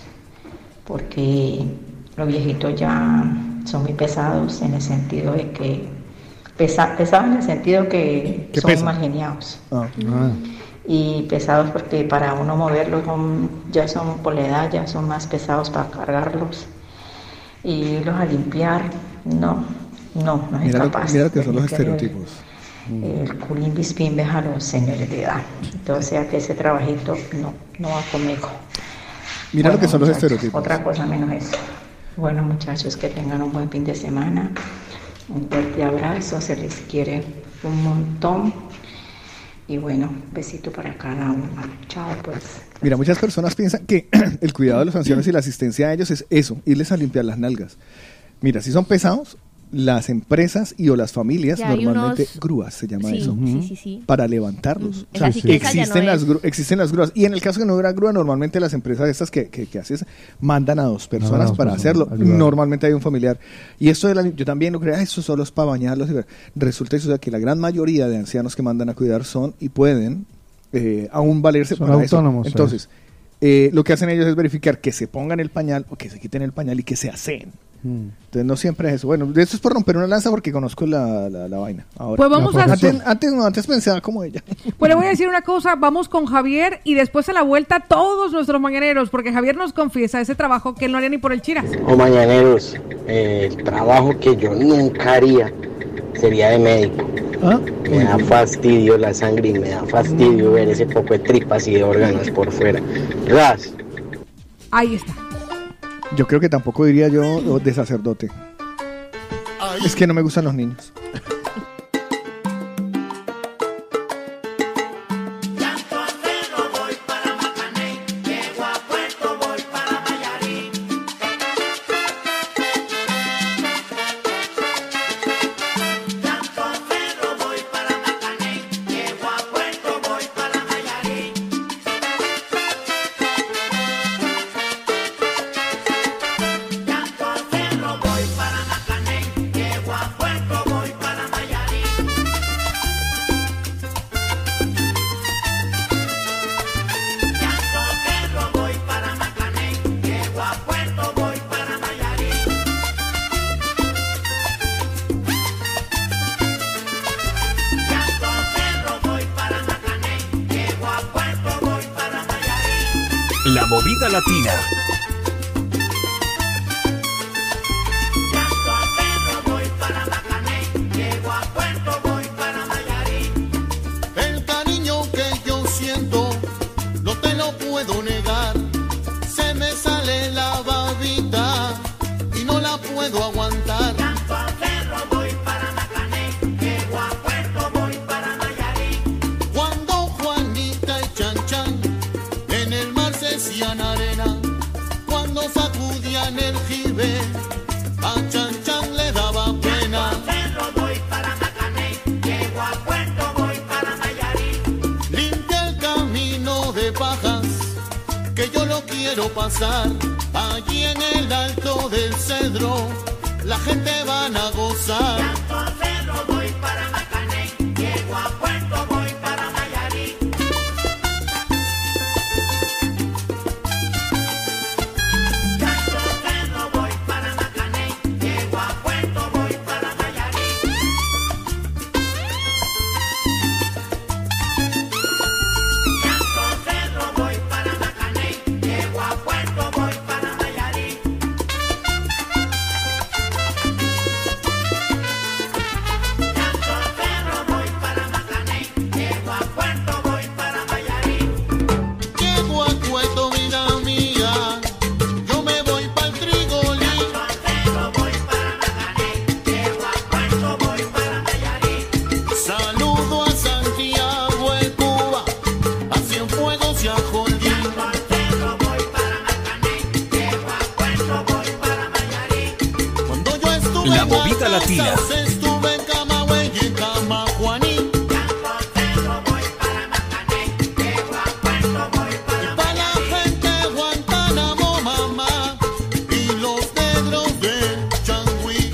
Porque los viejitos ya son muy pesados en el sentido de que pesados en el sentido que son mal geniados. Y pesados porque para uno moverlos ya son por la edad, ya son más pesados para cargarlos. Y irlos a limpiar, no es capaz. Mira que son los estereotipos. El culín bispimbe a los señores de edad. Entonces, sea que ese trabajito no va conmigo. Mira lo que son los estereotipos. Otra cosa menos eso. Bueno, muchachos, que tengan un buen fin de semana. Un fuerte abrazo, se les quiere un montón. Y bueno, besito para cada uno. Chao, pues. Mira, muchas personas piensan que el cuidado de los ancianos y la asistencia a ellos es eso, irles a limpiar las nalgas. Mira, si son pesados, las empresas o las familias, normalmente grúas se llama eso, para levantarlos. O sea, existen las grúas. Y en el caso que no hubiera grúa, normalmente las empresas estas que haces mandan a 2 personas para hacerlo. Normalmente hay un familiar. Y esto yo también lo creo, eso solo es para bañarlos. Resulta que la gran mayoría de ancianos que mandan a cuidar son y pueden aún valerse para autónomos, eso. Entonces, lo que hacen ellos es verificar que se pongan el pañal o que se quiten el pañal y que se aseen. Entonces no siempre es eso. Bueno, de esto es por romper una lanza porque conozco la vaina. Ahora, pues vamos a hacer... Antes pensaba como ella. Pues le voy a decir una cosa, vamos con Javier y después a la vuelta todos nuestros mañaneros, porque Javier nos confiesa ese trabajo que él no haría ni por el Chiras. Mañaneros, el trabajo que yo nunca haría sería de médico. Me da fastidio la sangre y me da fastidio ver ese poco de tripas y de órganos por fuera. Ras. Ahí está. Yo creo que tampoco diría yo de sacerdote. Es que no me gustan los niños. La movida latina. El cariño que yo siento no te lo puedo negar. Se me sale la babita y no la puedo aguantar. Cuando Juanita y Chan Chan en el mar se hacían arena, cuando sacudían el jibe, a Chan Chan le daba pena. Limpia el camino de pajas, que yo lo quiero pasar. Allí en el alto del cedro, la gente van a gozar. La movida latina. Estuve en Camagüey y en Camajuaní. Y pa' la gente de Guantánamo, mamá, y los negros de Changüí.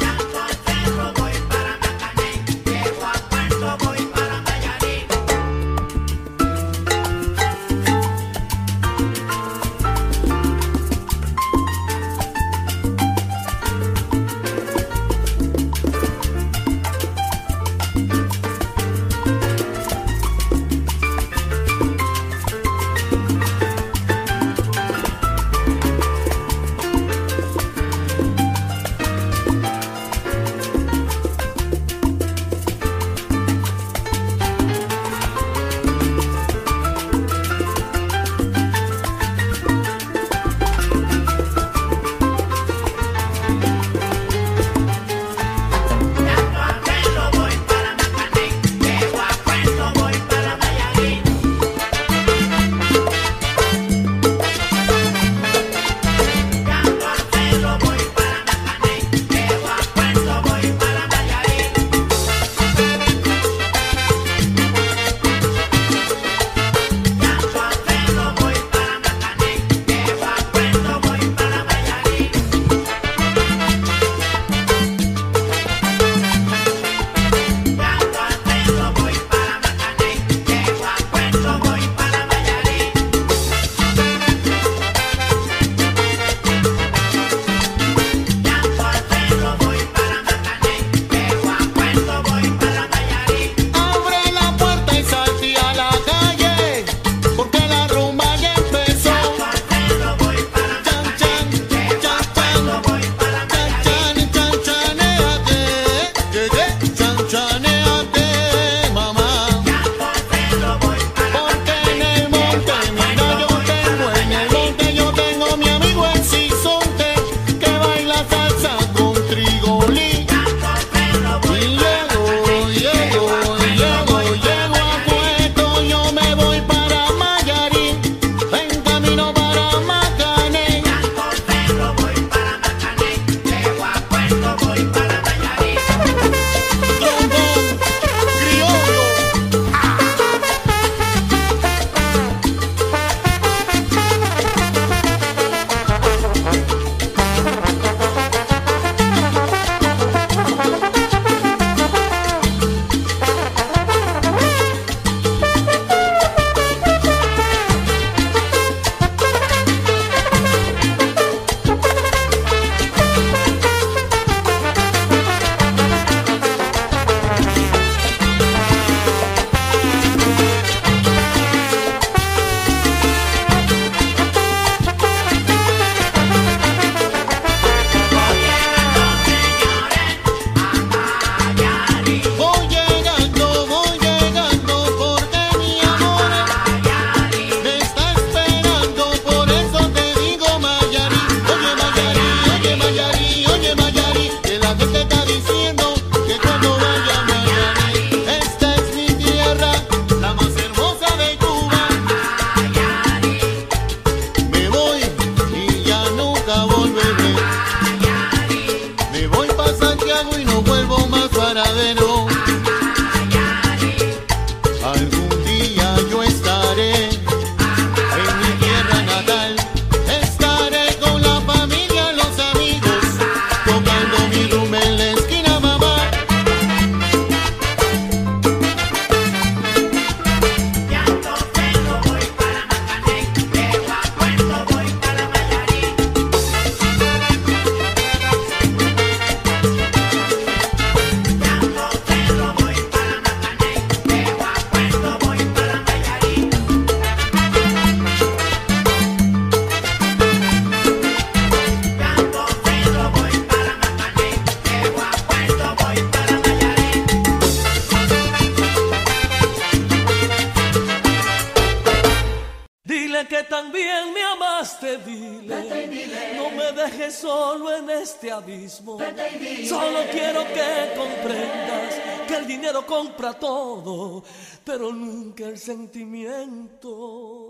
dejes solo en este abismo. Solo quiero que comprendas que el dinero compra todo, pero nunca el sentimiento.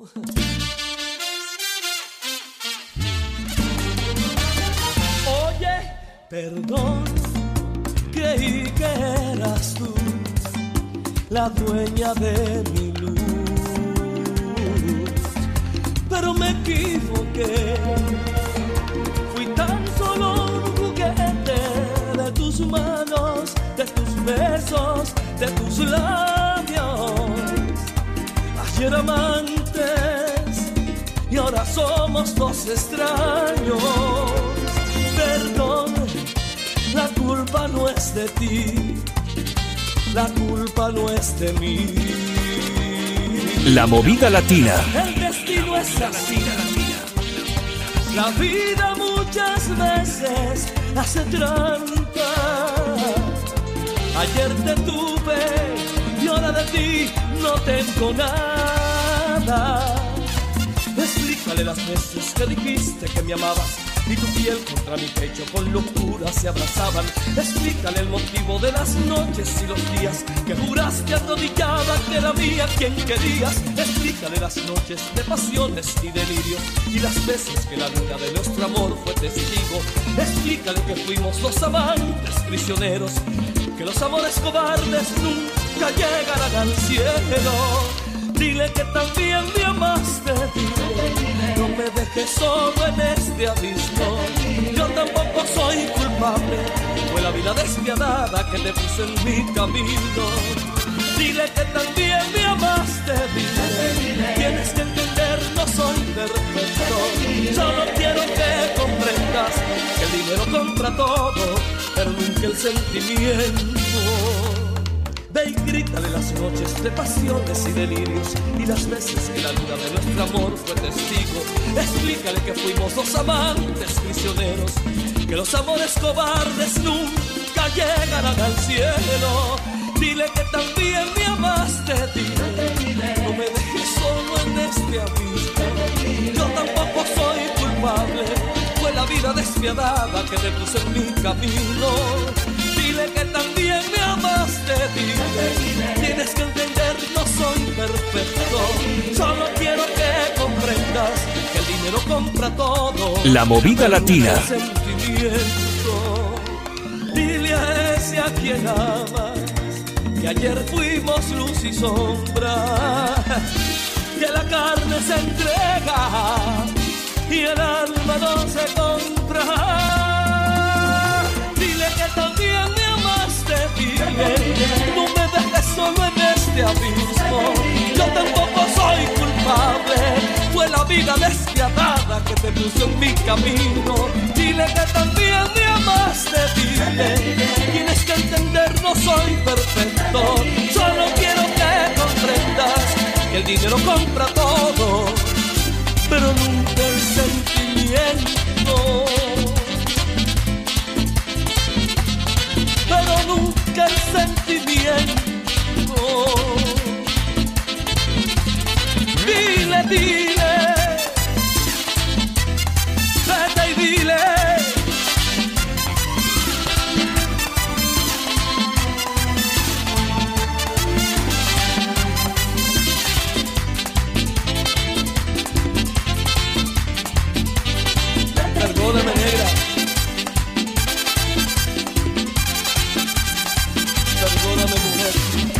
Oye, perdón, creí que eras tú la dueña de mi luz, pero me equivoqué. Fui tan solo un juguete de tus manos, de tus besos, de tus labios. Ayer amantes y ahora somos dos extraños. Perdón, la culpa no es de ti, la culpa no es de mí. La movida latina. El destino es así. La vida muchas veces hace trampa. Ayer te tuve y ahora de ti no tengo nada. Explícale las veces que dijiste que me amabas y tu piel contra mi pecho con locura se abrazaban. Explícale el motivo de las noches y los días que juraste arrodillada que era mía quien querías. Explícale las noches de pasiones y delirios y las veces que la luna de nuestro amor fue testigo. Explícale que fuimos dos amantes prisioneros, que los amores cobardes nunca llegarán al cielo. Dile que también me amaste, dile, no me dejes solo en este abismo. Yo tampoco soy culpable, fue la vida despiadada que te puso en mi camino. Dile que también me amaste, dile, tienes que entender, no soy perfecto. Solo quiero que comprendas que el dinero compra todo, pero nunca el sentimiento. Ve y grítale las noches de pasiones y delirios y las veces que la luna de nuestro amor fue testigo. Explícale que fuimos dos amantes prisioneros, que los amores cobardes nunca llegarán al cielo. Dile que también me amaste, dile, no me dejes solo en este abismo. Yo tampoco soy culpable, fue la vida despiadada que te puso en mi camino. Dile que también me amaste, dile, tienes que entender, no soy perfecto. Solo quiero que comprendas que el dinero compra todo. La movida latina. Dile a ese a quien amas que ayer fuimos luz y sombra, que la carne se entrega y el alma no se compra. Dile que también me amaste, dile, no me dejes solo en este abismo. Yo tampoco soy culpable, fue la vida despiadada que te puso en mi camino. Dile que también me amaste, dile, tienes que entender, no soy perfecto. Solo quiero que comprendas que el dinero compra todo, pero nunca el sentimiento. Pero nunca el sentimiento. Dile, dile, vete y dile. Perdóname, negra. Perdóname, mujer.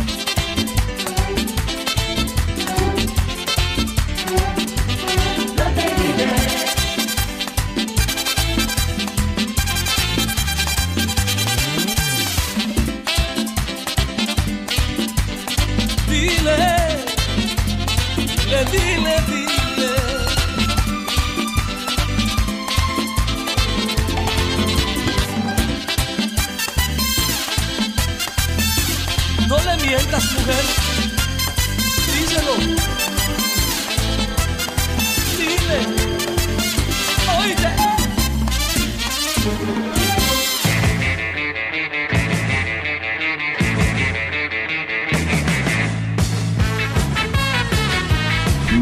Dile, dile. No le mientas, mujer. Díselo. Dile. Oíste.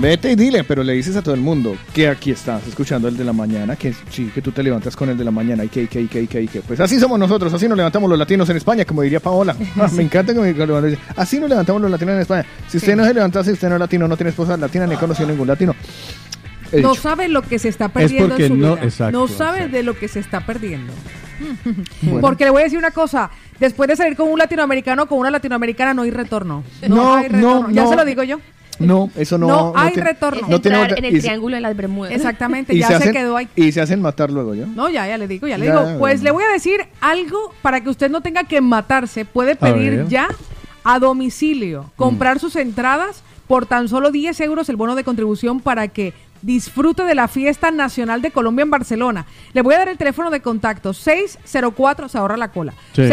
Vete y dile, pero le dices a todo el mundo que aquí estás escuchando el de la mañana, que sí, que tú te levantas con el de la mañana y que. Pues así somos nosotros, así nos levantamos los latinos en España, como diría Paola. Me encanta que me digan, así nos levantamos los latinos en España. Si usted no se levanta, si usted no es latino, no tiene esposa latina, ni conoció ningún latino. No sabe lo que se está perdiendo en su vida. Exacto, no sabe de lo que se está perdiendo. Bueno. Porque le voy a decir una cosa, después de salir con un latinoamericano o con una latinoamericana no hay retorno. No hay retorno. Ya se lo digo yo. No, eso no. No hay retorno. No tiene en el triángulo de las Bermudas. Exactamente, ya se quedó ahí. Y se hacen matar luego, ¿ya? No, ya le digo. Pues le voy a decir algo para que usted no tenga que matarse. Puede pedir ya a domicilio, comprar sus entradas por tan solo 10 euros el bono de contribución para que disfrute de la Fiesta Nacional de Colombia en Barcelona. Le voy a dar el teléfono de contacto, 604, se ahorra la cola,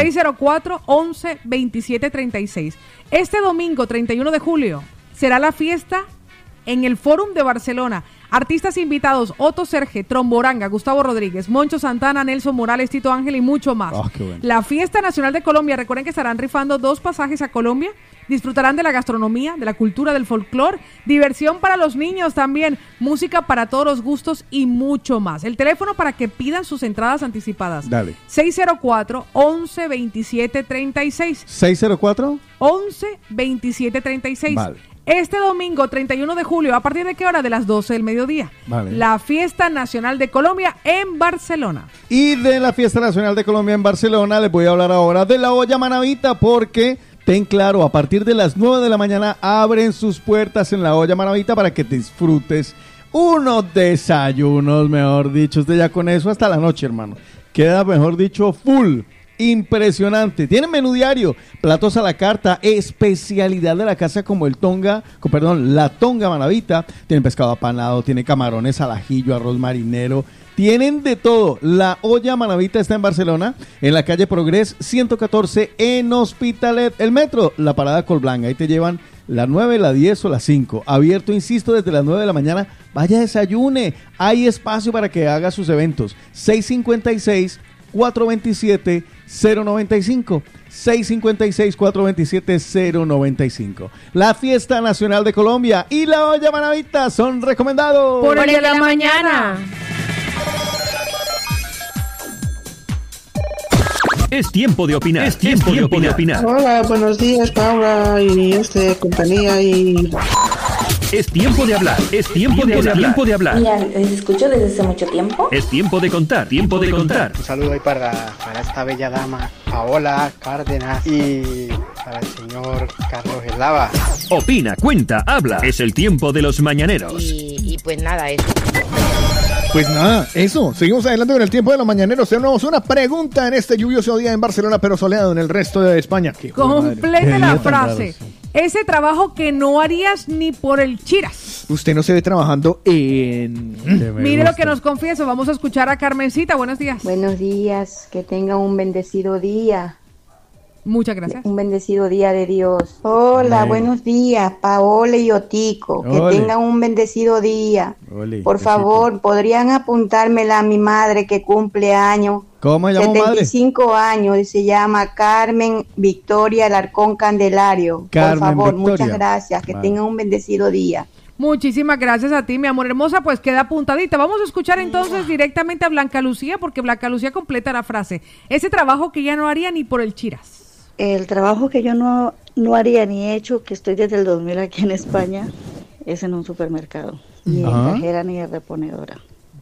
604-11-2736. Este domingo, 31 de julio, será la fiesta en el Fórum de Barcelona. Artistas invitados, Otto Serge, Tromboranga, Gustavo Rodríguez, Moncho Santana, Nelson Morales, Tito Ángel y mucho más. Bueno. La Fiesta Nacional de Colombia, recuerden que estarán rifando 2 pasajes a Colombia, disfrutarán de la gastronomía, de la cultura, del folclore, diversión para los niños también, música para todos los gustos y mucho más. El teléfono para que pidan sus entradas anticipadas. Dale. 604-11-2736. ¿604? 11-2736. Vale. Este domingo, 31 de julio, ¿a partir de qué hora? De las 12 del mediodía. Vale. La Fiesta Nacional de Colombia en Barcelona. Y de la Fiesta Nacional de Colombia en Barcelona les voy a hablar ahora de la olla Manavita, porque ten claro, a partir de las 9 de la mañana abren sus puertas en la olla Manavita para que te disfrutes unos desayunos, mejor dicho. Usted ya con eso hasta la noche, hermano. Queda, mejor dicho, full. Impresionante. Tienen menú diario, platos a la carta, especialidad de la casa como la tonga Manavita. Tienen pescado apanado, tiene camarones al ajillo, arroz marinero. Tienen de todo. La olla Manavita está en Barcelona, en la calle Progrés 114 en Hospitalet. El metro, la parada Colblanca. Ahí te llevan la 9, la 10 o la 5. Abierto, insisto, desde las 9 de la mañana. Vaya, desayune. Hay espacio para que haga sus eventos. 656-427-095. 656-427-095. La Fiesta Nacional de Colombia y la olla Manavita son recomendados por el de la mañana. Es tiempo de opinar. Es tiempo de opinar. Hola, buenos días, Paula y compañía y... Es tiempo de hablar. Es tiempo de hablar. Mira, les escucho desde hace mucho tiempo. Es tiempo de contar. Un saludo ahí para esta bella dama, Paola Cárdenas, y para el señor Carlos Eslava. Opina, cuenta, habla. Es el tiempo de los mañaneros. Y pues nada, eso. Pues nada, eso. Seguimos adelante con el tiempo de los mañaneros. Tenemos una pregunta en este lluvioso día en Barcelona, pero soleado en el resto de España. Complete la frase. Ese trabajo que no harías ni por el chiras. Usted no se ve trabajando en... Mire lo que nos confiesa. Vamos a escuchar a Carmencita. Buenos días. Buenos días. Que tenga un bendecido día. Muchas gracias. Un bendecido día de Dios. Hola, buenos días, Paola y Otico. Que tengan un bendecido día. Por favor, ¿podrían apuntármela a mi madre que cumple años? ¿Cómo se llama, 75 madre? Años y se llama Carmen Victoria Alarcón Candelario. Carmen, por favor, Victoria. muchas gracias. Que tengan un bendecido día. Muchísimas gracias a ti, mi amor hermosa, pues queda apuntadita. Vamos a escuchar entonces directamente a Blanca Lucía, porque Blanca Lucía completa la frase. Ese trabajo que ella no haría ni por el chiras. El trabajo que yo no haría ni he hecho, que estoy desde el 2000 aquí en España, es en un supermercado. Ni en cajera ni en reponedora.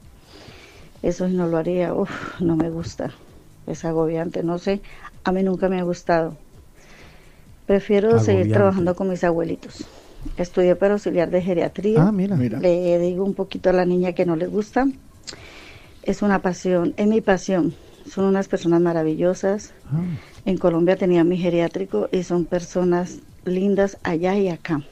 Eso no lo haría, no me gusta. Es agobiante, no sé, a mí nunca me ha gustado. Prefiero seguir trabajando con mis abuelitos. Estudié para auxiliar de geriatría. Mira. Le digo un poquito a la niña que no le gusta. Es una pasión, es mi pasión. Son unas personas maravillosas. En Colombia tenía mi geriátrico y son personas lindas allá y acá.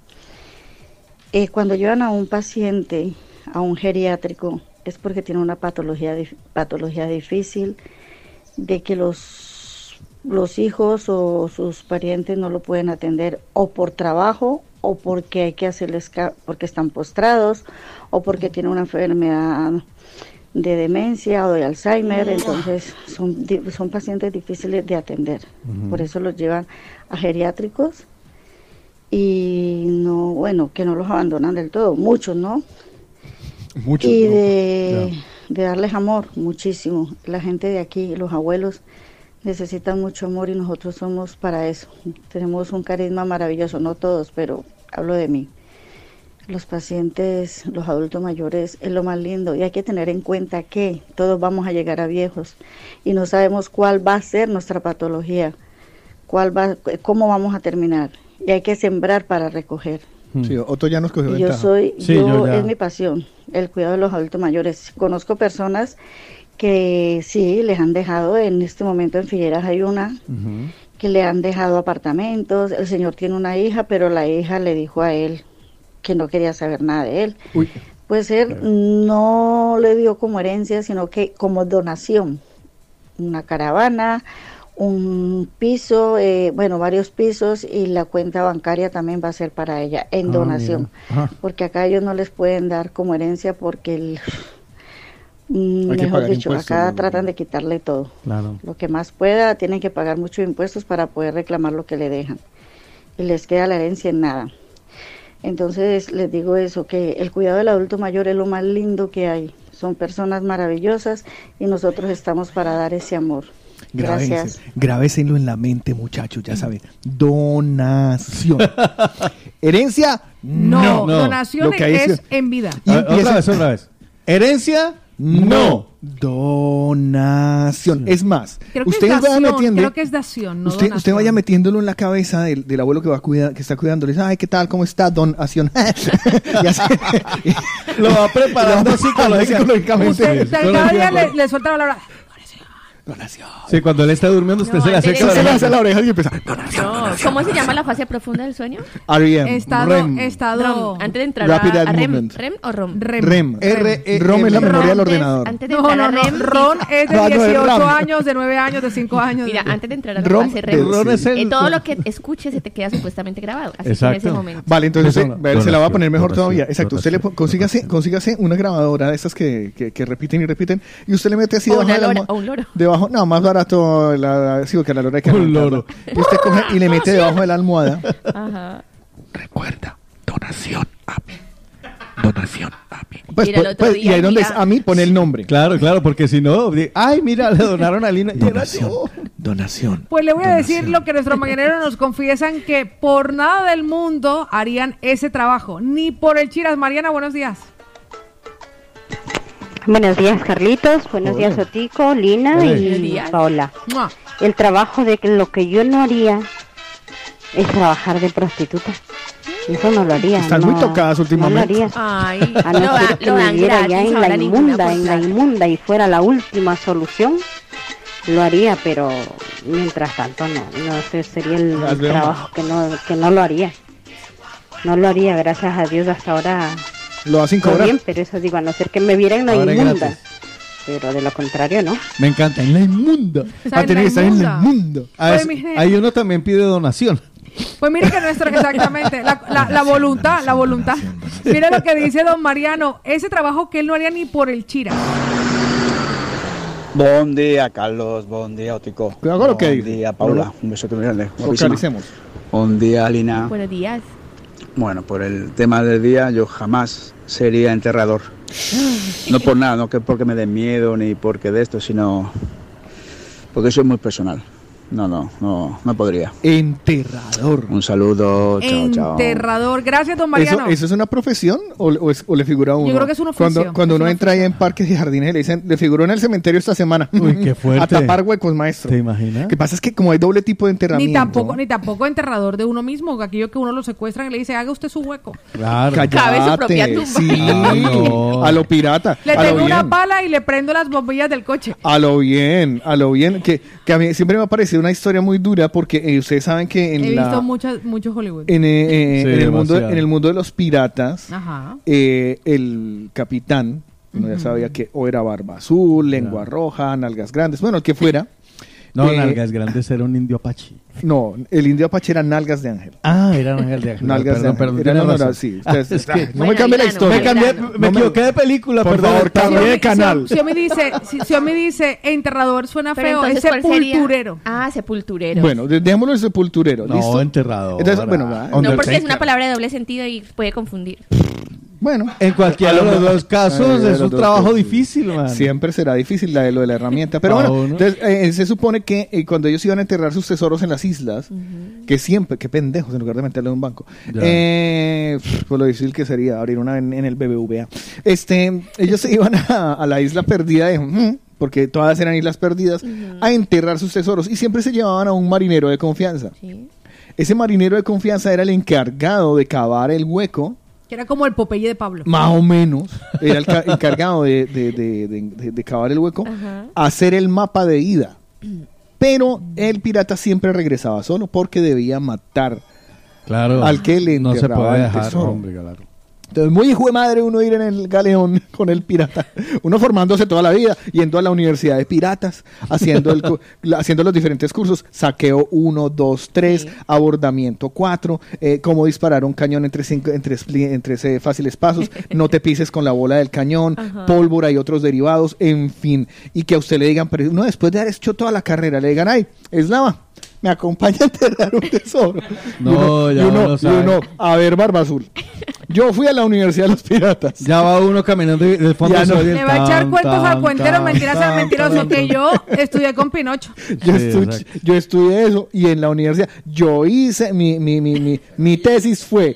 Cuando llevan a un paciente a un geriátrico es porque tiene una patología difícil, de que los hijos o sus parientes no lo pueden atender o por trabajo o porque hay que hacerles porque están postrados o porque tienen una enfermedad de demencia o de Alzheimer, entonces son pacientes difíciles de atender. Por eso los llevan a geriátricos y no, bueno, que no los abandonan del todo, muchos, ¿no? Muchos. Y ¿no? de darles amor, muchísimo. La gente de aquí, los abuelos, necesitan mucho amor y nosotros somos para eso. Tenemos un carisma maravilloso, no todos, pero hablo de mí. Los pacientes, los adultos mayores, es lo más lindo y hay que tener en cuenta que todos vamos a llegar a viejos y no sabemos cuál va a ser nuestra patología, cómo vamos a terminar y hay que sembrar para recoger. Sí, Otto ya nos cogió ventaja. Es mi pasión, el cuidado de los adultos mayores. Conozco personas que sí, les han dejado, en este momento en Figueras hay una, que le han dejado apartamentos, el señor tiene una hija, pero la hija le dijo a él que no quería saber nada de él. Pues él no le dio como herencia, sino que como donación, una caravana, un piso, varios pisos y la cuenta bancaria también va a ser para ella en donación, porque acá ellos no les pueden dar como herencia porque mejor dicho, acá tratan de quitarle todo, lo que más pueda, tienen que pagar muchos impuestos para poder reclamar lo que le dejan y les queda la herencia en nada. Entonces les digo eso, que el cuidado del adulto mayor es lo más lindo que hay, son personas maravillosas y nosotros estamos para dar ese amor. Gracias. Grábeselo en la mente, muchachos, ya saben. Donación. Herencia, no. Donación es en vida. Otra vez. Herencia, no. Donación. Es más, creo que es dación, no usted vaya metiéndolo en la cabeza del abuelo que va a cuidar, que está cuidando. Le dice, ay, ¿qué tal? ¿Cómo está? Donación. Lo va preparando psicológicamente. Cada día le suelta la palabra. Donación. Sí, cuando él está durmiendo, usted se le hace la oreja y empieza. Donación. ¿Cómo se llama la fase profunda del sueño? REM. Estado. Antes de entrar Rapid a REM. ¿REM o ROM? REM. ROM es la memoria del ordenador. Antes de entrar a REM. ROM es de 18 años, de 9 años, de 5 años. Mira, antes de entrar a la fase REM, todo lo que escuches se te queda supuestamente grabado. Así que en ese momento. Vale, entonces se la va a poner mejor todavía. Exacto. Usted consígase una grabadora de esas que repiten y repiten y usted le mete así debajo, no, más barato, que la lora hay que un loro. Y usted coge y le mete debajo de la almohada. Recuerda, donación a mí. Donación a mí. Y ahí donde es a mí, pone el nombre. Claro, porque si no, ay, mira, le donaron a Lina. Donación. Pues le voy a decir lo que nuestros mañaneros nos confiesan, que por nada del mundo harían ese trabajo, ni por el Chiras. Mariana, buenos días. Buenos días, Carlitos. Buenos días, Otico, Lina y Paola. El trabajo de lo que yo no haría es trabajar de prostituta. Eso no lo haría. Están muy tocadas últimamente. No lo haría. Ay, a no ser que viviera ya en la inmunda y fuera la última solución, lo haría, pero mientras tanto no. Ese sería el trabajo que no lo haría. No lo haría, gracias a Dios hasta ahora. Lo hacen cobrar. Bien, pero eso digo, a no ser que me vieran en la inmunda. Gratis. Pero de lo contrario, no. Me encanta, en la inmunda. Tiene que estar en la inmunda. Ahí uno también pide donación. Pues mire que exactamente, la voluntad. Mire lo que dice don Mariano, ese trabajo que él no haría ni por el Chira. Buen día, Carlos. Buen día, Otico. Cuidado con lo que Buen día, Paula. Un besote muy grande. Localicemos. Buen día, Lina. Buenos días. Bueno, por el tema del día, yo jamás sería enterrador. No por nada, no que porque me den miedo ni porque de esto, sino porque soy muy personal. No podría. Enterrador. Un saludo, chao. Enterrador. Gracias, don Mariano. ¿Eso es una profesión o le figura a uno? Yo creo que es una oficio. Cuando uno entra ahí en parques y jardines le dicen, le figuró en el cementerio esta semana. Uy, qué fuerte. A tapar huecos, maestro. ¿Te imaginas? Lo que pasa es que como hay doble tipo de enterramiento. Ni tampoco enterrador de uno mismo, aquello que uno lo secuestran y le dice, haga usted su hueco. Claro. Cabe su propia tumba. Sí, a lo pirata. Le tengo una pala y le prendo las bombillas del coche. A lo bien. Que a mí siempre me ha parecido una historia muy dura porque ustedes saben que he visto mucho Hollywood. En el mundo de los piratas, ajá, el capitán, uno ya sabía que o era barba azul, lengua roja, nalgas grandes, bueno, el que fuera, No, nalgas grandes era un indio apache. No, el indio apache era nalgas de ángel. Era nalgas de ángel. Nalgas de ángel. Perdón, sí. Es que no me cambie la historia. Me equivoqué de película, por favor, cambié de canal. Si me dice enterrador suena feo, es sepulturero. Sepulturero. Bueno, dejémoslo en sepulturero. No, ¿listo? enterrador. Entonces, bueno, no, porque es una palabra de doble sentido y puede confundir. Bueno, en cualquiera de los dos casos es un trabajo difícil, man. Siempre será difícil lo de la herramienta. Pero bueno, entonces, se supone que cuando ellos iban a enterrar sus tesoros en las islas, que siempre, qué pendejos, en lugar de meterlo en un banco, pues lo difícil que sería abrir una en el BBVA. Ellos se iban a la isla perdida porque todas eran islas perdidas, a enterrar sus tesoros y siempre se llevaban a un marinero de confianza. ¿Sí? Ese marinero de confianza era el encargado de cavar el hueco. Era como el Popeye de Pablo. Más o menos. Era el encargado de cavar el hueco, hacer el mapa de ida. Pero el pirata siempre regresaba solo porque debía matar al que le enterraba. No se puede dejar, el tesoro. hombre, claro. Entonces, muy hijo de madre uno ir en el galeón con el pirata, uno formándose toda la vida, yendo a la universidad de piratas, haciendo los diferentes cursos, saqueo 1, 2, 3, abordamiento 4, cómo disparar un cañón en tres fáciles pasos, no te pises con la bola del cañón, pólvora y otros derivados, en fin, y que a usted le digan, pero uno después de haber hecho toda la carrera, le digan, ay, eslava, me acompaña a enterrar un tesoro. No, y uno, a ver, Barba Azul. Yo fui a la Universidad de los Piratas. Ya va uno caminando del fondo. Le va a echar cuentos al cuentero, mentiras al mentiroso, que yo estudié con Pinocho. Yo estudié eso y en la universidad yo hice mi tesis fue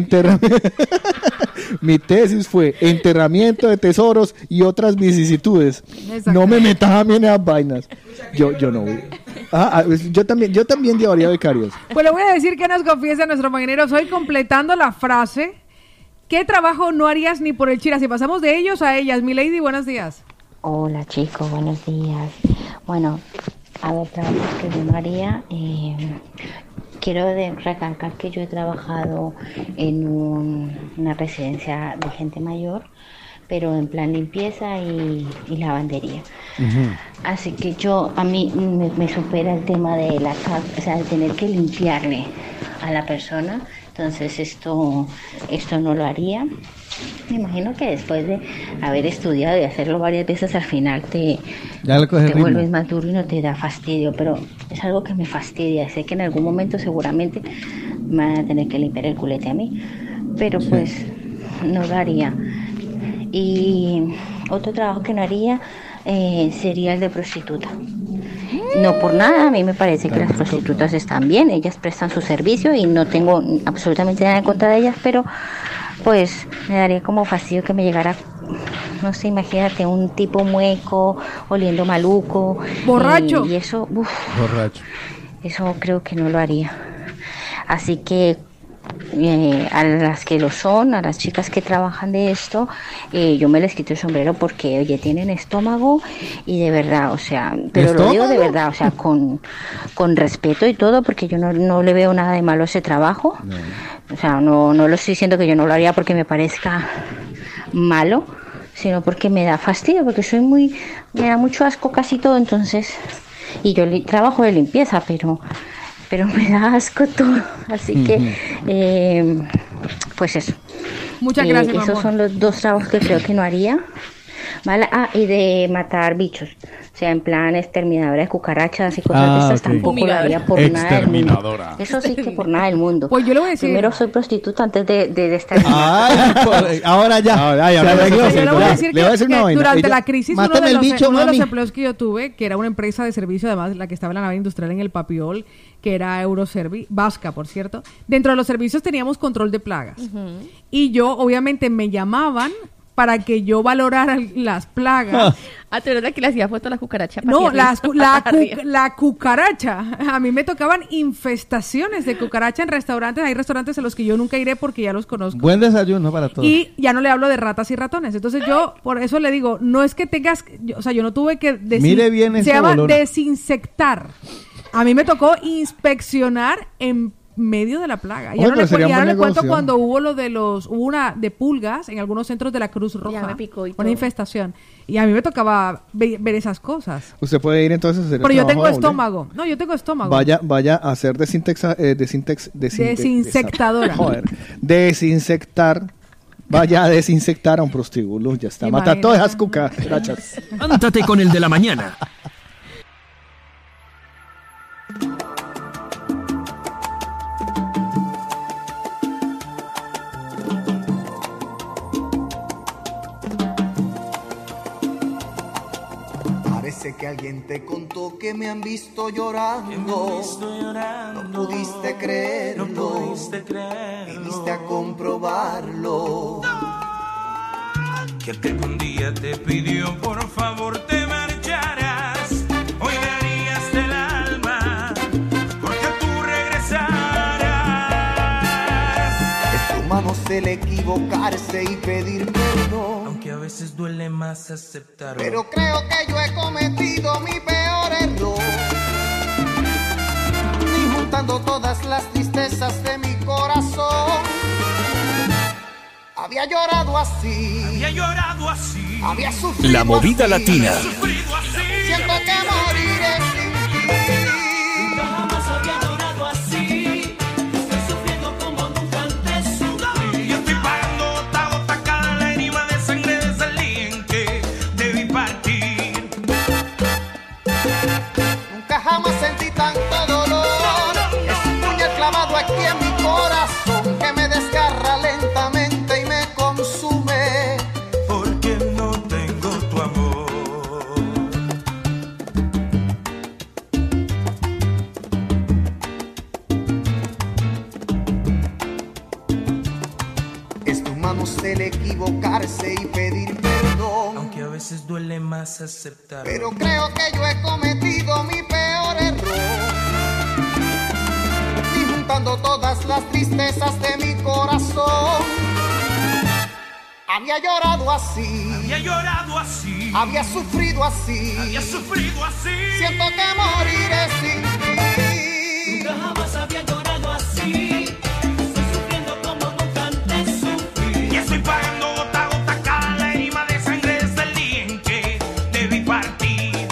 enterramiento de tesoros y otras vicisitudes. No me metas a mí en esas vainas. Yo no voy. Yo también llevaría becarios. Pues le voy a decir que nos confiesa nuestro mañanero hoy completando la frase: ¿qué trabajo no harías ni por el chira? Si pasamos de ellos a ellas. Mi lady, buenos días. Hola chicos, buenos días. Bueno, a ver, trabajos que yo no haría. Quiero recalcar que yo he trabajado en una residencia de gente mayor, pero en plan limpieza y lavandería. Así que a mí me supera el tema de de tener que limpiarle a la persona. Entonces esto no lo haría. Me imagino que después de haber estudiado y hacerlo varias veces, al final te vuelves más duro y no te da fastidio, pero es algo que me fastidia. Sé que en algún momento seguramente me van a tener que limpiar el culete a mí, pero pues no lo haría. Y otro trabajo que no haría sería el de prostituta. No por nada, a mí me parece que las prostitutas están bien, ellas prestan su servicio y no tengo absolutamente nada en contra de ellas, pero pues me daría como fastidio que me llegara, no sé, imagínate un tipo mueco, oliendo maluco, borracho, y eso, eso creo que no lo haría. Así que a las que lo son, a las chicas que trabajan de esto, yo me les quito el sombrero porque, oye, tienen estómago y de verdad, o sea, pero ¿estómago? Lo digo de verdad, o sea, con respeto y todo, porque yo no le veo nada de malo a ese trabajo. No. O sea, no lo estoy diciendo que yo no lo haría porque me parezca malo, sino porque me da fastidio, porque me da mucho asco casi todo, entonces, y yo trabajo de limpieza, pero me da asco todo, así que pues eso. Muchas gracias, esos son los dos trabajos que creo que no haría, ¿vale? Y de matar bichos, o sea, en plan exterminadora de cucarachas y cosas de esas, tampoco lo haría por nada del mundo. Eso sí que por nada del mundo. Pues yo le voy a decir, primero soy prostituta antes de exterminar. Ahora ya. Yo le voy a decir que durante la crisis uno de los empleos que yo tuve, que era una empresa de servicio, además la que estaba en la nave industrial en el Papiol, que era Euroservi, vasca, por cierto. Dentro de los servicios teníamos control de plagas. Y yo, obviamente, me llamaban para que yo valorara las plagas. ¿Tú eres la que le hacía foto a la cucaracha? No, la cucaracha. A mí me tocaban infestaciones de cucaracha en restaurantes. Hay restaurantes a los que yo nunca iré porque ya los conozco. Buen desayuno para todos. Y ya no le hablo de ratas y ratones. Entonces yo, por eso le digo, no es que tengas... o sea, yo no tuve que... Mire bien se llama desinsectar. A mí me tocó inspeccionar en medio de la plaga. Ya no le cuento cuando hubo hubo una de pulgas en algunos centros de la Cruz Roja. Ya me picó y todo. Una infestación. Y a mí me tocaba ver esas cosas. Usted puede ir entonces a hacer Pero yo tengo estómago. No, yo tengo estómago. Vaya a hacer desinsectadora. Joder. Desinfectar. Vaya a desinfectar a un prostíbulo. Ya está. Mata todas esas cucarachas. Levántate con el de la mañana. Parece que alguien te contó que me han visto llorando. No pudiste creerlo. Viniste a comprobarlo. Que aquel un día te pidió por favor te marcharas. Hoy le harías del alma porque tú regresarás. Es humano el equivocarse y pedir perdón. Aunque a veces duele más aceptarlo. Pero creo que yo he cometido mi peor error. Ni juntando todas las tristezas de mi corazón. Había llorado así. Había sufrido La movida así. latina. Siento que moriré sin ti. Nunca jamás había llorado así. Estoy sufriendo como nunca antes sufrí. Yo estoy pagando gota a gota cada lágrima de sangre desde el día en que debí partir. Nunca jamás sentí tanto dolor. Es un puñal clavado aquí en mi corazón que me desgarra lentamente y me consume. Porque no tengo tu amor. Es tu mano el equivocarse y pedir perdón. Aunque a veces duele más aceptarlo. Pero creo que yo he cometido mi peor error. Y juntando todas las tristezas de mi corazón. Había llorado así. Había sufrido así. Siento que moriré sin ti. Nunca jamás había llorado así. Estoy sufriendo como nunca antes sufrí. Y estoy pagando gota a gota cada lágrima de sangre desde el día en que debí partir.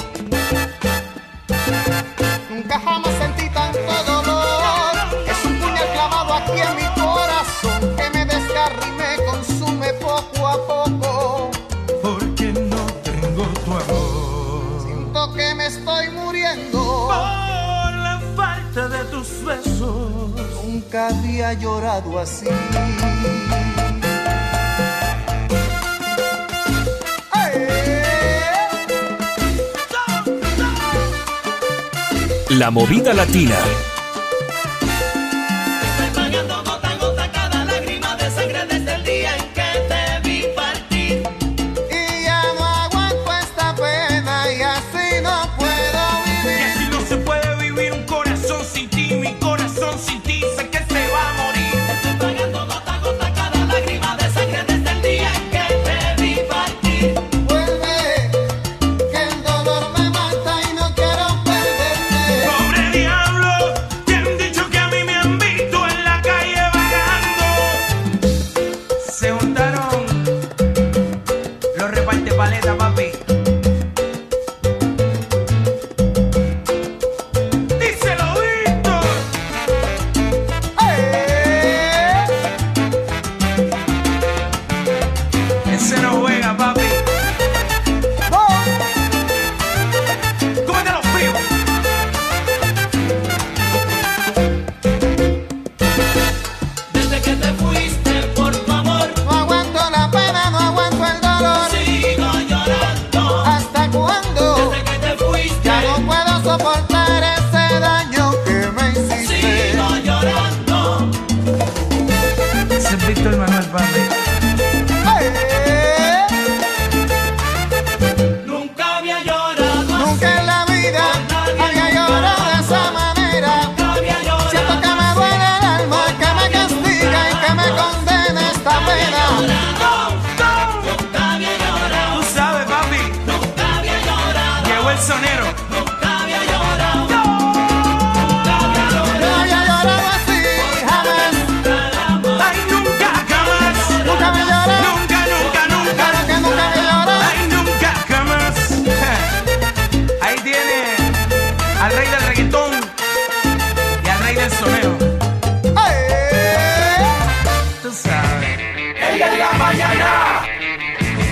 Nunca jamás sentí tanto dolor. Es un puñal clavado aquí en mi corazón que me desgarra y me consume poco a poco. Porque no tengo tu amor. Siento que me estoy muriendo por la falta de tus besos. Nunca había llorado así. La movida latina. Estoy pagando gota a gota cada lágrima de sangre desde el día en que te vi partir. Y ya no aguanto esta pena y así no puedo vivir. Y así no se puede vivir un corazón sin ti. Mi corazón sin ti sé que se va a morir. Estoy pagando gota a gota cada lágrima de sangre desde el día en que te vi partir. Vuelve, que el dolor me mata y no quiero perderte. Pobre diablo,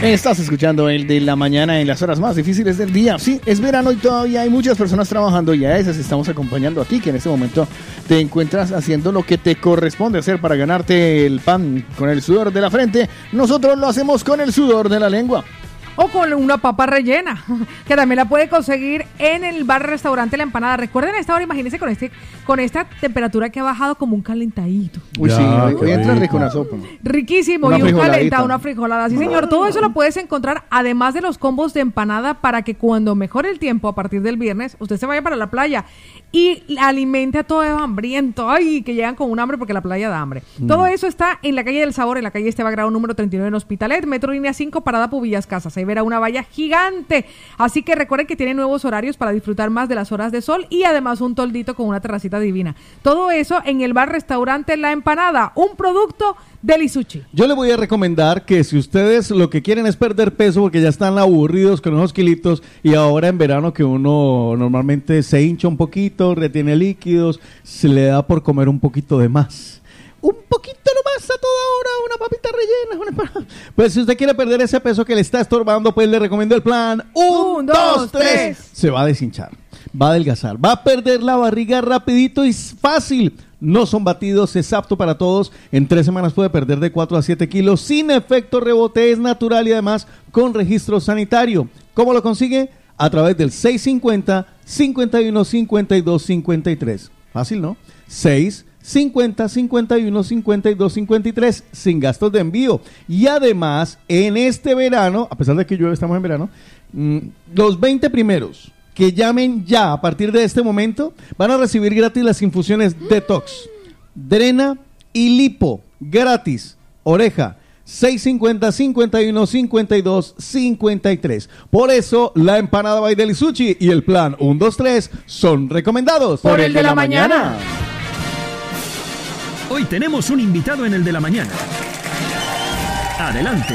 Estás escuchando el de la mañana en las horas más difíciles del día. Sí, es verano y todavía hay muchas personas trabajando y a esas estamos acompañando a ti, que en este momento te encuentras haciendo lo que te corresponde hacer para ganarte el pan con el sudor de la frente. Nosotros lo hacemos con el sudor de la lengua. O con una papa rellena, que también la puede conseguir en el bar-restaurante La Empanada. Recuerden a esta hora, imagínense con esta temperatura que ha bajado como un calentadito. Uy, ya, sí, hoy entra rico una sopa. Riquísimo, y un calentado, una frijolada. Sí, señor, todo eso lo puedes encontrar, además de los combos de empanada, para que cuando mejore el tiempo, a partir del viernes, usted se vaya para la playa y alimente a todo hambriento. Ay, que llegan con un hambre porque la playa da hambre. Todo eso está en la calle del Sabor, en la calle Esteban Grau, número 39 en Hospitalet, Metro Línea 5, Parada Pubillas Casas. Ahí verá una valla gigante. Así que recuerden que tiene nuevos horarios para disfrutar más de las horas de sol y además un toldito con una terracita divina. Todo eso en el bar-restaurante La Empanada, un producto del Isuchi. Yo le voy a recomendar que si ustedes lo que quieren es perder peso porque ya están aburridos con unos kilitos y ahora en verano que uno normalmente se hincha un poquito, retiene líquidos, se le da por comer un poquito de más. Un poquito nomás a toda hora, una papita rellena. Pues si usted quiere perder ese peso que le está estorbando, pues le recomiendo el plan 1, 2, 3. Se va a deshinchar, va a adelgazar, va a perder la barriga rapidito y fácil. No son batidos, es apto para todos. En 3 semanas puede perder de 4 a 7 kilos sin efecto rebote, es natural y además con registro sanitario. ¿Cómo lo consigue? A través del 650-51-52-53. Fácil, ¿no? 650-51-52-53 sin gastos de envío. Y además, en este verano, a pesar de que llueve, estamos en verano, los 20 primeros que llamen ya a partir de este momento van a recibir gratis las infusiones Detox, Drena y Lipo. Gratis. Oreja. 650-51-52-53. Por eso, la empanada by del Isuchi y el plan 1, 2, 3 son recomendados por el de la mañana. Hoy tenemos un invitado en el de la mañana. Adelante.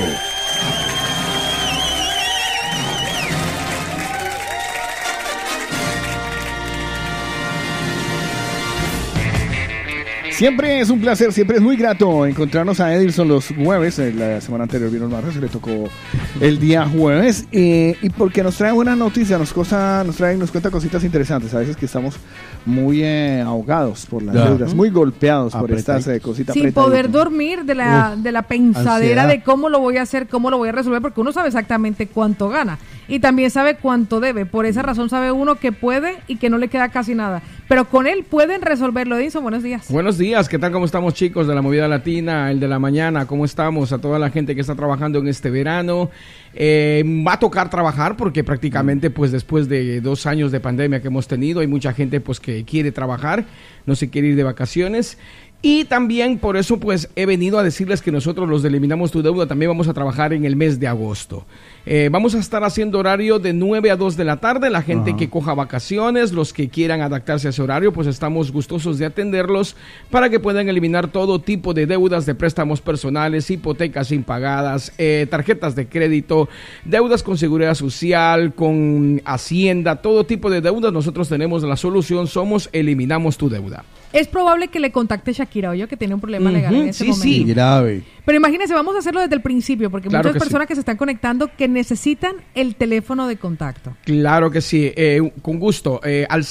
Siempre es un placer, siempre es muy grato encontrarnos a Edilson los jueves. La semana anterior vino el martes, le tocó el día jueves. Y porque nos trae buenas noticias, nos cuenta cositas interesantes. A veces que estamos muy ahogados por las deudas, muy golpeados por estas cositas. Sin poder dormir de la pensadera de cómo lo voy a hacer, cómo lo voy a resolver, porque uno sabe exactamente cuánto gana y también sabe cuánto debe. Por esa razón sabe uno que puede y que no le queda casi nada. Pero con él pueden resolverlo. Edison, buenos días. Buenos días, ¿qué tal? ¿Cómo estamos, chicos de la Movida Latina, el de la mañana? ¿Cómo estamos? A toda la gente que está trabajando en este verano. Va a tocar trabajar porque prácticamente pues después de 2 años de pandemia que hemos tenido, hay mucha gente pues que quiere trabajar, no se quiere ir de vacaciones. Y también por eso pues he venido a decirles que nosotros los de Eliminamos Tu Deuda también vamos a trabajar en el mes de agosto. Vamos a estar haciendo horario de 9 a 2 de la tarde. La gente que coja vacaciones, los que quieran adaptarse a ese horario, pues estamos gustosos de atenderlos para que puedan eliminar todo tipo de deudas de préstamos personales, hipotecas impagadas, tarjetas de crédito, deudas con seguridad social, con Hacienda, todo tipo de deudas. Nosotros tenemos la solución, somos Eliminamos Tu Deuda. Es probable que le contacte Shakira Hoyo, que tiene un problema legal en este momento. Sí, grave. Pero imagínense, vamos a hacerlo desde el principio, porque claro muchas personas que se están conectando que necesitan el teléfono de contacto. Claro que sí, con gusto. Al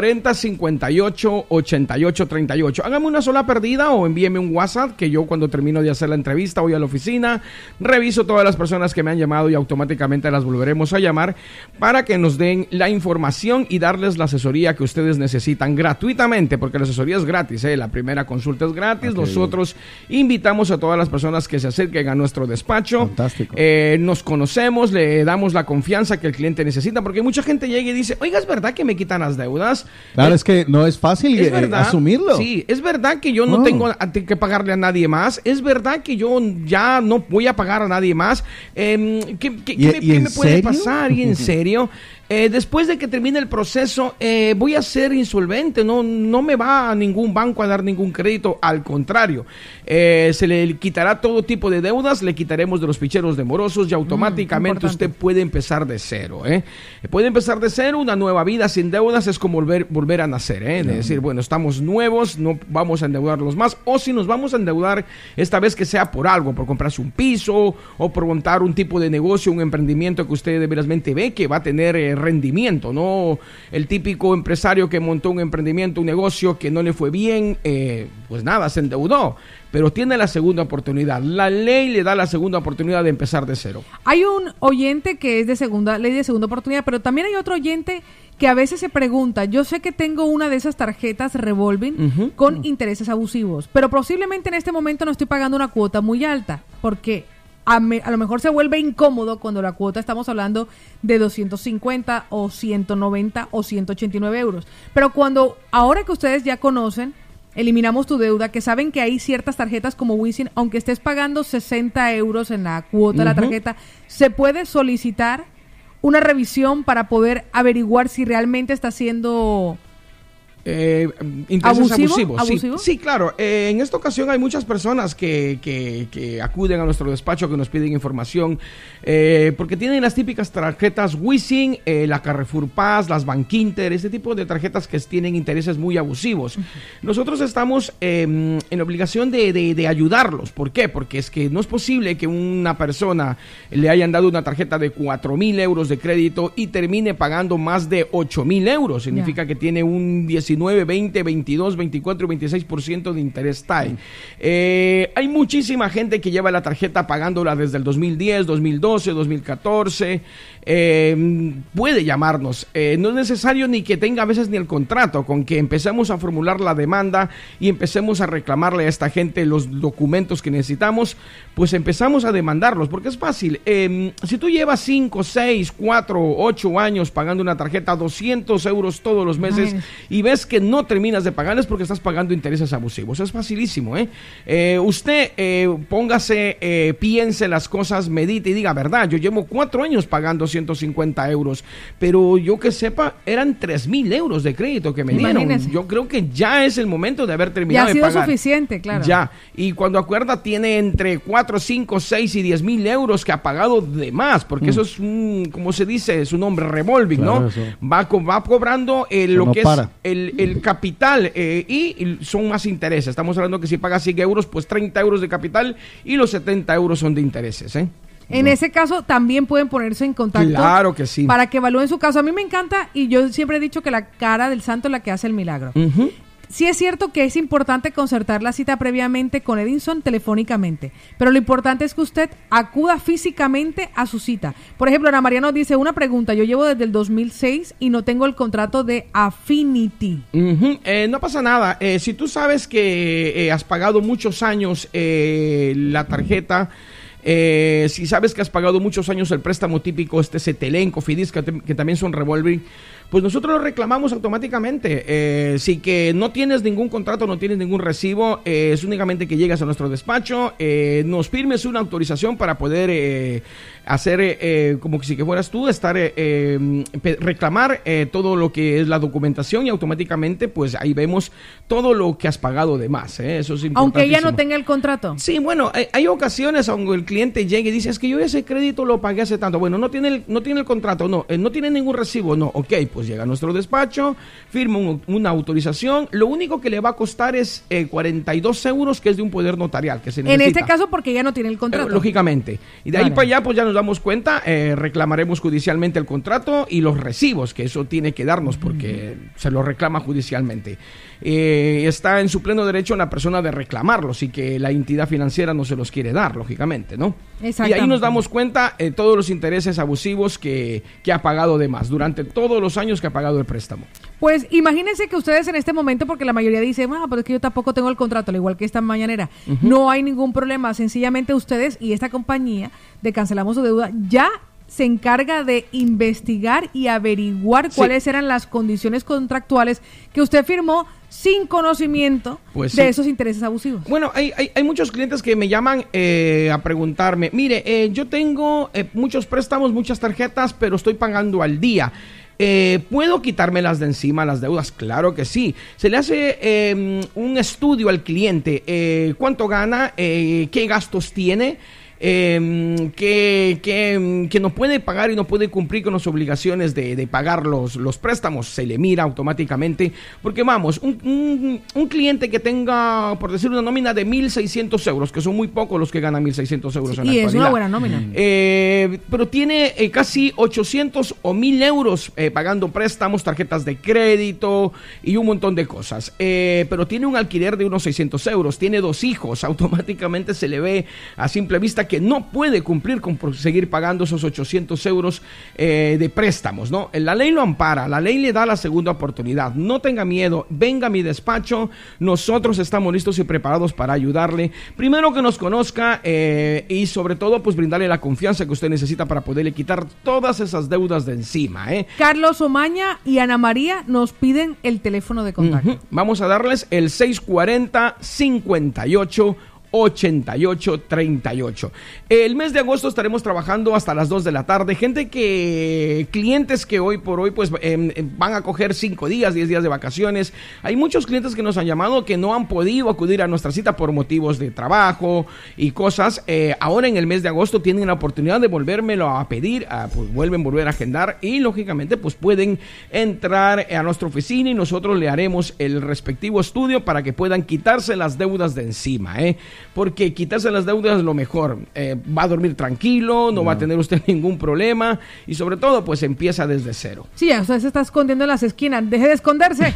640-58-88-38. Hágame una sola perdida o envíeme un WhatsApp, que yo cuando termino de hacer la entrevista voy a la oficina, reviso todas las personas que me han llamado y automáticamente las volveremos a llamar para que nos den la información y darles la asesoría que ustedes necesitan gratuitamente, porque la asesoría es gratis, la primera consulta es gratis. Okay. Nosotros invitamos a todas las personas que se acerquen a nuestro despacho. Fantástico. Nos conocemos, le damos la confianza que el cliente necesita, porque mucha gente llega y dice, oiga, ¿es verdad que me quitan las deudas? Claro, es que no es fácil asumirlo. Sí, es verdad que yo no tengo que pagarle a nadie más, es verdad que yo ya no voy a pagar a nadie más. ¿Qué me puede pasar? ¿Y en serio? después de que termine el proceso, voy a ser insolvente, no me va a ningún banco a dar ningún crédito, al contrario, se le quitará todo tipo de deudas, le quitaremos de los ficheros de morosos y automáticamente usted puede empezar de cero, puede empezar de cero, una nueva vida sin deudas es como volver a nacer, de decir, bueno, estamos nuevos, no vamos a endeudarlos más, o si nos vamos a endeudar, esta vez que sea por algo, por comprarse un piso, o por montar un tipo de negocio, un emprendimiento que usted de verazmente ve que va a tener rendimiento, no el típico empresario que montó un emprendimiento, un negocio que no le fue bien, pues nada, se endeudó, pero tiene la segunda oportunidad. La ley le da la segunda oportunidad de empezar de cero. Hay un oyente que es ley de segunda oportunidad, pero también hay otro oyente que a veces se pregunta, yo sé que tengo una de esas tarjetas revolving con intereses abusivos, pero posiblemente en este momento no estoy pagando una cuota muy alta, porque a lo mejor se vuelve incómodo cuando la cuota estamos hablando de 250 o 190 o 189 euros. Pero ahora que ustedes ya conocen, eliminamos tu deuda, que saben que hay ciertas tarjetas como Wisin, aunque estés pagando 60 euros en la cuota de la tarjeta, se puede solicitar una revisión para poder averiguar si realmente está siendo... intereses abusivos. Sí, claro. En esta ocasión hay muchas personas que acuden a nuestro despacho, que nos piden información, porque tienen las típicas tarjetas Wisin, la Carrefour Paz, las Bankinter, este tipo de tarjetas que tienen intereses muy abusivos. Nosotros estamos en obligación de ayudarlos. ¿Por qué? Porque es que no es posible que una persona le hayan dado una tarjeta de 4,000 euros de crédito y termine pagando más de 8,000 euros. Significa que tiene un 19, 20, 22, 24 y 26% de interés TAE. Hay muchísima gente que lleva la tarjeta pagándola desde el 2010, 2012, 2014. Puede llamarnos. No es necesario ni que tenga a veces ni el contrato, con que empecemos a formular la demanda y empecemos a reclamarle a esta gente los documentos que necesitamos, pues empezamos a demandarlos, porque es fácil. Si tú llevas 5, 6, 4, 8 años pagando una tarjeta 200 euros todos los meses y ves que no terminas de pagar, es porque estás pagando intereses abusivos. Es facilísimo, usted póngase, piense las cosas, medite y diga, verdad, yo llevo 4 años pagando 150 euros, pero yo que sepa, eran 3,000 euros de crédito que me dieron. Yo creo que ya es el momento de haber terminado de pagar. Ya ha sido suficiente, claro. Ya, y cuando acuerda tiene entre 4, 5, 6 y 10,000 euros que ha pagado de más, porque eso es como se dice, su nombre, revolving, claro, ¿no? Va cobrando lo que es el capital y son más intereses. Estamos hablando que si paga 100 euros, pues 30 euros de capital y los 70 euros son de intereses, En ese caso también pueden ponerse en contacto. Claro que sí. Para que evalúen su caso. A mí me encanta y yo siempre he dicho que la cara del santo es la que hace el milagro. Sí es cierto que es importante concertar la cita previamente con Edinson telefónicamente, pero lo importante es que usted acuda físicamente a su cita. Por ejemplo, Ana María nos dice una pregunta, yo llevo desde el 2006 y no tengo el contrato de Affinity. No pasa nada, si tú sabes que has pagado muchos años la tarjeta, si sabes que has pagado muchos años el préstamo típico, Cetelén, Cofidis, que también son revolving, pues nosotros lo reclamamos automáticamente. Si que no tienes ningún contrato, no tienes ningún recibo, es únicamente que llegas a nuestro despacho, nos firmes una autorización para poder hacer como que si que fueras tú, reclamar todo lo que es la documentación y automáticamente pues ahí vemos todo lo que has pagado de más. Eso es importante. Aunque ella no tenga el contrato. Sí, bueno, hay ocasiones aunque el cliente llegue y dice, es que yo ese crédito lo pagué hace tanto. Bueno, no tiene el contrato, no tiene ningún recibo, no, ok, pues llega a nuestro despacho, firma una autorización, lo único que le va a costar es 42 euros, que es de un poder notarial que se necesita. En este caso porque ella no tiene el contrato. Lógicamente. Y de ahí para allá pues ya nos damos cuenta, reclamaremos judicialmente el contrato y los recibos, que eso tiene que darnos porque se lo reclama judicialmente. Está en su pleno derecho la persona de reclamarlos y que la entidad financiera no se los quiere dar, lógicamente, ¿no? Y ahí nos damos cuenta todos los intereses abusivos que ha pagado de más durante todos los años que ha pagado el préstamo. Pues imagínense que ustedes en este momento, porque la mayoría dice, pero es que yo tampoco tengo el contrato, al igual que esta mañanera, no hay ningún problema, sencillamente ustedes y esta compañía de Cancelamos su Deuda ya se encarga de investigar y averiguar cuáles eran las condiciones contractuales que usted firmó sin conocimiento de esos intereses abusivos. Bueno, hay muchos clientes que me llaman a preguntarme, mire, yo tengo muchos préstamos, muchas tarjetas, pero estoy pagando al día. ¿Puedo quitármelas de encima las deudas? Claro que sí. Se le hace un estudio al cliente, cuánto gana, qué gastos tiene, que no puede pagar y no puede cumplir con las obligaciones de pagar los préstamos. Se le mira automáticamente, porque vamos, un cliente que tenga, por decir, una nómina de 1.600 euros, que son muy pocos los que ganan 1.600 euros en la actualidad. Y es una buena nómina. Pero tiene casi 800 o 1.000 euros pagando préstamos, tarjetas de crédito y un montón de cosas. Pero tiene un alquiler de unos 600 euros, tiene 2 hijos, automáticamente se le ve a simple vista que no puede cumplir con seguir pagando esos 800 euros de préstamos, ¿no? La ley lo ampara, la ley le da la segunda oportunidad. No tenga miedo, venga a mi despacho, nosotros estamos listos y preparados para ayudarle. Primero que nos conozca y sobre todo pues brindarle la confianza que usted necesita para poderle quitar todas esas deudas de encima, Carlos Omaña y Ana María nos piden el teléfono de contacto. Vamos a darles el 640-58-88-38. El mes de agosto estaremos trabajando hasta las 2 de la tarde. Clientes que hoy por hoy pues van a coger 5 días, 10 días de vacaciones. Hay muchos clientes que nos han llamado que no han podido acudir a nuestra cita por motivos de trabajo y cosas. Ahora en el mes de agosto tienen la oportunidad de volvérmelo a pedir, pues volver a agendar y lógicamente pues pueden entrar a nuestra oficina y nosotros le haremos el respectivo estudio para que puedan quitarse las deudas de encima, porque quitarse las deudas es lo mejor. Va a dormir tranquilo, no va a tener usted ningún problema y sobre todo pues empieza desde cero. Sí, usted se está escondiendo en las esquinas, deje de esconderse.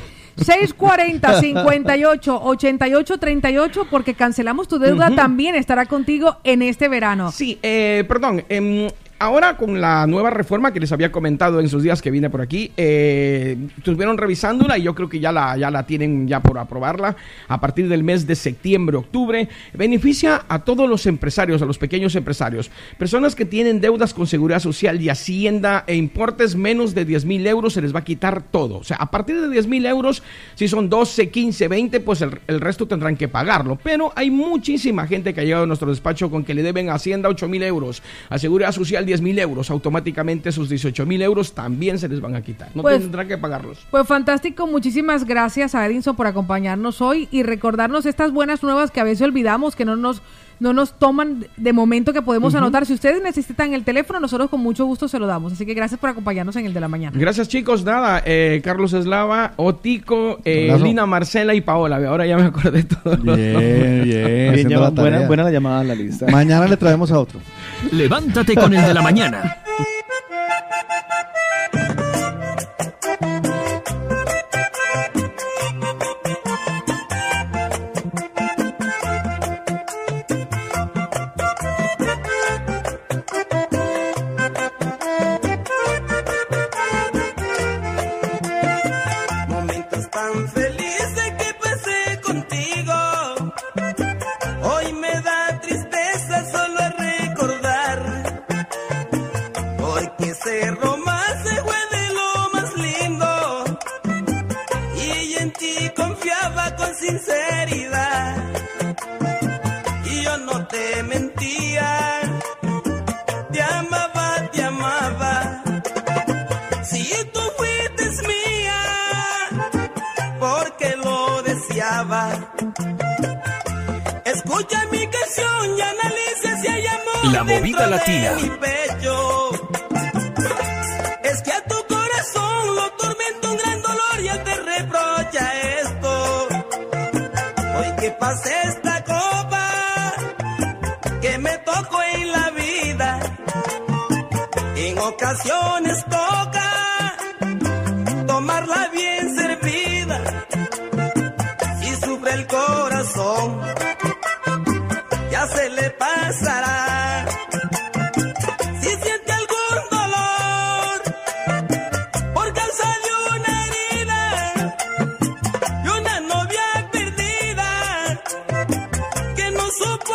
640-58-88-38 porque Cancelamos tu Deuda también estará contigo en este verano. Sí, perdón, ahora con la nueva reforma que les había comentado en sus días que vine por aquí, estuvieron revisándola y yo creo que ya la tienen ya por aprobarla a partir del mes de septiembre, octubre. Beneficia a todos los empresarios, a los pequeños empresarios, personas que tienen deudas con Seguridad Social y Hacienda e importes menos de 10,000 euros, se les va a quitar todo. O sea, a partir de 10,000 euros, si son 12, 15, 20, pues el resto tendrán que pagarlo. Pero hay muchísima gente que ha llegado a nuestro despacho con que le deben a Hacienda 8,000 euros, a Seguridad Social 10,000 euros, automáticamente esos 18,000 euros también se les van a quitar, no tendrán que pagarlos. Pues fantástico, muchísimas gracias a Edinson por acompañarnos hoy y recordarnos estas buenas nuevas que a veces olvidamos, que no nos toman de momento, que podemos anotar. Si ustedes necesitan el teléfono, nosotros con mucho gusto se lo damos, así que gracias por acompañarnos en el de la mañana. Gracias chicos, nada, Carlos Eslava, Otico, Lina, Marcela y Paola, ahora ya me acordé todo. Bien, buena la llamada a la lista. Mañana le traemos a otro. Levántate con el de la mañana. Momentos tan felices que pasé contigo, hoy me da tristeza solo recordar, porque ese romance fue de lo más lindo y en ti confiaba con sinceridad y yo no te mentía, te amaba, si tú fuiste mía porque lo deseaba. Escucha mi canción y analiza si hay amor. La movida latina. De mi pecho. Es que a tu corazón lo tormenta un gran dolor y él te reprocha esto. Hoy que pasé esta copa que me tocó en la vida, en ocasiones toca tomarla bien servida. Si sufre el corazón, ya se le pasará. Si siente algún dolor por causa de una herida y una novia perdida que no supo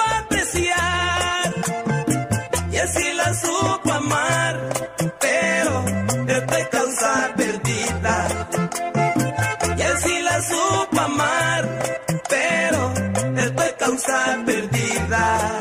apreciar y así la supo amar, pero mar, pero estoy causa perdida.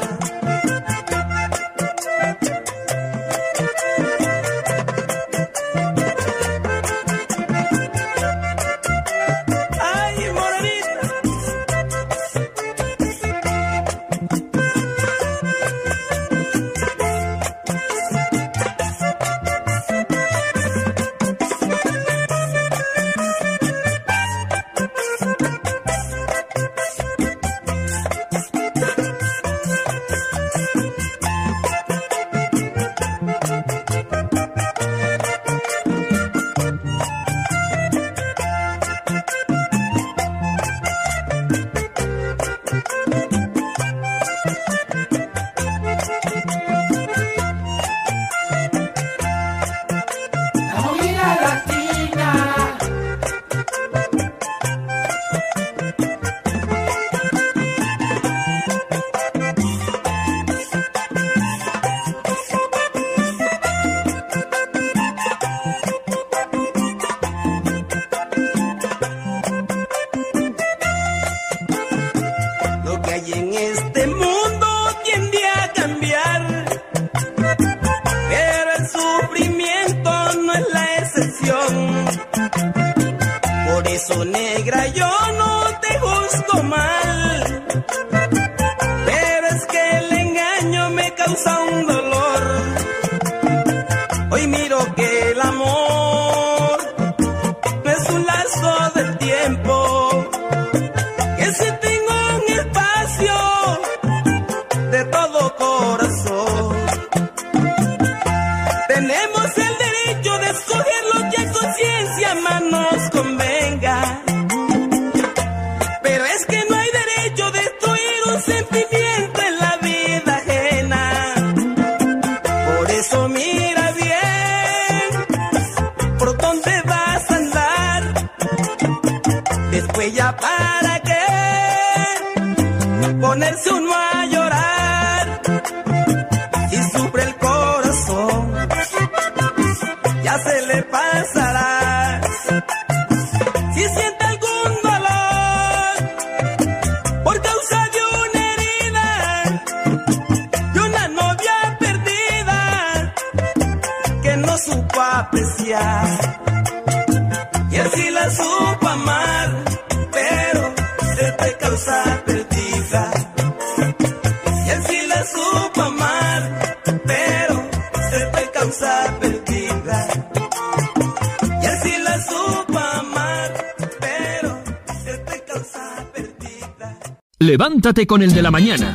Levántate con el de la mañana.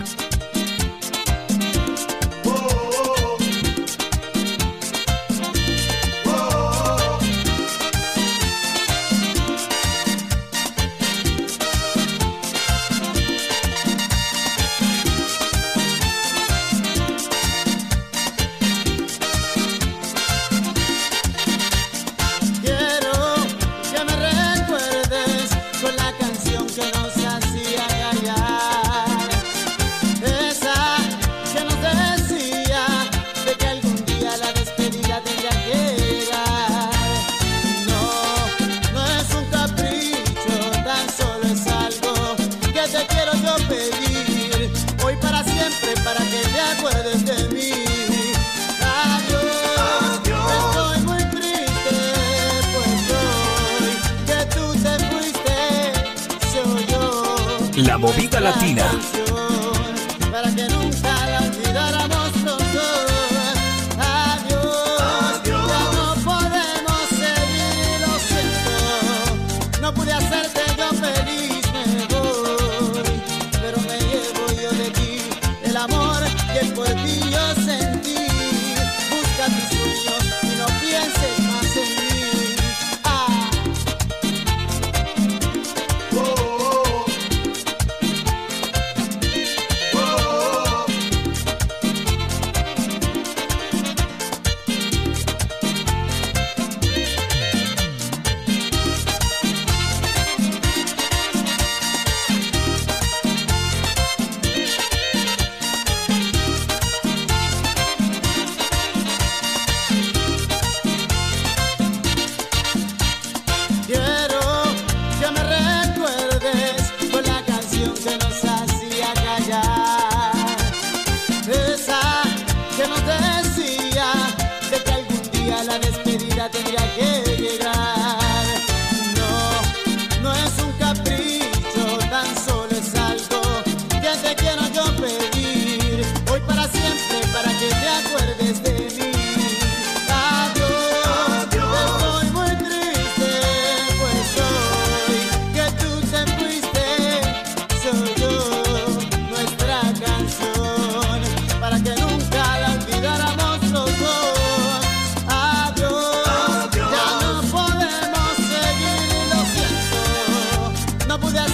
La movida latina. Para que nunca la olvidáramos los dos. Adiós, ya no podemos seguir, lo siento. No pude hacerte yo feliz, me voy. Pero me llevo yo de ti el amor que por ti yo sentí. Busca tus sueños y no pienses más en mí.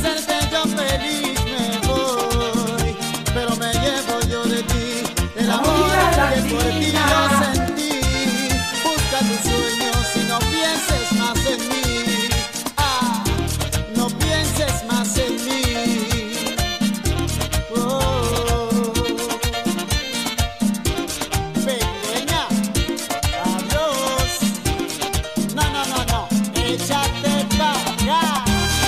hacerte yo feliz me voy, pero me llevo yo de ti, el amor que por ti yo sentí. Busca tus sueños y no pienses más en mí. Ah, no pienses más en mí. Oh, pequeña, adiós. No, no, no, no, échate para acá.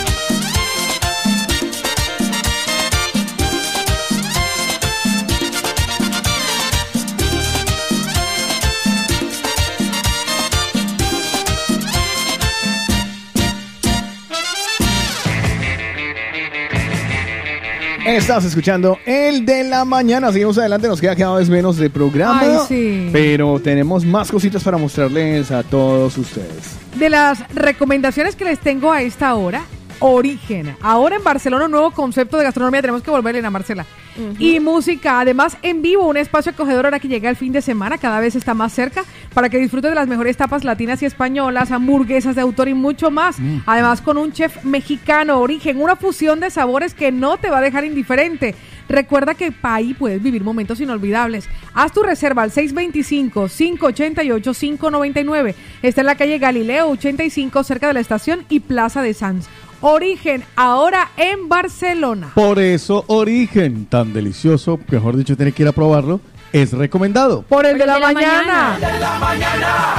Estás escuchando el de la mañana. Seguimos adelante, nos queda cada vez menos de programa. Ay, sí. Pero tenemos más cositas para mostrarles a todos ustedes. De las recomendaciones que les tengo a esta hora, Origen. Ahora en Barcelona un nuevo concepto de gastronomía, tenemos que volver, Elena Marcela. Y música, además en vivo, un espacio acogedor ahora que llega el fin de semana, cada vez está más cerca, para que disfrutes de las mejores tapas latinas y españolas, hamburguesas de autor y mucho más. Además con un chef mexicano. Origen, una fusión de sabores que no te va a dejar indiferente. Recuerda que ahí puedes vivir momentos inolvidables. Haz tu reserva al 625-588-599. Está en la calle Galileo 85, cerca de la estación y Plaza de Sanz. Origen, ahora en Barcelona. Por eso Origen, tan delicioso, mejor dicho, tiene que ir a probarlo, es recomendado. Por el de la mañana. De la mañana.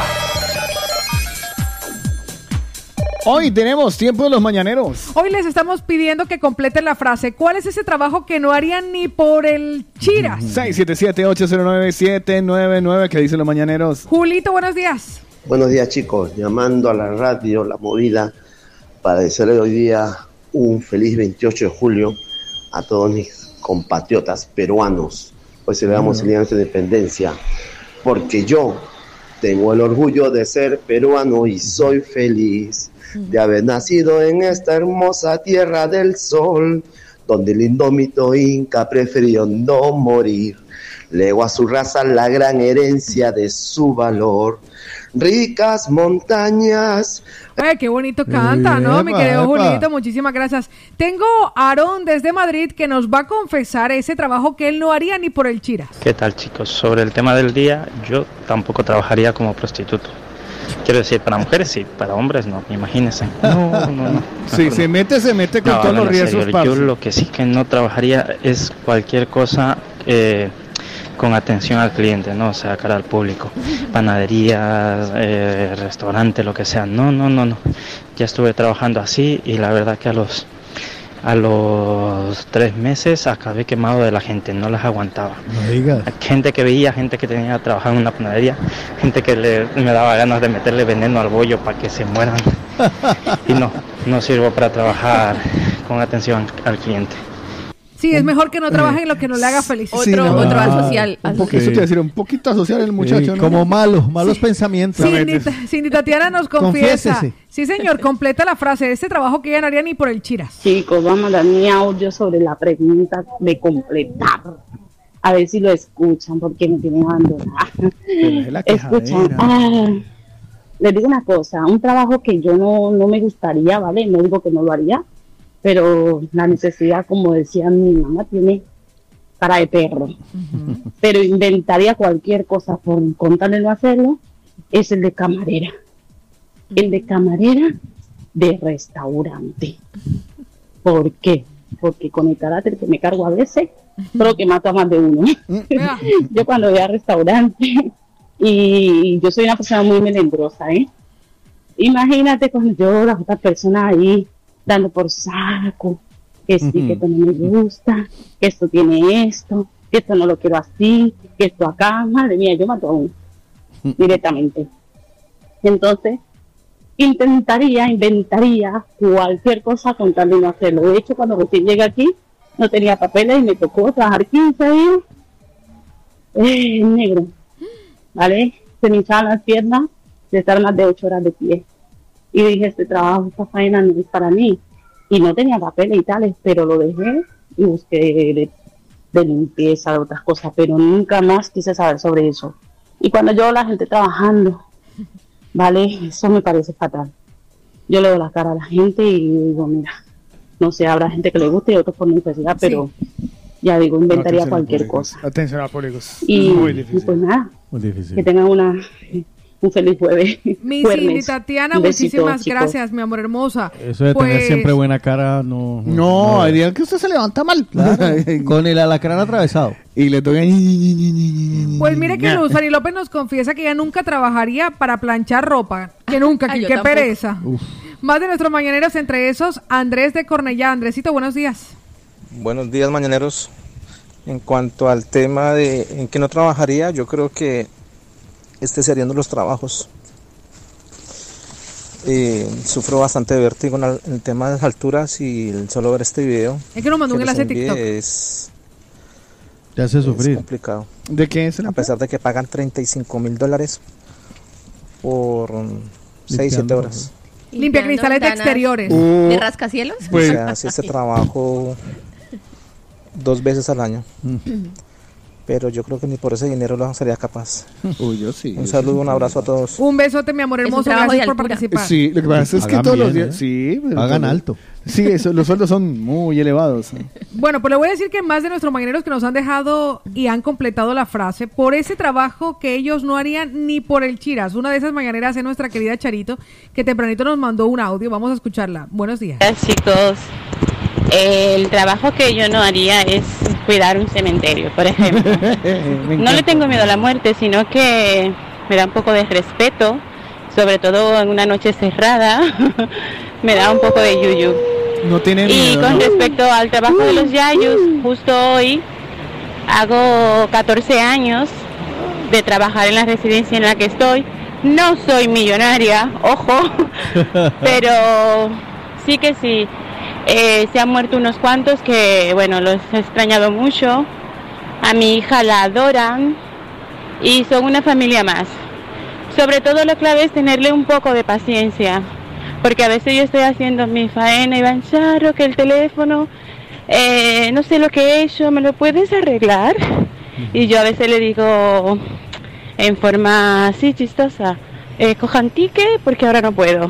Hoy tenemos tiempo de los mañaneros. Hoy les estamos pidiendo que completen la frase. ¿Cuál es ese trabajo que no harían ni por el chiras? 677-809-799, ¿qué dicen los mañaneros? Julito, buenos días. Buenos días, chicos. Llamando a la radio La Movida para desearle hoy día un feliz 28 de julio a todos mis compatriotas peruanos. Hoy celebramos el Día de nuestra Independencia, porque yo tengo el orgullo de ser peruano y soy feliz de haber nacido en esta hermosa tierra del sol, donde el indómito Inca prefirió no morir. Legó a su raza la gran herencia de su valor. Ricas montañas. Ay, qué bonito canta, ¿no? Mi querido Julito, muchísimas gracias. Tengo a Aarón desde Madrid que nos va a confesar ese trabajo que él no haría ni por el chiras. ¿Qué tal, chicos? Sobre el tema del día, yo tampoco trabajaría como prostituto. Quiero decir, para mujeres sí, para hombres no, imagínense. No. Sí, se mete con todos los riesgos. Yo lo que sí que no trabajaría es cualquier cosa con atención al cliente, ¿no? O sea, cara al público. Panaderías, restaurantes, lo que sea. No. Ya estuve trabajando así y la verdad que a los 3 meses acabé quemado de la gente, no las aguantaba. No digas. Gente que veía, gente que tenía que trabajar en una panadería, gente que me daba ganas de meterle veneno al bollo para que se mueran. Y no sirvo para trabajar con atención al cliente. Sí, es mejor que no trabaje en lo que no le haga feliz. Otro asocial. Eso te iba a decir, un poquito asocial el muchacho, ¿no? Como malos pensamientos. Cindy Tatiana nos confiesa. Confiésese. Sí, señor, completa la frase. Este trabajo que ella no haría ni por el chiras. Chicos, vamos a dar mi audio sobre la pregunta de completar. A ver si lo escuchan, porque me tienen abandonada. Escuchan. Les digo una cosa, un trabajo que yo no me gustaría, ¿vale? No digo que no lo haría, pero la necesidad, como decía mi mamá, tiene cara de perro. Pero inventaría cualquier cosa por contarle no hacerlo, es el de camarera. El de camarera de restaurante. ¿Por qué? Porque con el carácter que me cargo a veces, creo que mato a más de uno. Yo cuando voy a restaurante, y yo soy una persona muy melindrosa, imagínate cuando yo, las otras personas ahí, dando por saco, que sí, que esto no me gusta, que esto tiene esto, que esto no lo quiero así, que esto acá, madre mía, yo mato a uno directamente. Entonces, inventaría cualquier cosa con tal de no hacerlo. De hecho, cuando recién llegué aquí, no tenía papeles y me tocó trabajar 15 días negro, ¿vale? Se me hinchaban las piernas de estar más de 8 horas de pie. Y dije, este trabajo, esta faena no es para mí. Y no tenía papeles y tales, pero lo dejé y busqué de limpieza, de otras cosas, pero nunca más quise saber sobre eso. Y cuando yo veo a la gente trabajando, ¿vale? Eso me parece fatal. Yo le doy la cara a la gente y digo, mira, no sé, habrá gente que le guste y otros por necesidad, pero ya digo, inventaría cualquier cosa. Atención a públicos. Y, muy difícil. Y pues nada, muy difícil. Que tengan un feliz jueves. Mi Cindy Tatiana, muchísimas gracias, mi amor hermosa. Eso de tener siempre buena cara, no, dirían que usted se levanta mal. Claro, con el alacrán atravesado. Y le toca... Pues mire que Luz Fanny López nos confiesa que ella nunca trabajaría para planchar ropa. Que nunca, que qué pereza. Uf. Más de nuestros mañaneros, entre esos, Andrés de Cornellá. Andresito, buenos días. Buenos días, mañaneros. En cuanto al tema de en qué no trabajaría, yo creo que serían los trabajos. Sufro bastante de vértigo en el tema de las alturas y solo ver este video. Es que nos mandó un enlace de TikTok. Te hace sufrir. Es complicado. ¿De qué es? A pesar de que pagan $35,000 por 6-7 horas. Limpia cristales de exteriores. ¿De rascacielos? Pues, o sea, hace este trabajo 2 veces al año. Pero yo creo que ni por ese dinero lo sería capaz. Uy, yo sí. Un saludo, un abrazo a todos. Un besote, mi amor hermoso. Gracias por participar. Sí, lo que pasa es que todos los días... Sí, pagan alto. Sí, los sueldos son muy elevados. Bueno, pues le voy a decir que más de nuestros mañaneros que nos han dejado y han completado la frase, por ese trabajo que ellos no harían ni por el chiras. Una de esas mañaneras es nuestra querida Charito, que tempranito nos mandó un audio. Vamos a escucharla. Buenos días. Hola, chicos. El trabajo que yo no haría es cuidar un cementerio, por ejemplo. No le tengo miedo a la muerte, sino que me da un poco de respeto, sobre todo en una noche cerrada, me da un poco de yuyu. No tiene miedo. Y con respecto al trabajo de los yayus, justo hoy hago 14 años de trabajar en la residencia en la que estoy. No soy millonaria, ojo, pero sí que sí. Se han muerto unos cuantos que, bueno, los he extrañado mucho. A mi hija la adoran y son una familia más. Sobre todo lo clave es tenerle un poco de paciencia, porque a veces yo estoy haciendo mi faena y van, Charro, que el teléfono, no sé lo que he hecho, ¿me lo puedes arreglar? Y yo a veces le digo en forma así chistosa, cojan ticket porque ahora no puedo.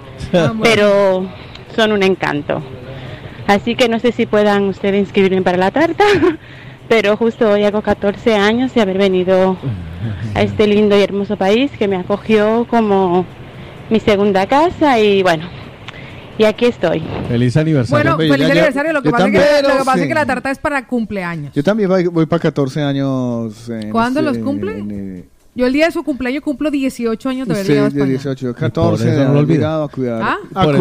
Pero son un encanto. Así que no sé si puedan ustedes inscribirme para la tarta, pero justo hoy hago 14 años de haber venido a este lindo y hermoso país que me acogió como mi segunda casa y bueno, y aquí estoy. Feliz aniversario. Bueno, feliz aniversario. Lo que pasa es que la tarta es para cumpleaños. Yo también voy para 14 años. ¿Cuándo los cumple? Yo el día de su cumpleaños cumplo 18 años de haber llegado a España. 18, 14, no lo olvidado a cuidar. ¿Ah?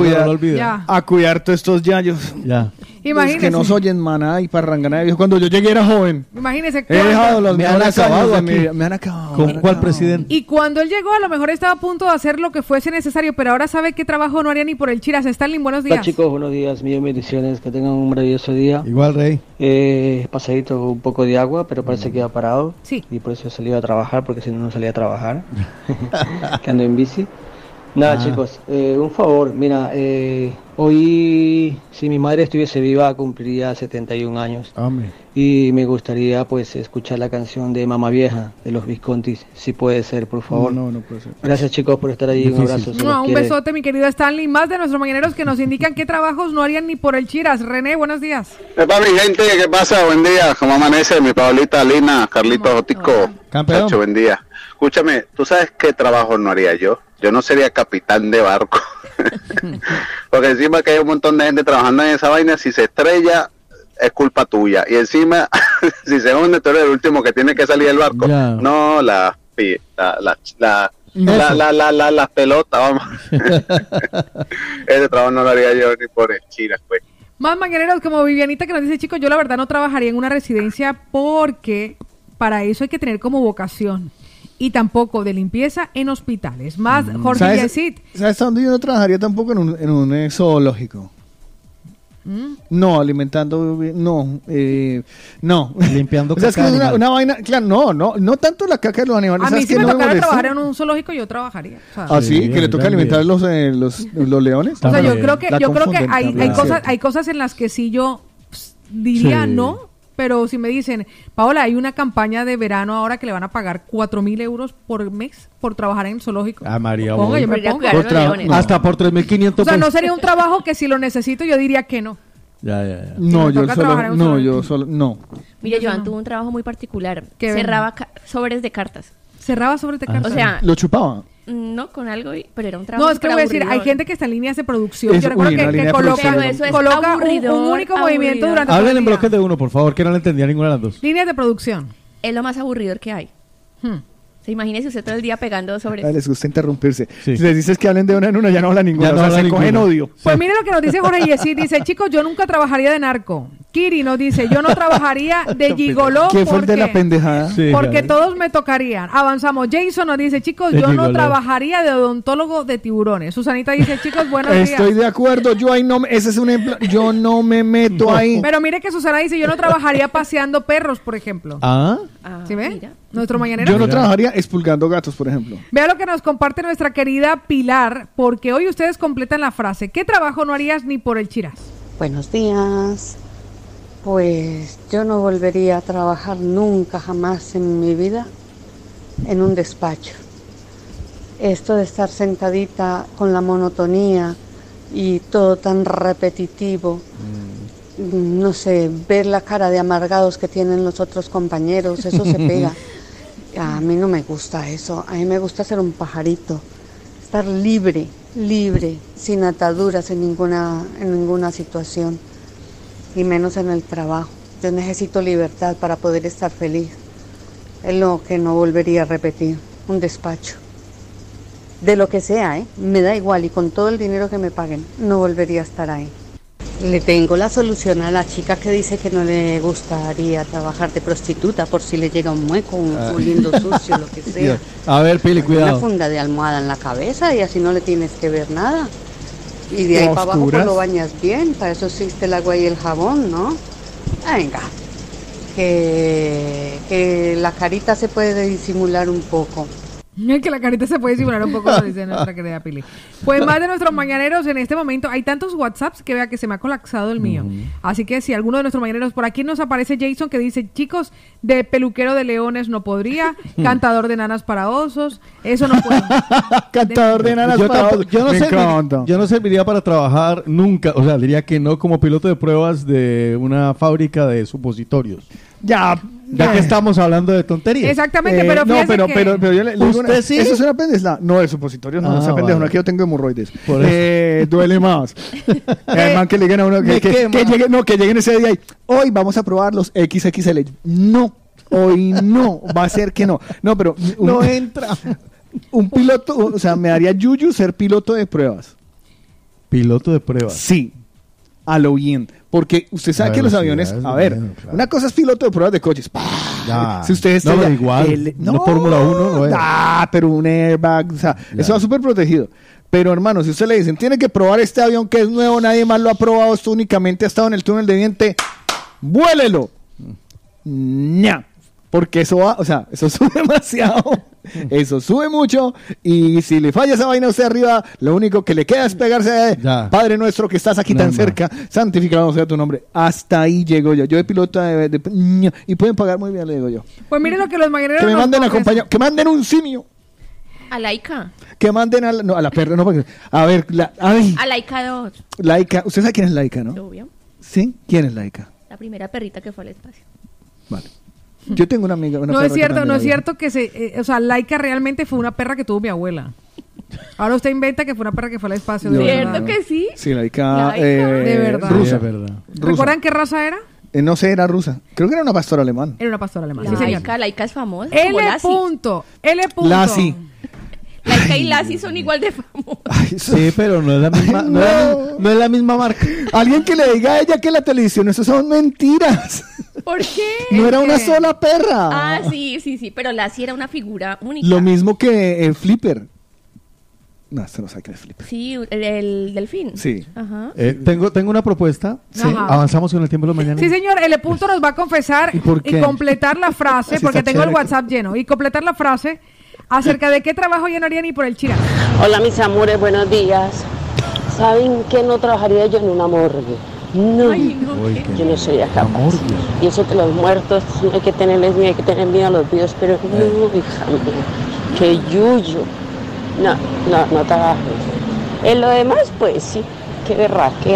A cuidar todos estos yayos. Ya. Imagínese. Que nos oyen maná y parranganá de viejo. Cuando yo llegué era joven. Imagínese. He dejado los me han acabado aquí. Me han acabado. ¿Con cuál presidente? Y cuando él llegó, a lo mejor estaba a punto de hacer lo que fuese necesario, pero ahora sabe qué trabajo no haría ni por el chiras. Stalin, buenos días. Hola chicos, buenos días. Mil bendiciones. Que tengan un maravilloso día. Igual, Rey. Pasadito un poco de agua, pero parece que ha parado. Sí. Y por eso he salido a trabajar, porque si no, no salía a trabajar. Que ando en bici. Nada, chicos, un favor, mira, hoy si mi madre estuviese viva cumpliría 71 años. Hombre. Y me gustaría pues escuchar la canción de Mamá Vieja de los Viscontis, si puede ser, por favor. No puede ser. Gracias chicos por estar ahí, un abrazo. Un besote, mi querido Stanley. Más de nuestros mañaneros que nos indican qué trabajos no harían ni por el chiras. René, buenos días. Epa, mi gente, ¿qué pasa? Buen día, ¿cómo amanece? Mi Paolita, Lina, Carlitos, Otico. Campeón. Chacho, buen día. Escúchame, ¿tú sabes qué trabajo no haría yo? Yo no sería capitán de barco. Porque encima que hay un montón de gente trabajando en esa vaina, si se estrella, es culpa tuya. Y encima, si se hunde, tú eres el último que tiene que salir del barco. Ya. No, las pelotas, vamos. Ese trabajo no lo haría yo ni por el chiras, pues. Más mañaneros como Vivianita que nos dice, chicos, yo la verdad no trabajaría en una residencia porque para eso hay que tener como vocación. Y tampoco de limpieza en hospitales. Más Jorge Yesid. ¿Sabes dónde yo no trabajaría tampoco? En un zoológico. No, alimentando, no. Limpiando caca. O sea, es que una vaina, claro, no tanto la caca de los animales. A mí si me tocara trabajar en un zoológico, yo trabajaría. O sea, sí, que le toca alimentar a los leones. O sea, yo creo que hay cosas en las que sí yo diría no. Pero si me dicen, Paola, hay una campaña de verano ahora que le van a pagar 4.000 euros por mes por trabajar en el zoológico. Ah, María, yo me pongo. Hasta por 3.500 O sea, no sería un trabajo que si lo necesito yo diría que no. Ya. No, yo solo, no. Mira, Joan tuvo un trabajo muy particular. Cerraba sobres de cartas. ¿Cerraba sobres de cartas? O sea, ¿lo chupaba? No, con algo, pero era un trabajo. No, es que voy a decir, hay gente que está en líneas de producción. Yo recuerdo que coloca un único movimiento durante. Hablen en bloques de uno, por favor, que no le entendía ninguna de las dos. Líneas de producción. Es lo más aburridor que hay. Se imagínese usted todo el día pegando sobre. Les gusta interrumpirse. Si les dices que hablen de una en una, ya no habla ninguna. Ya no se cogen odio. Pues mire lo que nos dice Jorge Yesí. Dice, chicos, yo nunca trabajaría de narco. Kiri nos dice, yo no trabajaría de gigoló. ¿Quién fue el de la pendejada? Porque todos me tocarían. Avanzamos. Jason nos dice, chicos, yo no trabajaría de odontólogo de tiburones. Susanita dice, chicos, buenos días. Estoy de acuerdo. Yo ahí no, ese es un ejemplo. Yo no me meto ahí. Pero mire que Susana dice, yo no trabajaría paseando perros, por ejemplo. ¿Sí ve? Mira. Nuestro mañanero. Yo no trabajaría expulgando gatos, por ejemplo. Vea lo que nos comparte nuestra querida Pilar, porque hoy ustedes completan la frase. ¿Qué trabajo no harías ni por el chirás? Buenos días. Pues yo no volvería a trabajar nunca, jamás en mi vida en un despacho. Esto de estar sentadita con la monotonía y todo tan repetitivo, no sé, ver la cara de amargados que tienen los otros compañeros, eso se pega. A mí no me gusta eso, a mí me gusta ser un pajarito, estar libre, sin ataduras en ninguna situación, y menos en el trabajo. Yo necesito libertad para poder estar feliz. Es lo que no volvería a repetir, un despacho. De lo que sea, me da igual, y con todo el dinero que me paguen, no volvería a estar ahí. Le tengo la solución a la chica que dice que no le gustaría trabajar de prostituta por si le llega un mueco, un lindo sucio, lo que sea. A ver, Pili, cuidado. Una funda de almohada en la cabeza y así no le tienes que ver nada. Y de ahí para abajo pues lo bañas bien, para eso existe el agua y el jabón, ¿no? Venga, que la carita se puede disimular un poco. Que la carita se puede disimular un poco, lo dice nuestra querida Pili. Pues más de nuestros mañaneros en este momento. Hay tantos WhatsApps que vea que se me ha colapsado el mío. Así que si alguno de nuestros mañaneros, por aquí nos aparece Jason que dice, chicos, de peluquero de leones no podría, cantador de nanas para osos, eso no puede. Cantador de nanas para osos. Yo no serviría para trabajar nunca, o sea, diría que no como piloto de pruebas de una fábrica de supositorios. Ya que estamos haando de tonterías. Exactamente, pero no, pero yo le digo ¿Usted sí? ¿Eso es una pendeja? No, el supositorio no, esa pendeja, no, aquí yo tengo hemorroides. Duele más. Además que le digan a uno que lleguen ese día y hoy vamos a probar los XXL. No, hoy no, va a ser que no. No, pero no entra. Un piloto, o sea, me daría yuyu ser piloto de pruebas. ¿Piloto de pruebas? Sí. A lo bien, porque usted sabe que los aviones, a ver, una cosa es piloto de pruebas de coches. Si ustedes no, igual, no Fórmula 1, no pero un airbag, o sea, eso va súper protegido. Pero hermano, si usted le dicen, tiene que probar este avión que es nuevo, nadie más lo ha probado, esto únicamente ha estado en el túnel de viento, vuélelo. Porque eso va, o sea, eso sube demasiado. Eso sube mucho y si le falla esa vaina a usted arriba, lo único que le queda es pegarse Padre nuestro que estás aquí tan cerca, santificado sea tu nombre. Hasta ahí llego yo. Yo de piloto y pueden pagar muy bien, le digo yo. Pues miren lo que los mañaneros que me manden acompañado, que manden un simio. A Laika. Que manden a la perra, no, porque, a ver, a Laika 2. Laika, usted sabe quién es Laika, ¿no? Obvio. ¿Sí? ¿Quién es Laika? La primera perrita que fue al espacio. Vale. Yo tengo una amiga. No es cierto que o sea, Laika realmente fue una perra que tuvo mi abuela. Ahora usted inventa que fue una perra que fue al espacio. ¿Cierto que sí? Sí, Laika. De verdad. Rusa. ¿Recuerdan qué raza era? No sé, era rusa. Creo que era una pastora alemana. Era una pastora alemana. Laika es famosa. L. Lassie. Laika y Lassie son igual de famosos. Sí, pero no es la misma, no es la misma marca. Alguien que le diga a ella que la televisión, eso son mentiras. ¿Por qué? No era una sola perra. Ah, sí, pero Lassie era una figura única. Lo mismo que Flipper. No, esto no sabe qué es Flipper. Sí, el delfín. Sí. Ajá. Tengo una propuesta. Sí. Avanzamos con el tiempo de los mañanas. Sí, señor. El punto nos va a confesar y completar la frase, porque tengo el WhatsApp lleno, y completar la frase acerca de qué trabajo yo no haría ni por el chira. Hola, mis amores, buenos días. ¿Saben qué no trabajaría yo en una morgue? No, yo no sería capaz. Y eso que los muertos hay que tenerles miedo, hay que tener miedo a los vivos, pero no, hija mía, que yuyo. No trabajo. En lo demás, pues sí, qué berraquera.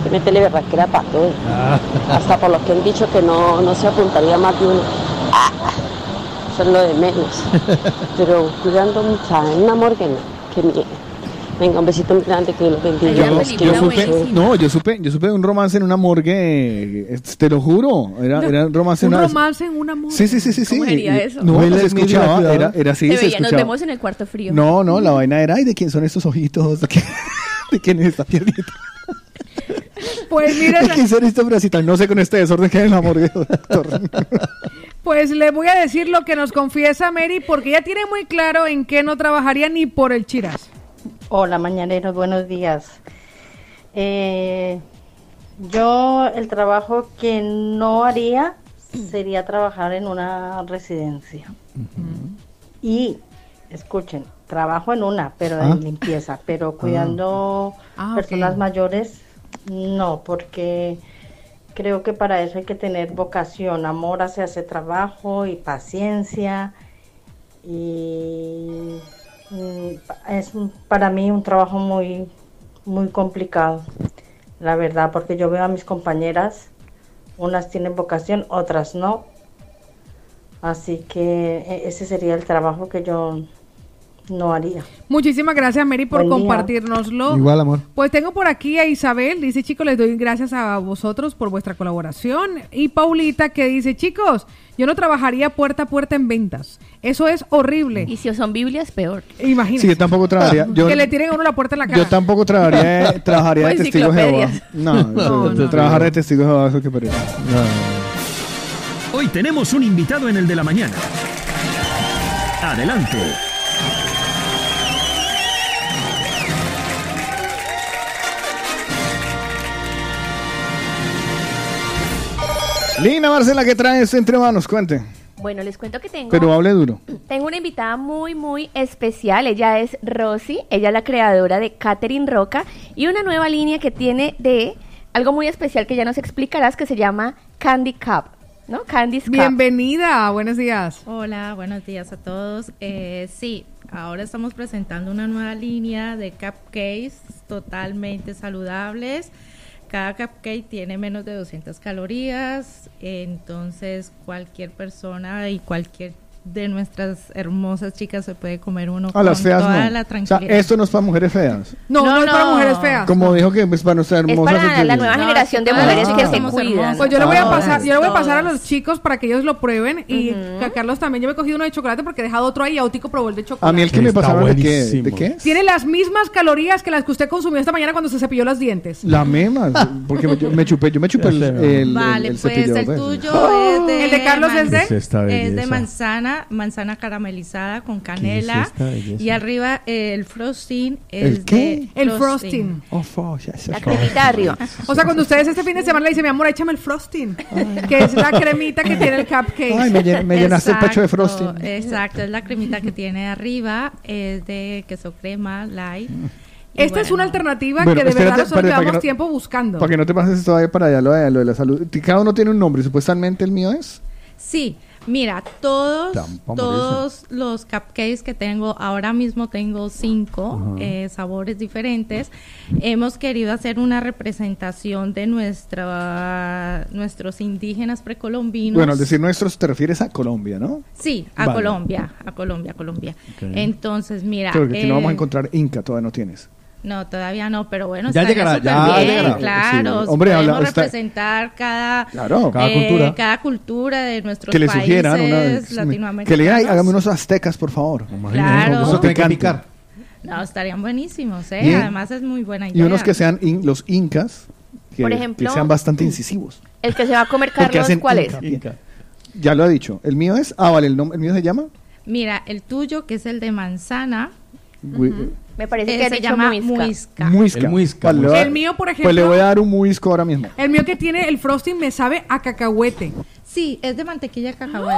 que métele berraquera para todo. Hasta por los que han dicho que no se apuntaría más de uno. Eso es lo de menos. Pero cuidando, o sea, en una morgue, no, que miedo. Venga, un besito muy grande, que los bendiga. Yo supe de un romance en una morgue, te lo juro, era un romance en una... romance en una morgue. Sí. ¿Cómo sería eso? No, se escuchaba, era así, se se veía, escuchaba. nos vemos en el cuarto frío. No, la vaina era, ¿y de quién son estos ojitos? ¿De quién es esta piernita? Pues mire, ¿de quién son estos bracitos? No sé con este desorden que hay en la morgue, doctor. Pues le voy a decir lo que nos confiesa Mary, porque ella tiene muy claro en qué no trabajaría ni por el chiras. Hola, mañaneros, buenos días. Yo el trabajo que no haría sería trabajar en una residencia. Y, escuchen, trabajo en una, pero en limpieza, pero cuidando personas mayores, no, porque creo que para eso hay que tener vocación, amor hacia ese trabajo y paciencia, y es para mí un trabajo muy, muy complicado, la verdad, porque yo veo a mis compañeras, unas tienen vocación, otras no, así que ese sería el trabajo que yo no haría. Muchísimas gracias, Mary, por compartirnoslo. Igual, amor. Pues tengo por aquí a Isabel, dice, chicos, les doy gracias a vosotros por vuestra colaboración. Y Paulita, que dice, chicos, yo no trabajaría puerta a puerta en ventas. Eso es horrible. Y si son Biblias, peor. Imagínate. Sí, yo tampoco trabajaría. Que le tiren a uno la puerta en la cara. Yo tampoco trabajaría de testigo de Jehová. No, trabajar de testigo de Jehová, eso que parece. Hoy tenemos un invitado en el de la mañana. Adelante. Lina Marcela, ¿qué traes entre manos? Cuente. Bueno, les cuento que Pero hable duro. Tengo una invitada muy, muy especial. Ella es Rosy. Ella es la creadora de Catherine Roca y una nueva línea que tiene de algo muy especial que ya nos explicarás, que se llama Candy Cup, ¿no? Candy's Cup. Bienvenida, buenos días. Hola, buenos días a todos. Sí, ahora estamos presentando una nueva línea de cupcakes totalmente saludables. Cada cupcake tiene menos de 200 calorías, entonces cualquier persona y cualquier de nuestras hermosas chicas se puede comer uno con las feas toda no. la tranquilidad. O sea, esto no es para mujeres feas. No es para mujeres feas. Como dijo que es para nuestras hermosas. Es para la nueva generación de mujeres que se cuidan. Pues yo le voy a pasar a los chicos para que ellos lo prueben y que a Carlos también. Yo me he cogido uno de chocolate porque he dejado otro ahí y Autico probó el de chocolate. A mí el que me pasaron ¿de qué? Tiene las mismas calorías que las que usted consumió esta mañana cuando se cepilló los dientes. La misma, porque yo me chupé el Vale, el pues cepillo. el tuyo es de... ¿El de Carlos es de manzana caramelizada con canela y arriba el frosting es ¿El qué? de el frosting. La cremita arriba. O sea, cuando ustedes este fin de semana le dicen, mi amor, échame el frosting, que es la cremita que tiene el cupcake. Ay, me llenaste el pecho de frosting. Exacto, es la cremita que tiene arriba, es de queso crema light. Esta es una alternativa que de verdad nosotros llevamos tiempo buscando. Para que no te pases todavía para allá lo de la salud. Cada uno tiene un nombre, supuestamente el mío es. Sí, mira, todos los cupcakes que tengo, ahora mismo tengo 5 sabores diferentes. Hemos querido hacer una representación de nuestros indígenas precolombinos. Bueno, al decir nuestros te refieres a Colombia, ¿no? Sí, a Colombia. Okay. Entonces, mira. Claro que aquí no vamos a encontrar Inca, todavía no tienes. No, todavía no, pero bueno, ya llegará, bien, claro. Sí. Hombre, podemos representar cada cultura de nuestros que le países sugieran latinoamericanos. Que le digan, hágame unos aztecas, por favor. Claro. Eso tiene que picar. No, estarían buenísimos, ¿eh? Además es muy buena idea. Y unos que sean los incas, por ejemplo, que sean bastante incisivos. El que se va a comer Carlos, ¿cuál es? Ya lo ha dicho. El mío es, vale, el mío se llama. Mira, el tuyo, que es el de manzana. Me parece que se llama muisca. El mío, por ejemplo. Pues le voy a dar un muisco ahora mismo. El mío que tiene el frosting me sabe a cacahuete. Sí, es de mantequilla de cacahuete.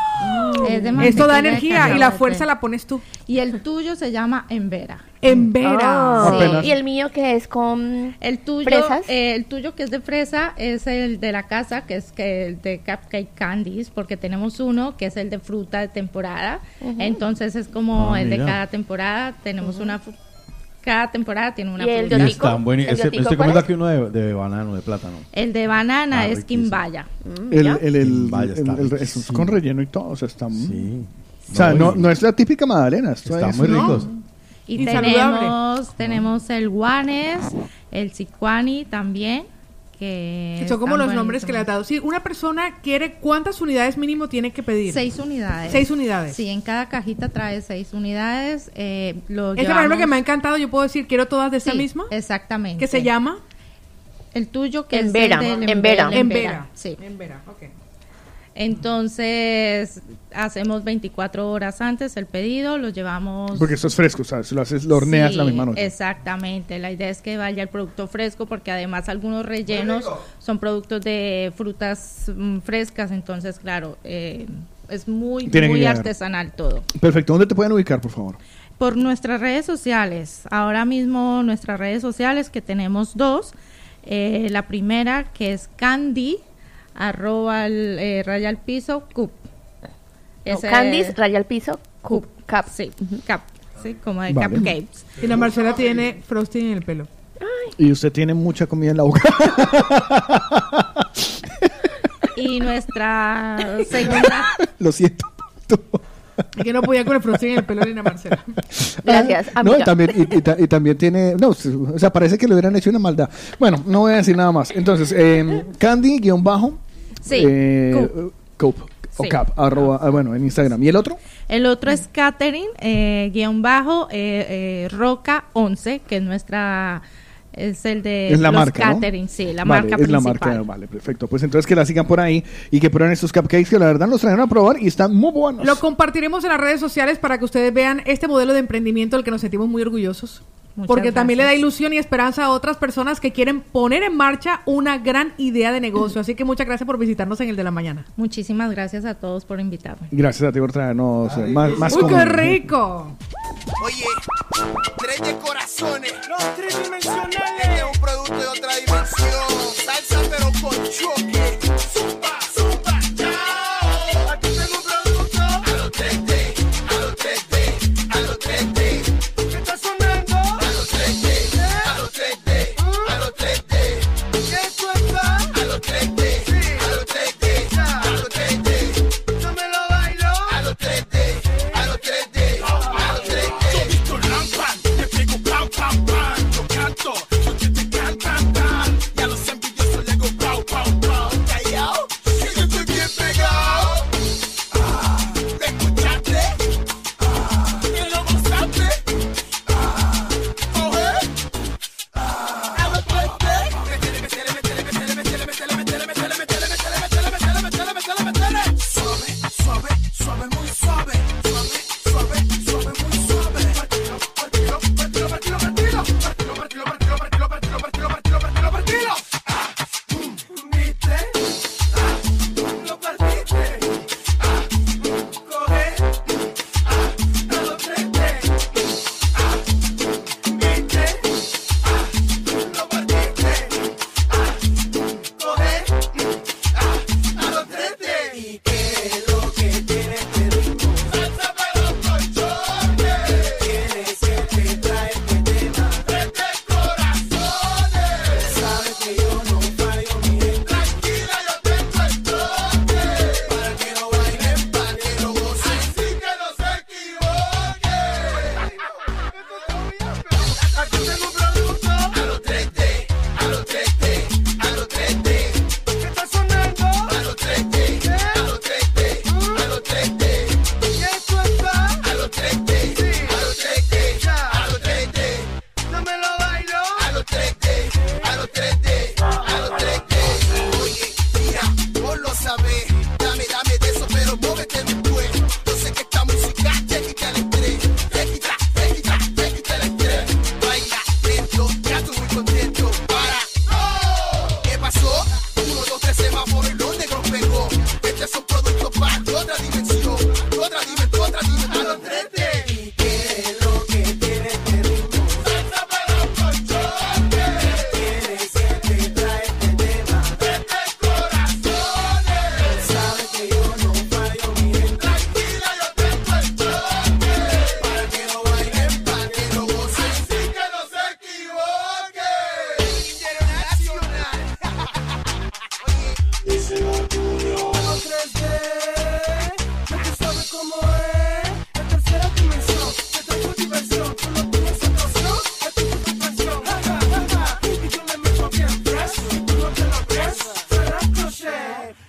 Esto da energía y la fuerza la pones tú. Y el tuyo se llama embera. Embera. Sí. Y el mío que es con fresas. El tuyo que es de fresa es el de la casa, que es el de Cupcake Candies, porque tenemos uno que es el de fruta de temporada. Entonces es como el de cada temporada. Tenemos una Cada temporada tiene una ¿Y el fruta. de Están buenísimos. Estoy comiendo aquí uno de banano, de plátano. El de banana es riquísimo. quimbaya. Es con relleno y todo, o sea, está muy... O sea, no es la típica magdalena. Está muy ricos. Y tenemos el guanes, el sicuani también. Que son como están los nombres buenísimos. que le has dado. Si una persona quiere, ¿cuántas unidades mínimo tiene que pedir? 6 unidades. 6 unidades. Sí, en cada cajita trae 6 unidades. Este, por ejemplo, que me ha encantado, yo puedo decir, quiero todas de esta misma. Exactamente. ¿Qué se llama? El tuyo, que Embera. es el del Embera. Embera. Sí. Embera, ok. Entonces, hacemos 24 horas antes el pedido, lo llevamos... Porque esto es fresco, ¿sabes? Lo horneas Sí, la misma noche. Exactamente, la idea es que vaya el producto fresco, porque además algunos rellenos son productos de frutas frescas, entonces claro, es muy artesanal todo. Perfecto, ¿dónde te pueden ubicar, por favor? Por nuestras redes sociales, ahora mismo nuestras redes sociales, que tenemos 2, la primera que es Candy, @ raya al piso, cup. Candice, raya al piso, cup. Cap, sí, cap, sí, como de Vale. cupcakes. Y la Marcela tiene frosting en el pelo. Y usted tiene mucha comida en la boca. Y nuestra segunda... Lo siento. Es que no podía con el frosting en el pelo ni la Marcela. Gracias, No, amiga. y también tiene... No, o sea, parece que le hubieran hecho una maldad. Bueno, no voy a decir nada más. Entonces, Candy, Sí, Coop. O Sí. Cap, bueno, en Instagram. ¿Y el otro? El otro es Catherine, Roca 11, que es nuestra... Es el de Es la los marca, ¿no? catering, sí, la Vale, marca es la principal. marca, vale, perfecto. Pues entonces que la sigan por ahí y que prueben estos cupcakes que la verdad los trajeron a probar y están muy buenos. Lo compartiremos en las redes sociales para que ustedes vean este modelo de emprendimiento del que nos sentimos muy orgullosos. Muchas Porque también le da gracias. ilusión y esperanza a otras personas que quieren poner en marcha una gran idea de negocio. Así que muchas gracias por visitarnos en el de la mañana. Muchísimas gracias a todos por invitarme. Gracias a ti por traernos más ¡Uy, qué comida. rico! Oye, 3 de corazones, los tridimensionales. Este es un producto de otra dimensión. Salsa pero con choque. Zumba, zumba, chao. Aquí tengo un producto. A los 3D, a los 3D, a los 3D. ¿Qué está sonando? A los 3D, a los 3D, a los 3D. ¿Qué esto está? A los 3D, a los 3D, a los 3D. Yo me lo bailo. A los 3D, a los 3D, a los 3D. Yo visto lampan, te pego pam, pam, pam. Yo canto, yo que te cantan, tan. Y a los envidiosos le hago pau, pau, pau.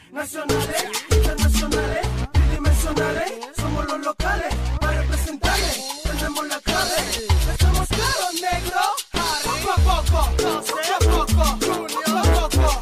nacionales, internacionales, tridimensionales, somos los locales, para representarles, tenemos la clave, estamos claros, negro, poco a poco, poco a poco, poco a poco,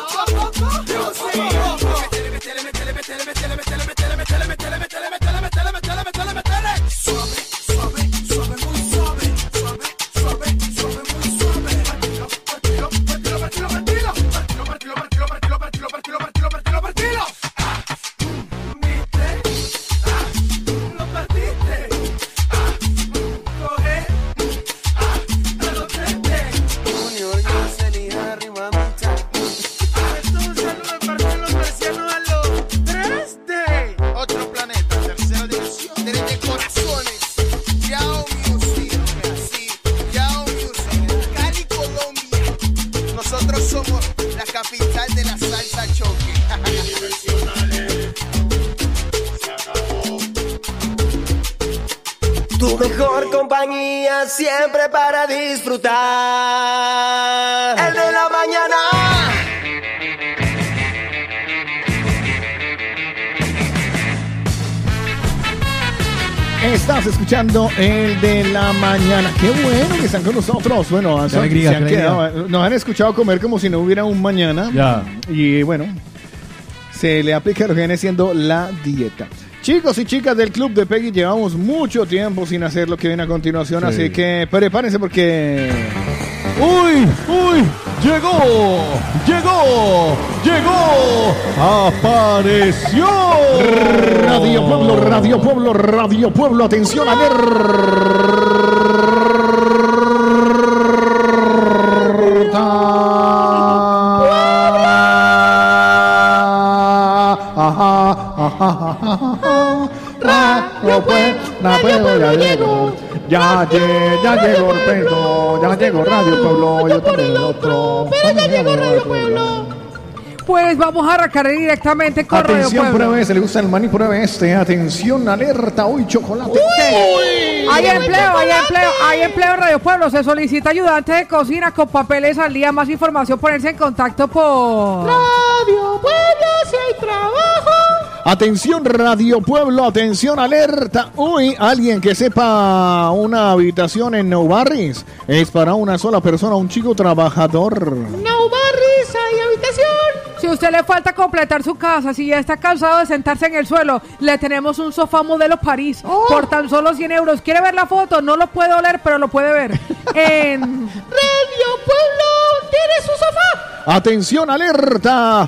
Tu mejor compañía siempre para disfrutar. El de la mañana. Estás escuchando el de la mañana. Qué bueno que están con nosotros. Bueno, Qué alegría, se han quedado, nos han escuchado comer como si no hubiera un mañana. Ya. Y bueno, se le aplica lo que viene siendo la dieta. Chicos y chicas del Club de Peggy, llevamos mucho tiempo sin hacer lo que viene a continuación, Sí. así que prepárense porque... ¡Uy! ¡Uy! ¡Llegó! ¡Llegó! ¡Llegó! ¡Apareció! Radio Pueblo, Radio Pueblo, Radio Pueblo, atención, Ya llegó el pedo, ya llegó Radio Pueblo, yo también el otro. Pero ya llegó Radio Pueblo. Pues vamos a arrancar directamente con Radio Atención, Pueblo. pruebe, se le gusta el maní, pruebe este. Atención, alerta, hoy chocolate. Hay empleo en Radio Pueblo. Se solicita ayudante de cocina con papeles al día. Más información, ponerse en contacto por Radio Pueblo, si hay trabajo. Atención, Radio Pueblo, atención, alerta. Uy, alguien que sepa una habitación en Nou Barris. Es para una sola persona, un chico trabajador. No Barris, hay habitación. Si a usted le falta completar su casa, si ya está cansado de sentarse en el suelo, le tenemos un sofá modelo París por tan solo 100 euros. ¿Quiere ver la foto? No lo puede oler, pero lo puede ver en Radio Pueblo tiene su sofá. Atención, alerta.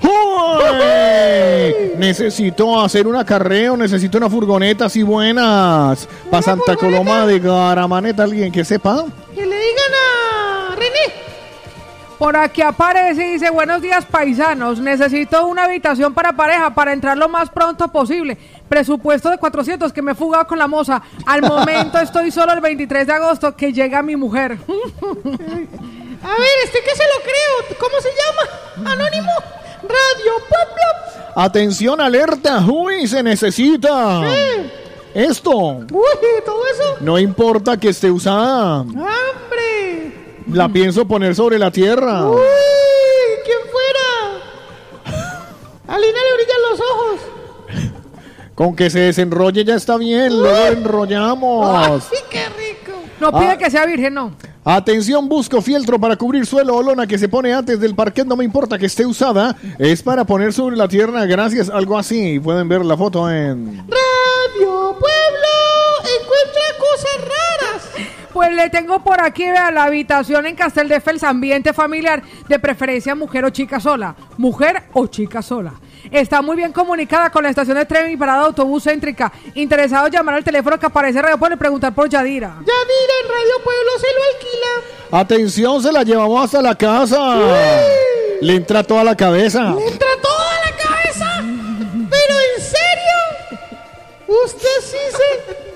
¡Uy! Necesito hacer un acarreo, necesito una furgoneta así buenas. Para Santa Coloma de Garamaneta, alguien que sepa. Que le digan a René. Por aquí aparece y dice: buenos días, paisanos, necesito una habitación para pareja para entrar lo más pronto posible. Presupuesto de 400, que me he fugado con la moza. Al momento estoy solo el 23 de agosto, que llega mi mujer. A ver, que se lo creo. ¿Cómo se llama? Anónimo. Radio Pueblo. Atención, alerta. Uy, se necesita. Esto. Uy, todo eso. No importa que esté usada. ¡Hombre! La pienso poner sobre la tierra. ¡Uy! ¿Quién fuera? A Lina le brillan los ojos. Con que se desenrolle ya está bien. Luego enrollamos. ¡Ay, qué rico! No pide que sea virgen, no. Atención, busco fieltro para cubrir suelo o lona que se pone antes del parquet. No me importa que esté usada. Es para poner sobre la tierra. Gracias, algo así. Pueden ver la foto en... Radio Pueblo encuentra cosas raras. Pues le tengo por aquí, vea, la habitación en Casteldefels, ambiente familiar, de preferencia mujer o chica sola. Mujer o chica sola. Está muy bien comunicada con la estación de tren y parada de autobús céntrica. Interesados, llamar al teléfono que aparece en Radio Pueblo y preguntar por Yadira. Yadira en Radio Pueblo se lo alquila. Atención, se la llevamos hasta la casa. Le entra toda la cabeza. ¿Le entra toda la cabeza? ¿Pero en serio? Usted sí se...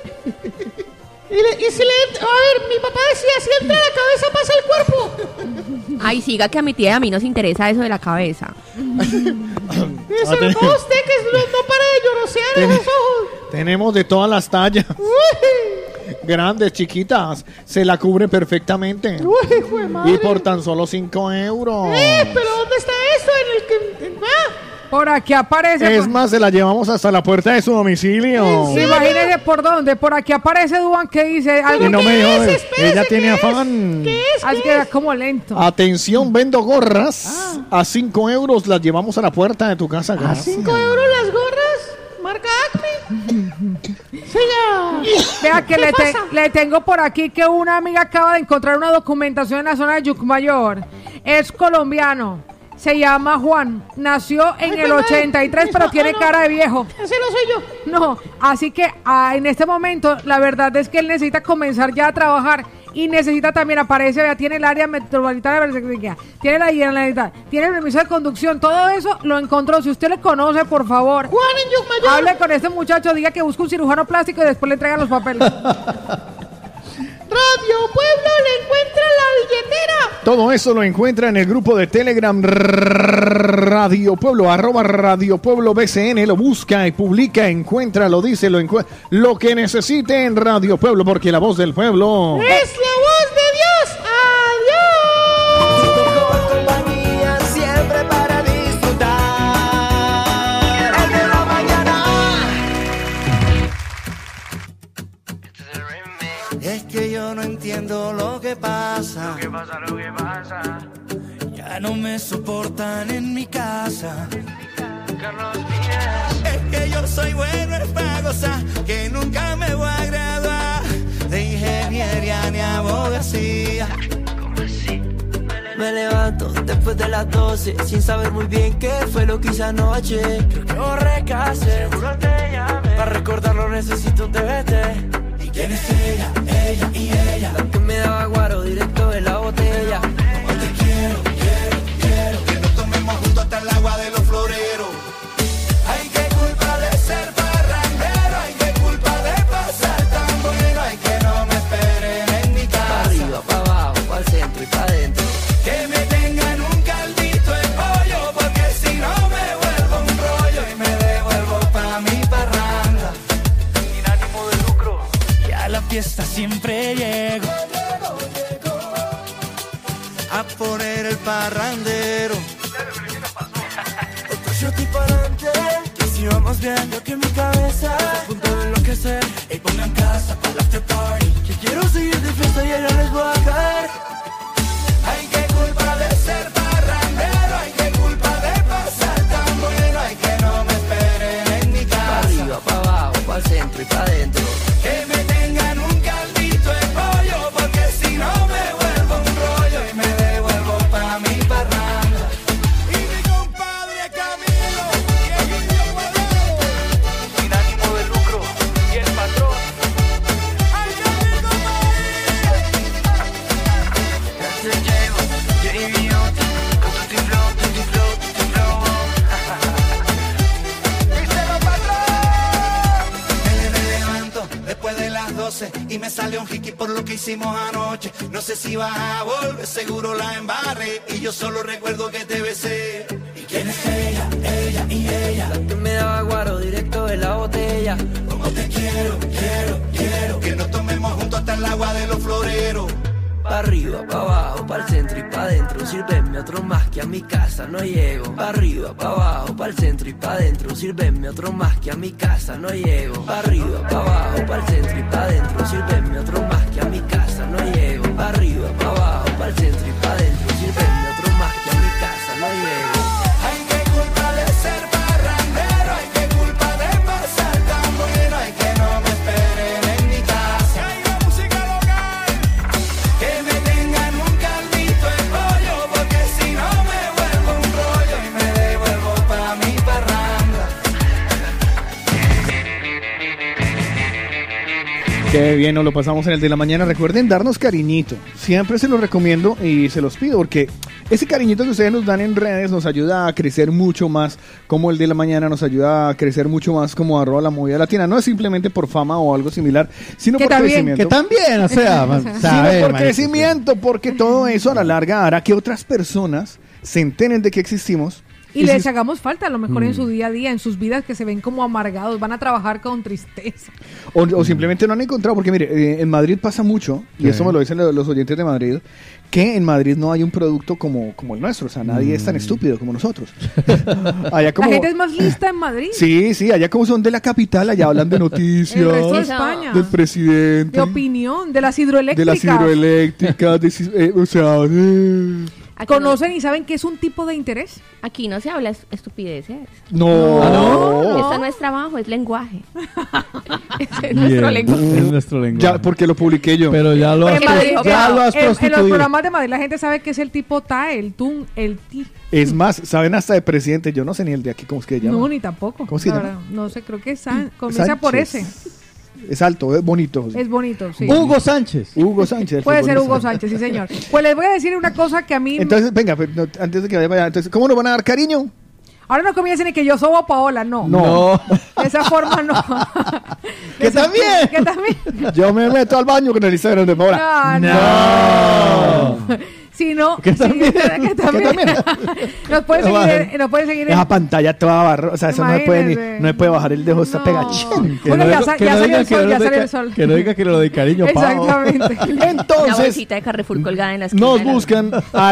Y si le... A ver, mi papá decía, si entra la cabeza pasa el cuerpo. Ay, siga, que a mi tía y a mí nos interesa eso de la cabeza. Eso no, usted que no para de llorosear en los ojos. Tenemos de todas las tallas. Uy. Grandes, chiquitas. Se la cubre perfectamente. Uy, fue madre. Y por tan solo 5 euros. ¿Pero dónde está eso? En el que... Por aquí aparece. Es más, se la llevamos hasta la puerta de su domicilio. Sí, imagínese por dónde. Por aquí aparece Duan que dice. Y no me dijo, ella tiene afán. ¿Qué es? Así que como lento. Atención, vendo gorras. A 5 euros las llevamos a la puerta de tu casa. ¿A 5 euros las gorras? Marca Acme. Vea que le tengo por aquí que una amiga acaba de encontrar una documentación en la zona de Yucmayor. Es colombiano. Se llama Juan, nació en el 83, pero tiene cara de viejo. Ese no soy yo. No, así que en este momento la verdad es que él necesita comenzar ya a trabajar y necesita también, aparece, ya tiene el área metropolitana, tiene la generalidad, tiene el permiso de conducción, todo eso lo encontró. Si usted le conoce, por favor, Juan en Yucmayor, hable con este muchacho, diga que busca un cirujano plástico y después le entregan los papeles. Radio Pueblo le encuentra la billetera. Todo eso lo encuentra en el grupo de Telegram Radio Pueblo, @Radio Pueblo BCN. Lo busca y publica, encuentra, lo dice, lo que necesite en Radio Pueblo, porque la voz del pueblo es la voz de Dios. Adiós. Tu mejor compañía siempre para disfrutar. El de la mañana. Es que yo no entiendo lo que pasa. Lo que pasa. Ya no me soportan en mi casa. Carlos Díaz. Es que yo soy bueno en gozar, que nunca me voy a graduar de ingeniería ni abogacía. ¿Cómo así? Me levanto después de las 12 sin saber muy bien qué fue lo que hice anoche. Creo que borré casé, seguro te llamé. Para recordarlo necesito un TBT. ¿Quién es ella? Ella y ella. La que me daba guaro directo de la botella. Como te quiero. Que nos tomemos juntos hasta el agua de los floreros. Ay, qué culpa de ser parrandero. Ay, qué culpa de pasar tan bueno. Ay, que no me esperen en mi casa. Pa' arriba, pa' abajo, pa' el centro y pa' adentro. Que me tengan un caldito de pollo. Porque si no me vuelvo un rollo. Y me devuelvo pa' mi parranda. Sin ánimo de lucro. Y a la fiesta siempre llego a poner el parrandero. Otro shot y pa'lante, que si vamos viendo que mi cabeza está a punto de enloquecer. Y pongan casa para el after party, que quiero seguir de fiesta y ya les voy a caer. Ay, qué culpa de ser parrandero. Ay, qué culpa de pasar tan bueno. Ay, que no me esperen en mi casa. Pa' arriba, pa' abajo, pa' el centro y pa' adentro. Que me tengan un caldito de pollo, porque si no me vuelvo un rollo y me devuelvo pa' mi parranda. Y mi compadre Camilo, y el Guillo Guardado, sin ánimo de lucro, y el patrón. ¡Ay, qué rico maíz! Ya te llevo, J.B. con Tutti Flow, Tutti Flow, Tutti Flow. ¡Díselo, patrón! Me levanto después de las 12 y me sale un hiki por lo que hicimos anoche. No sé si vas a volver, seguro la embarré y yo solo recuerdo que te besé. ¿Y quién es ella? Ella y ella. La que me daba guaro directo de la botella. Como te quiero, que nos tomemos juntos hasta el agua de los floreros. Pa' arriba, pa' abajo, pa' el centro y pa' adentro. Sírveme otro más que a mi casa no llego. Pa' arriba, pa' abajo, pa' el centro y pa' adentro. Sírveme otro más que a mi casa no llego. Pa' arriba, pa' abajo, pa' el centro y pa' adentro. Sírveme otro más que a mi casa no llego. Pa' arriba, pa' abajo, pa' el centro y pa' adentro. Sírveme otro más que a mi casa no llego. Ay, qué culpa de ser parrandero. Ay, qué culpa de pasar tan bueno. Ay, que no me esperen en mi casa. Ay, la música local. Que me tengan un caldito de pollo, porque si no me vuelvo un rollo y me devuelvo pa' mi parranda. Qué bien, nos lo pasamos en el de la mañana. Recuerden darnos cariñito. Siempre se los recomiendo y se los pido porque ese cariñito que ustedes nos dan en redes nos ayuda a crecer mucho más, como el de la mañana nos ayuda a crecer mucho más como @la movida latina. No es simplemente por fama o algo similar, sino por crecimiento. Que también, o sea, sino por crecimiento, porque todo eso a la larga hará que otras personas se enteren de que existimos Y les hagamos falta a lo mejor en su día a día, en sus vidas que se ven como amargados, van a trabajar con tristeza. O simplemente no han encontrado, porque mire, en Madrid pasa mucho, y eso me lo dicen los oyentes de Madrid, que en Madrid no hay un producto como el nuestro, o sea, nadie es tan estúpido como nosotros. Allá como, la gente es más lista en Madrid. Sí, allá como son de la capital, allá hablan de noticias, el resto de España, del presidente, de opinión, de las hidroeléctricas. O sea... ¿Conocen y saben que es un tipo de interés? Aquí no se habla estupideces. No. Eso no es trabajo, es lenguaje. Es nuestro lenguaje. Es nuestro lenguaje. Ya, porque lo publiqué yo. Pero ya lo has prostituido. En los programas de Madrid la gente sabe que es el tipo ta, el tun, el ti. Es más, saben hasta de presidente. Yo no sé ni el de aquí cómo es que se llama. No, ni tampoco. ¿Cómo se llama? No sé, creo que comienza por ese. Es alto, es bonito. José. Es bonito, sí. Hugo Sánchez. Puede ser Hugo Sánchez, sí, señor. Pues les voy a decir una cosa que a mí... Entonces, venga, antes de que vaya, entonces, ¿cómo nos van a dar cariño? Ahora no comiencen ni que yo soy Paola, no. De esa forma no. ¿Que también? Yo me meto al baño con el Instagram de Paola. No. Si no, ¿Qué también? Nos pueden seguir esa pantalla toda barro, o sea, eso no se puede bajar el dejo, está pegachín. Bueno, ya salió el sol. Que no diga que lo de cariño, exactamente. Entonces, una bolsita de Carrefour colgada en la esquina. Nos buscan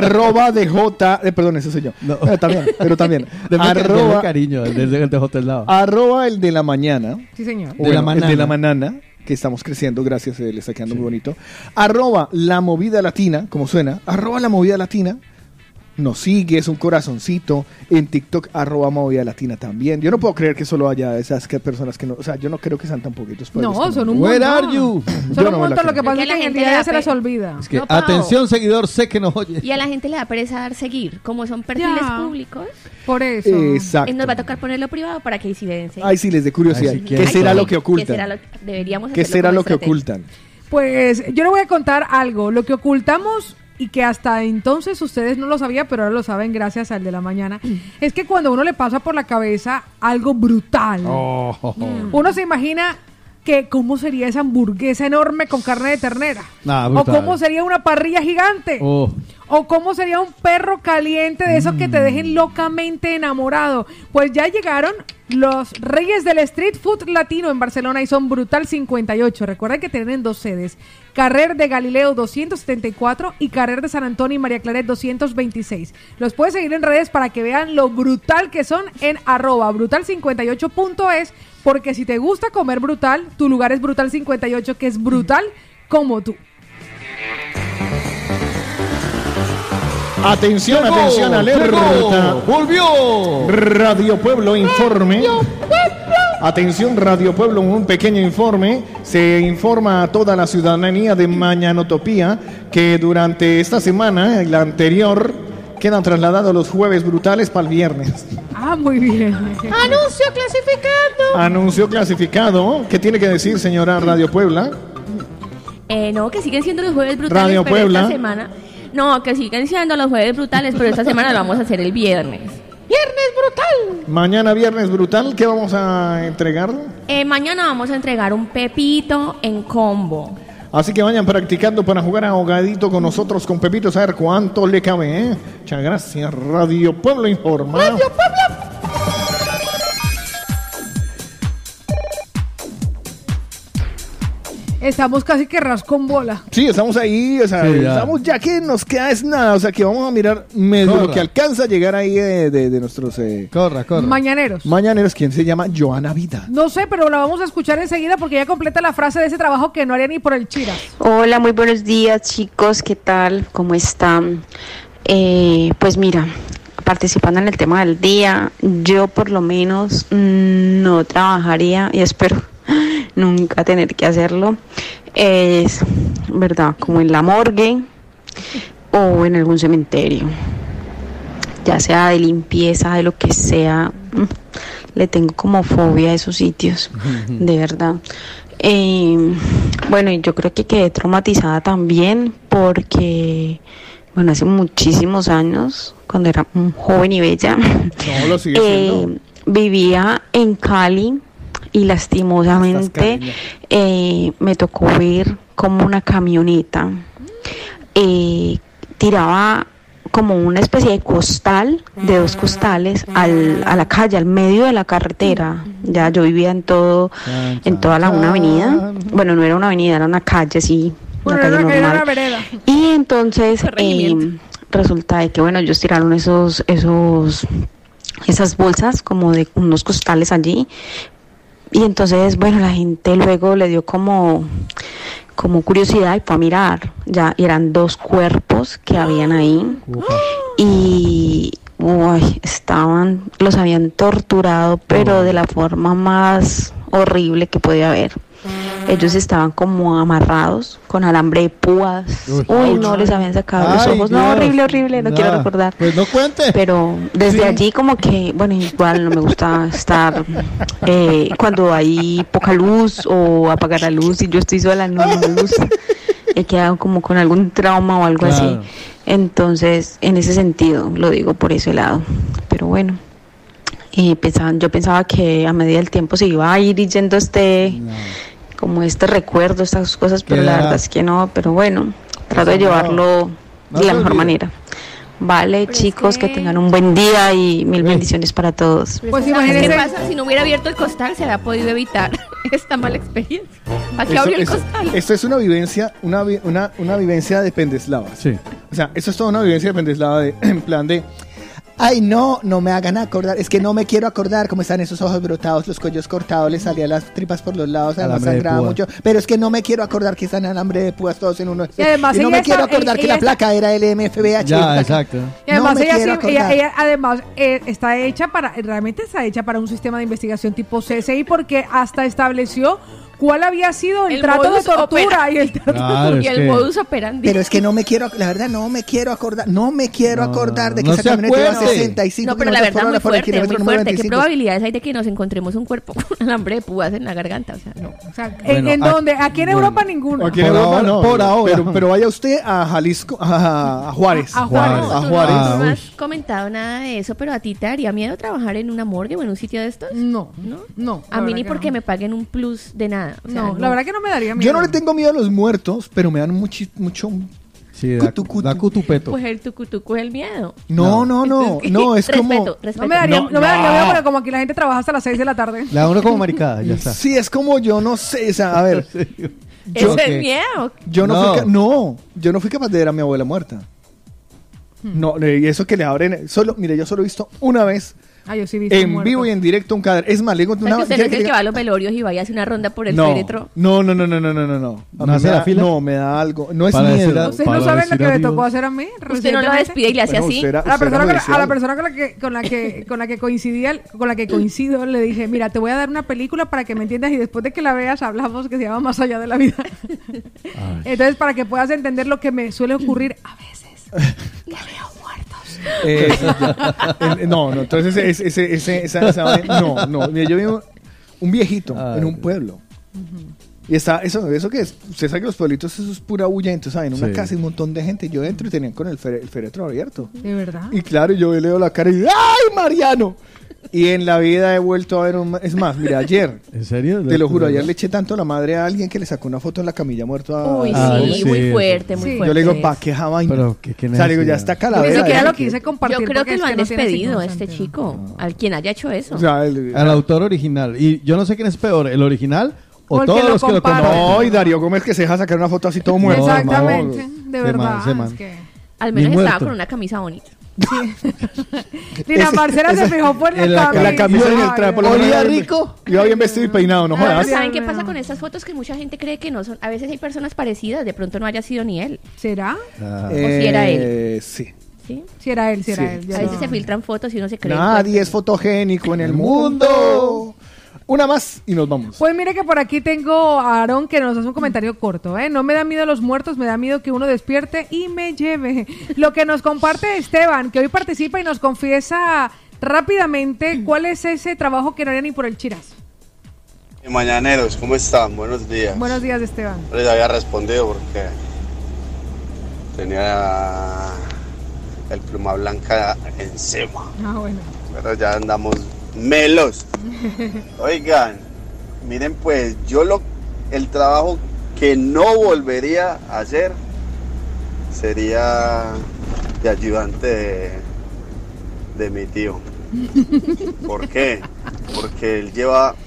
perdón, ese soy yo. No. Pero también. Arroba cariño, el de DJ al lado. Arroba el de la mañana. Sí, señor. El de la manana. Que estamos creciendo, gracias, le está quedando muy bonito. Arroba la movida latina, como suena, arroba la movida latina. Nos sigue, es un corazoncito. En TikTok, arroba movida latina también. Yo no puedo creer que solo haya esas personas que no, o sea, yo no creo que sean tan poquitos. No, son un montón. Where are you? Son un montón, lo que pasa es que en el día se les olvida. Es que, atención seguidor, sé que nos oye. Y a la gente le da pereza dar seguir, como son perfiles públicos. Por eso. Exacto. Nos va a tocar ponerlo privado para que incidencien. Ay, sí, les dé curiosidad. ¿Qué será lo que ocultan? ¿Qué será lo que ocultan? Pues yo le voy a contar algo. Lo que ocultamos, y que hasta entonces ustedes no lo sabían, pero ahora lo saben gracias al de la mañana, es que cuando uno le pasa por la cabeza algo brutal, uno se imagina que cómo sería esa hamburguesa enorme con carne de ternera, o cómo sería una parrilla gigante, o cómo sería un perro caliente de esos que te dejen locamente enamorado. Pues ya llegaron los reyes del street food latino en Barcelona y son Brutal 58. Recuerden que tienen 2 sedes, Carrer de Galileo 274 y Carrer de San Antonio y María Claret 226. Los puedes seguir en redes para que vean lo brutal que son en @brutal58.es, porque si te gusta comer brutal, tu lugar es Brutal 58, que es brutal como tú. Atención, alerta. Volvió. Radio Pueblo informe. Atención, Radio Pueblo, un pequeño informe. Se informa a toda la ciudadanía de Mañanotopía que durante esta semana y la anterior quedan trasladados los jueves brutales para el viernes. Muy bien. Anuncio clasificado. ¿Qué tiene que decir, señora Radio Puebla? No, que siguen siendo los jueves brutales, Radio pero Puebla. Esta semana... No, que siguen siendo los jueves brutales, pero esta semana lo vamos a hacer el viernes. ¡Viernes brutal! Mañana viernes brutal, ¿qué vamos a entregar? Mañana vamos a entregar un pepito en combo. Así que vayan practicando para jugar ahogadito con nosotros, con Pepito, a ver cuánto le cabe, ¿eh? Muchas gracias, Radio Pueblo informa. ¡Radio Pueblo! Estamos casi que ras con bola. Sí, estamos ahí, o sea, sí, estamos ya que nos queda es nada, o sea, que vamos a mirar medio lo que alcanza a llegar ahí de nuestros... Corra. Mañaneros. ¿Quién se llama? Joana Vida. No sé, pero la vamos a escuchar enseguida porque ya completa la frase de ese trabajo que no haría ni por el Chiras. Hola, muy buenos días, chicos, ¿qué tal? ¿Cómo están? Pues mira, participando en el tema del día, yo por lo menos no trabajaría y espero nunca tener que hacerlo, es verdad, como en la morgue o en algún cementerio, ya sea de limpieza, de lo que sea. Le tengo como fobia a esos sitios, de verdad. Bueno, yo creo que quedé traumatizada también porque, bueno, hace muchísimos años, cuando era joven y bella, vivía en Cali. Y lastimosamente me tocó ver como una camioneta tiraba como una especie de costal, de 2 costales, a la calle, al medio de la carretera. Ya yo vivía en toda una avenida. Bueno, no era una avenida, era una calle, sí, una calle normal. Era una vereda. Y entonces resulta de que, bueno, ellos tiraron esas bolsas como de unos costales allí. Y entonces, bueno, la gente luego le dio como curiosidad y fue a mirar. Ya eran 2 cuerpos que habían ahí. Y los habían torturado, pero de la forma más horrible que podía haber. Ellos estaban como amarrados con alambre de púas. No les habían sacado los ojos. No, horrible, no quiero recordar. Pues no cuente. Pero desde allí como que, bueno, igual no me gusta estar cuando hay poca luz o apagar la luz y yo estoy sola, no me gusta. He quedado como con algún trauma o algo así. Entonces, en ese sentido, lo digo por ese lado. Pero bueno. Yo pensaba que a medida del tiempo se iba a ir yendo como este recuerdo, estas cosas, pero la verdad es que no, pero bueno, trato de llevarlo de la mejor manera. Vale, chicos, que tengan un buen día y mil bendiciones para todos. Pues imagínense, ¿qué pasa? Si no hubiera abierto el costal, se había podido evitar esta mala experiencia. ¿Para qué abrió el costal? Esto es una vivencia, una vivencia de Pendeslava. Sí. O sea, esto es toda una vivencia de Pendeslava en plan de... Ay, no me hagan acordar, es que no me quiero acordar cómo están esos ojos brotados, los cuellos cortados, les salían las tripas por los lados, además sangraba mucho, pero es que no me quiero acordar que están alambre de púas todos en uno. Y además no me quiero acordar que la placa era LMFBH. Ya, exacto. Y además ella además realmente está hecha para un sistema de investigación tipo CSI porque hasta estableció cuál había sido el trato de tortura y el modus operandi. Pero es que la verdad no me quiero acordar de que esa camioneta iba a 65 No, pero la verdad muy fuerte. ¿Qué probabilidades hay de que nos encontremos un cuerpo con alambre de púas en la garganta? O sea, no. O sea, ¿en dónde? Aquí en Europa ninguno. Aquí en Europa no. Por ahora. Pero vaya usted a Jalisco, a Juárez. A Juárez. No has comentado nada de eso, pero ¿a ti te daría miedo trabajar en una morgue o en un sitio de estos? No. A mí ni porque me paguen un plus de nada. O sea, la verdad que no me daría miedo. Yo no le tengo miedo a los muertos, pero me dan mucho sí, da cutupeto. Pues el tucutucu es el miedo. No, es como... Respeto. No me daría miedo porque como aquí la gente trabaja hasta las 6 de la tarde. Le da uno como maricada, ya está. Sí, es como yo no sé, o sea, a ver. ¿Ese es miedo? Yo no fui capaz de ver a mi abuela muerta. No, y eso que le abren... Mire, yo solo he visto una vez... yo sí he visto en vivo y en directo un cadáver. Es más, le digo una... ¿Usted no es el que va a los velorios y vaya a hacer una ronda por el féretro? No. ¿No hace la fila? No, me da algo. No es miedo. ¿Usted no sabe lo que me tocó hacer a mí? Usted no lo despide y le hace así. A la persona con la que coincido le dije, mira, te voy a dar una película para que me entiendas y después de que la veas hablamos, que se llama Más allá de la vida. Entonces, para que puedas entender lo que me suele ocurrir a veces. Que veo muertos. Entonces esa no. Mira, yo vi un viejito en un pueblo. Y está, eso que es, usted sabe que los pueblitos eso es pura bulla, entonces ¿saben? Una casa y un montón de gente, yo entro y tenían con el féretro abierto. ¿De verdad? Y claro, yo le leo la cara y ¡ay, Mariano! Y en la vida he vuelto a ver es más, mira, ayer. ¿En serio? Te lo juro, ayer le eché tanto a la madre a alguien que le sacó una foto en la camilla muerto a... Uy, sí, muy fuerte. Yo le digo, ¿pa' qué vaina? Pero, o sea, le digo, ya está calavera. Ni siquiera lo quise compartir. Yo creo que lo han despedido a este chico, al quien haya hecho eso. O sea, al autor original. Y yo no sé quién es peor, el original o todos los que lo comparten. No, y Darío Gómez que se deja sacar una foto así todo muerto. Exactamente, de verdad. Al menos estaba con una camisa bonita. Sí. Mira, Marcela se fijó por la camisa y el traje. Olía rico. Iba bien vestido y peinado, no jodas. ¿Saben qué pasa con estas fotos? Que mucha gente cree que no son. A veces hay personas parecidas, de pronto no haya sido ni él. ¿Será? ¿O si era él? Sí. ¿Sí? Si era él. A veces se filtran fotos y uno se cree. Nadie es fotogénico en el mundo. Una más y nos vamos. Pues mire que por aquí tengo a Aarón que nos hace un comentario corto. No me da miedo los muertos, me da miedo que uno despierte y me lleve. Lo que nos comparte Esteban, que hoy participa y nos confiesa rápidamente cuál es ese trabajo que no haría ni por el chiras. Mañaneros, ¿cómo están? Buenos días. Buenos días, Esteban. No les había respondido porque tenía el pluma blanca encima. Bueno. Pero ya andamos melos. Oigan, miren pues, el trabajo que no volvería a hacer sería de ayudante de mi tío. ¿Por qué? Porque él lleva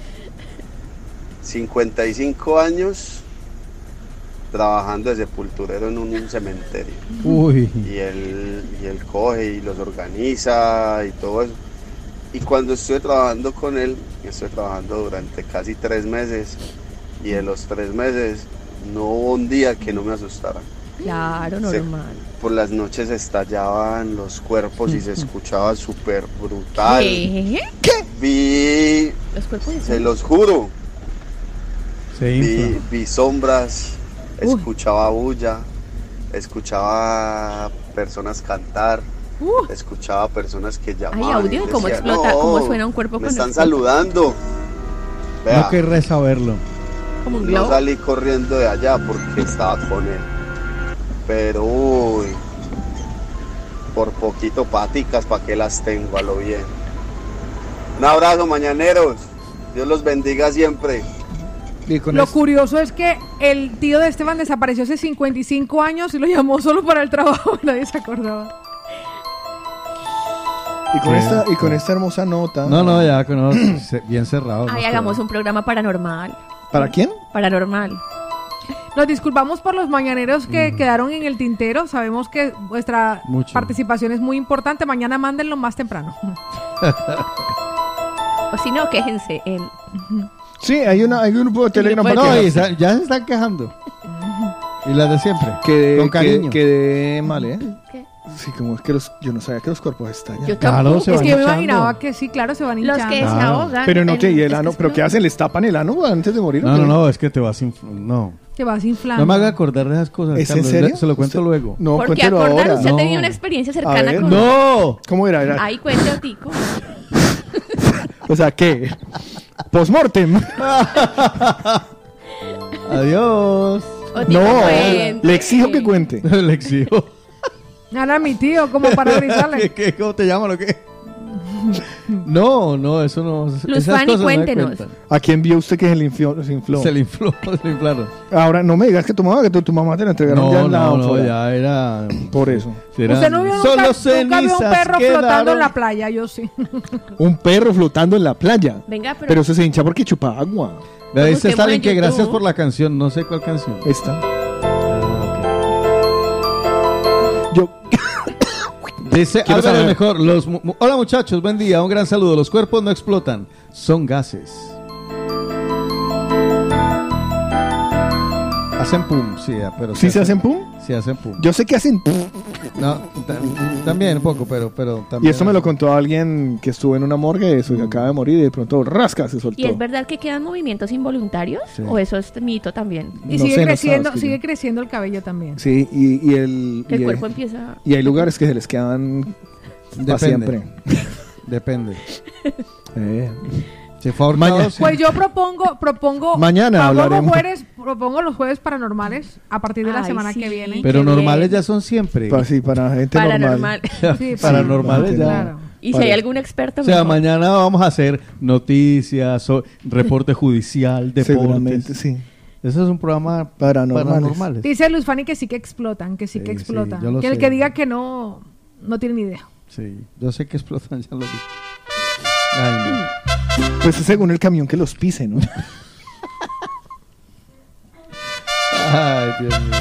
55 años trabajando de sepulturero en un cementerio. Uy. Y él coge y los organiza y todo eso. Y cuando estuve trabajando con él, estuve trabajando durante casi 3 meses, y de los 3 meses no hubo un día que no me asustara. Claro, normal. Por las noches estallaban los cuerpos y se escuchaba súper brutal. Vi, ¿Los cuerpos? se los juro, vi sombras, escuchaba bulla, escuchaba personas cantar, escuchaba personas que llamaban. Hay audio de cómo explota, cómo suena un cuerpo. Me están saludando. Vea, no querré saberlo. Como un globo. No salí corriendo de allá porque estaba con él. Pero uy, por poquito paticas, ¿para qué las tengo a lo bien? Un abrazo, mañaneros. Dios los bendiga siempre. Lo curioso es que el tío de Esteban desapareció hace 55 años y lo llamó solo para el trabajo. Nadie se acordaba. Y con esta hermosa nota. No, ya bien cerrado. Ay, hagamos un programa paranormal. ¿Para quién? Paranormal. Nos disculpamos por los mañaneros que quedaron en el tintero. Sabemos que vuestra participación es muy importante. Mañana mándenlo más temprano. O si no, quéjense en... Sí, hay un grupo de Telegram. No, ya se están quejando. Y las de siempre. Con cariño. Quedé mal, ¿eh? ¿Qué? Sí, como es que yo no sabía que los cuerpos estallan. Es que yo me imaginaba que sí, claro, se van hinchando. Los que se ahogan. Pero no y el ano, ¿pero qué hacen? ¿Les tapan el ano antes de morir? No, es que te vas inflando. Te vas inflando. No me haga acordar de esas cosas. ¿Es en serio? Se lo cuento luego. No, porque cuéntelo ahora. Usted tenía una experiencia cercana con... ¡No! ¿Cómo era? Ahí cuente a Tico. O sea, ¿qué? Postmortem. Adiós. No, le exijo que cuente. Le exijo. Ahora mi tío, como para avisarle. ¿Cómo te llaman o qué? No, eso no. Luz Fanny, cuéntenos. ¿A quién vio usted que se le infló? Se le inflaron. Ahora, no me digas que tu mamá te la entregaron ya en la No, ya era. Por eso. ¿Usted no vio nunca vio un perro flotando en la playa? Yo sí. Un perro flotando en la playa. Venga, pero eso se hincha porque chupa agua. Dice Stalin que gracias por la canción. No sé cuál canción. Esta. Dice Álvaro mejor. Hola muchachos, buen día, un gran saludo. Los cuerpos no explotan, son gases. Hacen pum, sí, pero... ¿Sí se hacen pum? Sí, hacen pum. Yo sé que hacen pum. No, también un poco, pero también... Y esto me lo contó alguien que estuvo en una morgue, eso que acaba de morir y de pronto rasca, se soltó. ¿Y es verdad que quedan movimientos involuntarios? Sí. ¿O eso es mito también? Y no sigue creciendo el cabello también. Sí, y el cuerpo empieza... Y hay lugares que se les quedan para siempre. Depende. Pues yo propongo mañana hablaremos. Propongo los jueves paranormales a partir de la semana que viene. Pero normales ya son siempre. Sí, para gente normal. Sí, paranormales ya. Claro. Y si hay algún experto. O sea, mañana vamos a hacer noticias, reporte judicial, deportes. Sí. Eso es un programa paranormales. Dice Luz Fanny que sí que explotan, que explotan. Sí, que el que diga que no tiene ni idea. Sí, yo sé que explotan, ya lo dije. Ay, no. Pues es según el camión que los pise, ¿no? Ay, Dios mío.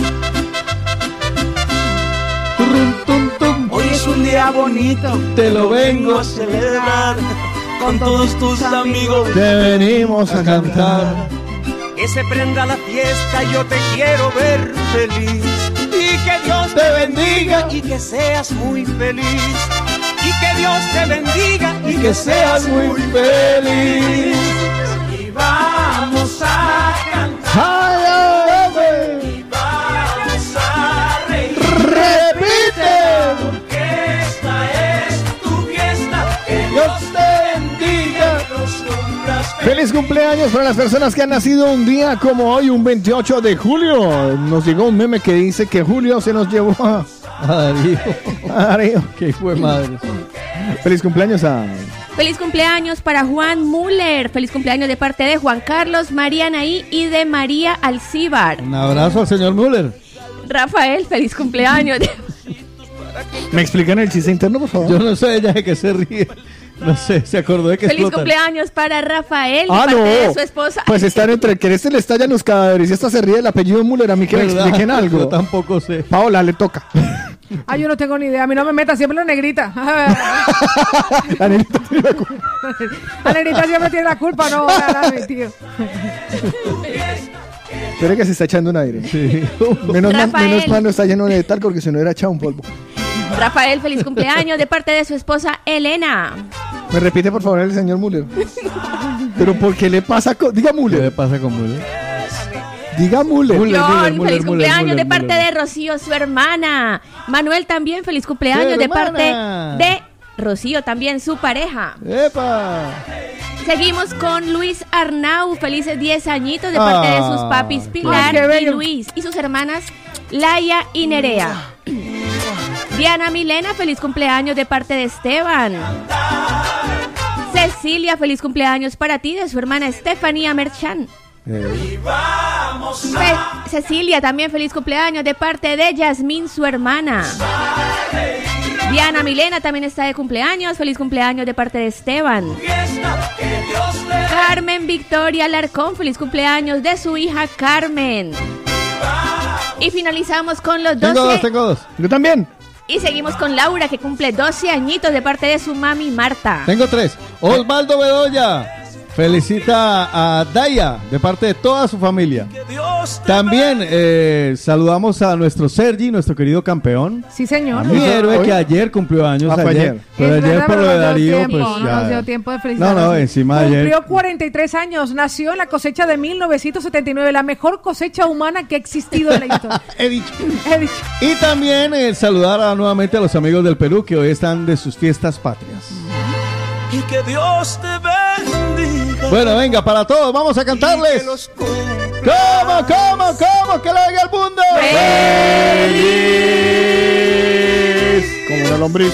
Hoy es un día bonito, te lo vengo a celebrar. Con todos tus amigos te venimos a cantar. Que se prenda la fiesta, yo te quiero ver feliz. Y que Dios te bendiga y que seas muy feliz. Y que Dios te bendiga y que seas muy feliz. Y vamos a cantar. Y vamos a reír. Repite. Porque esta es tu fiesta. Que Dios te bendiga. Feliz cumpleaños para las personas que han nacido un día como hoy, un 28 de julio. Nos llegó un meme que dice que Julio se nos llevó a Darío. Que fue madre. Feliz cumpleaños Feliz cumpleaños para Juan Müller. Feliz cumpleaños de parte de Juan Carlos, María Anaí y de María Alcíbar. Un abrazo al señor Müller. Rafael, feliz cumpleaños. ¿Me explican el chiste interno, por favor? Yo no sé ella de qué se ríe. No sé, se acordó de que Feliz explotan. cumpleaños para Rafael, de parte de su esposa. Pues están entre que se le estallan los cadáveres y esta se ríe del apellido Müller. A mí que me expliquen algo. Yo tampoco sé. Paola, le toca. Ay, yo no tengo ni idea. A mí no me meta, siempre la negrita. La negrita tiene la culpa. La negrita siempre tiene la culpa, no, mi tío. Espera que se está echando un aire. Sí. Menos mal no está lleno de tal porque si no hubiera echado un polvo. Rafael, feliz cumpleaños de parte de su esposa Elena. ¿Me repite, por favor, el señor Müller? ¿Pero por qué le pasa con...? Diga Müller. ¿Qué le pasa con Müller? Diga Müller. John, feliz cumpleaños de parte de Rocío, su hermana. Manuel también, feliz cumpleaños de parte de Rocío, también su pareja. ¡Epa! Seguimos con Luis Arnau, felices 10 añitos de parte de sus papis Pilar y Luis y sus hermanas Laia y Nerea. Diana Milena, feliz cumpleaños de parte de Esteban. Cecilia, feliz cumpleaños para ti de su hermana Estefanía Merchan. Cecilia, también feliz cumpleaños de parte de Yasmín, su hermana. Diana Milena también está de cumpleaños, feliz cumpleaños de parte de Esteban. Carmen Victoria Alarcón, feliz cumpleaños de su hija Carmen. Y finalizamos con los 12. Tengo dos. Yo también. Y seguimos con Laura, que cumple 12 añitos de parte de su mami Marta. Tengo 3. Osvaldo Bedoya felicita a Daya de parte de toda su familia. También saludamos a nuestro Sergi, nuestro querido campeón. Sí, señor. Mi héroe que ayer cumplió años. Ayer. Pero ayer por lo de Darío, pues no ya. nos dio tiempo de felicitar. No, encima de ayer. Cumplió 43 años. Nació en la cosecha de 1979. La mejor cosecha humana que ha existido en la historia. He dicho. Y también saludar nuevamente a los amigos del Perú que hoy están de sus fiestas patrias. Y que Dios te bendiga. Bueno, venga, para todos, vamos a cantarles. ¿Cómo? Que lo oiga el mundo. ¡Feliz! Como una lombriz.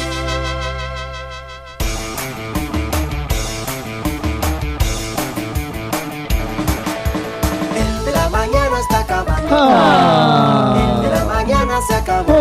El de la mañana está acabando. El de la mañana se acabó.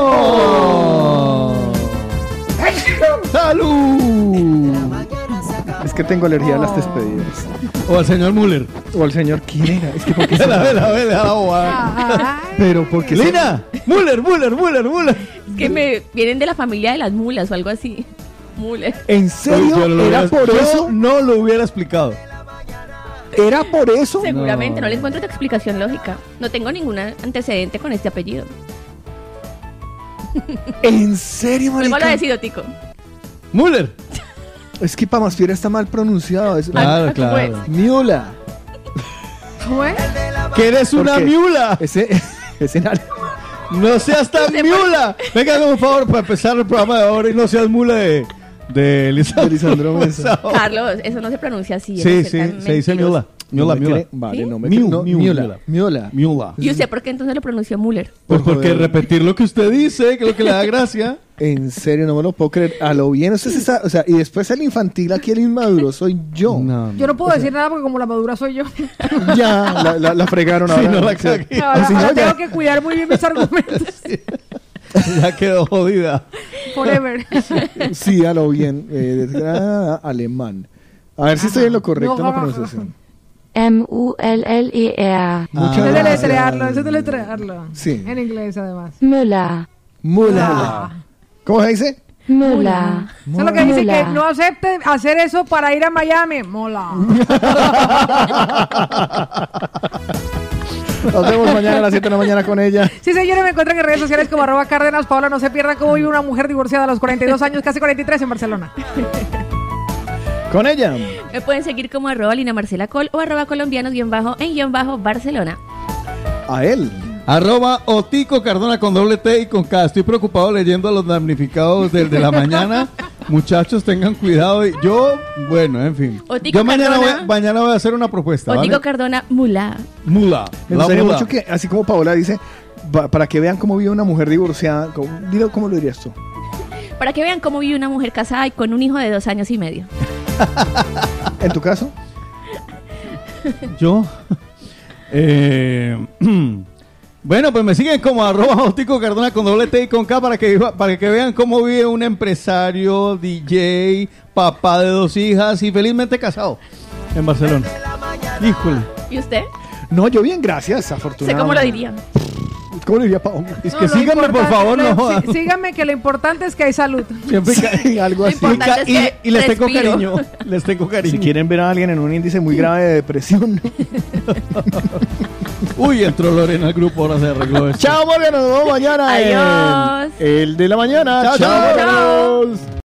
¡Salud! Es que tengo alergia a las despedidas. O al señor Müller. O al señor ¿quién era? Es que porque la bobada. Pero porque Lina, Müller. Es que me vienen de la familia de las mulas o algo así. Müller. ¿En serio? ¿Era por eso? No lo hubiera explicado. ¿Era por eso? Seguramente, no le encuentro otra explicación lógica. No tengo ningún antecedente con este apellido. ¿En serio, marica? ¿Cómo lo ha decidido, Tico? Müller. Es que Pamasfiera está mal pronunciado. Claro. Miula. ¿Cómo es? Que eres una miula. Ese no seas tan miula. Venga, por favor, para empezar el programa de ahora y no seas mula de Lisandro Mesa. Carlos, eso no se pronuncia así. Sí, se dice miula. Miula. Vale, ¿sí? no me Miula. ¿Y usted por qué entonces lo pronunció Müller? Pues porque repetir lo que usted dice, que es lo que le da gracia. En serio, no me lo puedo creer. A lo bien, usted está, o sea, y después el infantil, aquí el inmaduro soy yo. Yo no puedo decir nada porque como la madura soy yo. Ya, la fregaron ahora. Sí, no la cagué. Ahora tengo que cuidar muy bien mis argumentos. Ya quedó jodida. Forever. Sí, a lo bien. Alemán. A ver si estoy en lo correcto en la pronunciación. M-U-L-L-E-R. Muchas gracias. Eso es deletrearlo. Sí. En inglés, además. Müller. ¿Cómo se dice? Müller. Eso es lo que dice que no acepte hacer eso para ir a Miami. Mola. Nos vemos mañana a las 7 de la mañana con ella. Sí, señores, me encuentran en redes sociales como @Cárdenas. Paola, no se pierdan cómo vive una mujer divorciada a los 42 años, casi 43 en Barcelona. Con ella. Me pueden seguir como @Lina Marcela Col o @colombianos_en_Barcelona. A él. @Otico Cardona con doble T y con K. Estoy preocupado leyendo a los damnificados de la mañana. Muchachos, tengan cuidado. Yo, bueno, en fin. Otico yo mañana voy a hacer una propuesta. Otico ¿vale? Cardona, mula. Me gustaría mucho que, así como Paola dice, para que vean cómo vive una mujer divorciada. ¿Cómo lo dirías tú? Para que vean cómo vive una mujer casada y con un hijo de 2 años y medio. ¿En tu caso? Yo Bueno, pues me siguen como @Otico Cardona con doble T y con K para que vean cómo vive un empresario, DJ, papá de 2 hijas y felizmente casado en Barcelona. Híjole. ¿Y usted? No, yo bien, gracias, afortunadamente. ¿Usted cómo lo diría? ¿Cómo le diría Pau? Es que síganme, por favor, no. Síganme, que lo importante es que hay salud. Siempre algo así. Y les tengo cariño. Les tengo cariño. Si quieren ver a alguien en un índice muy grave de depresión. Uy, entró Lorena al grupo, ahora se arregló esto. Chao, Morgan, nos vemos mañana. Adiós. El de la mañana. Chao.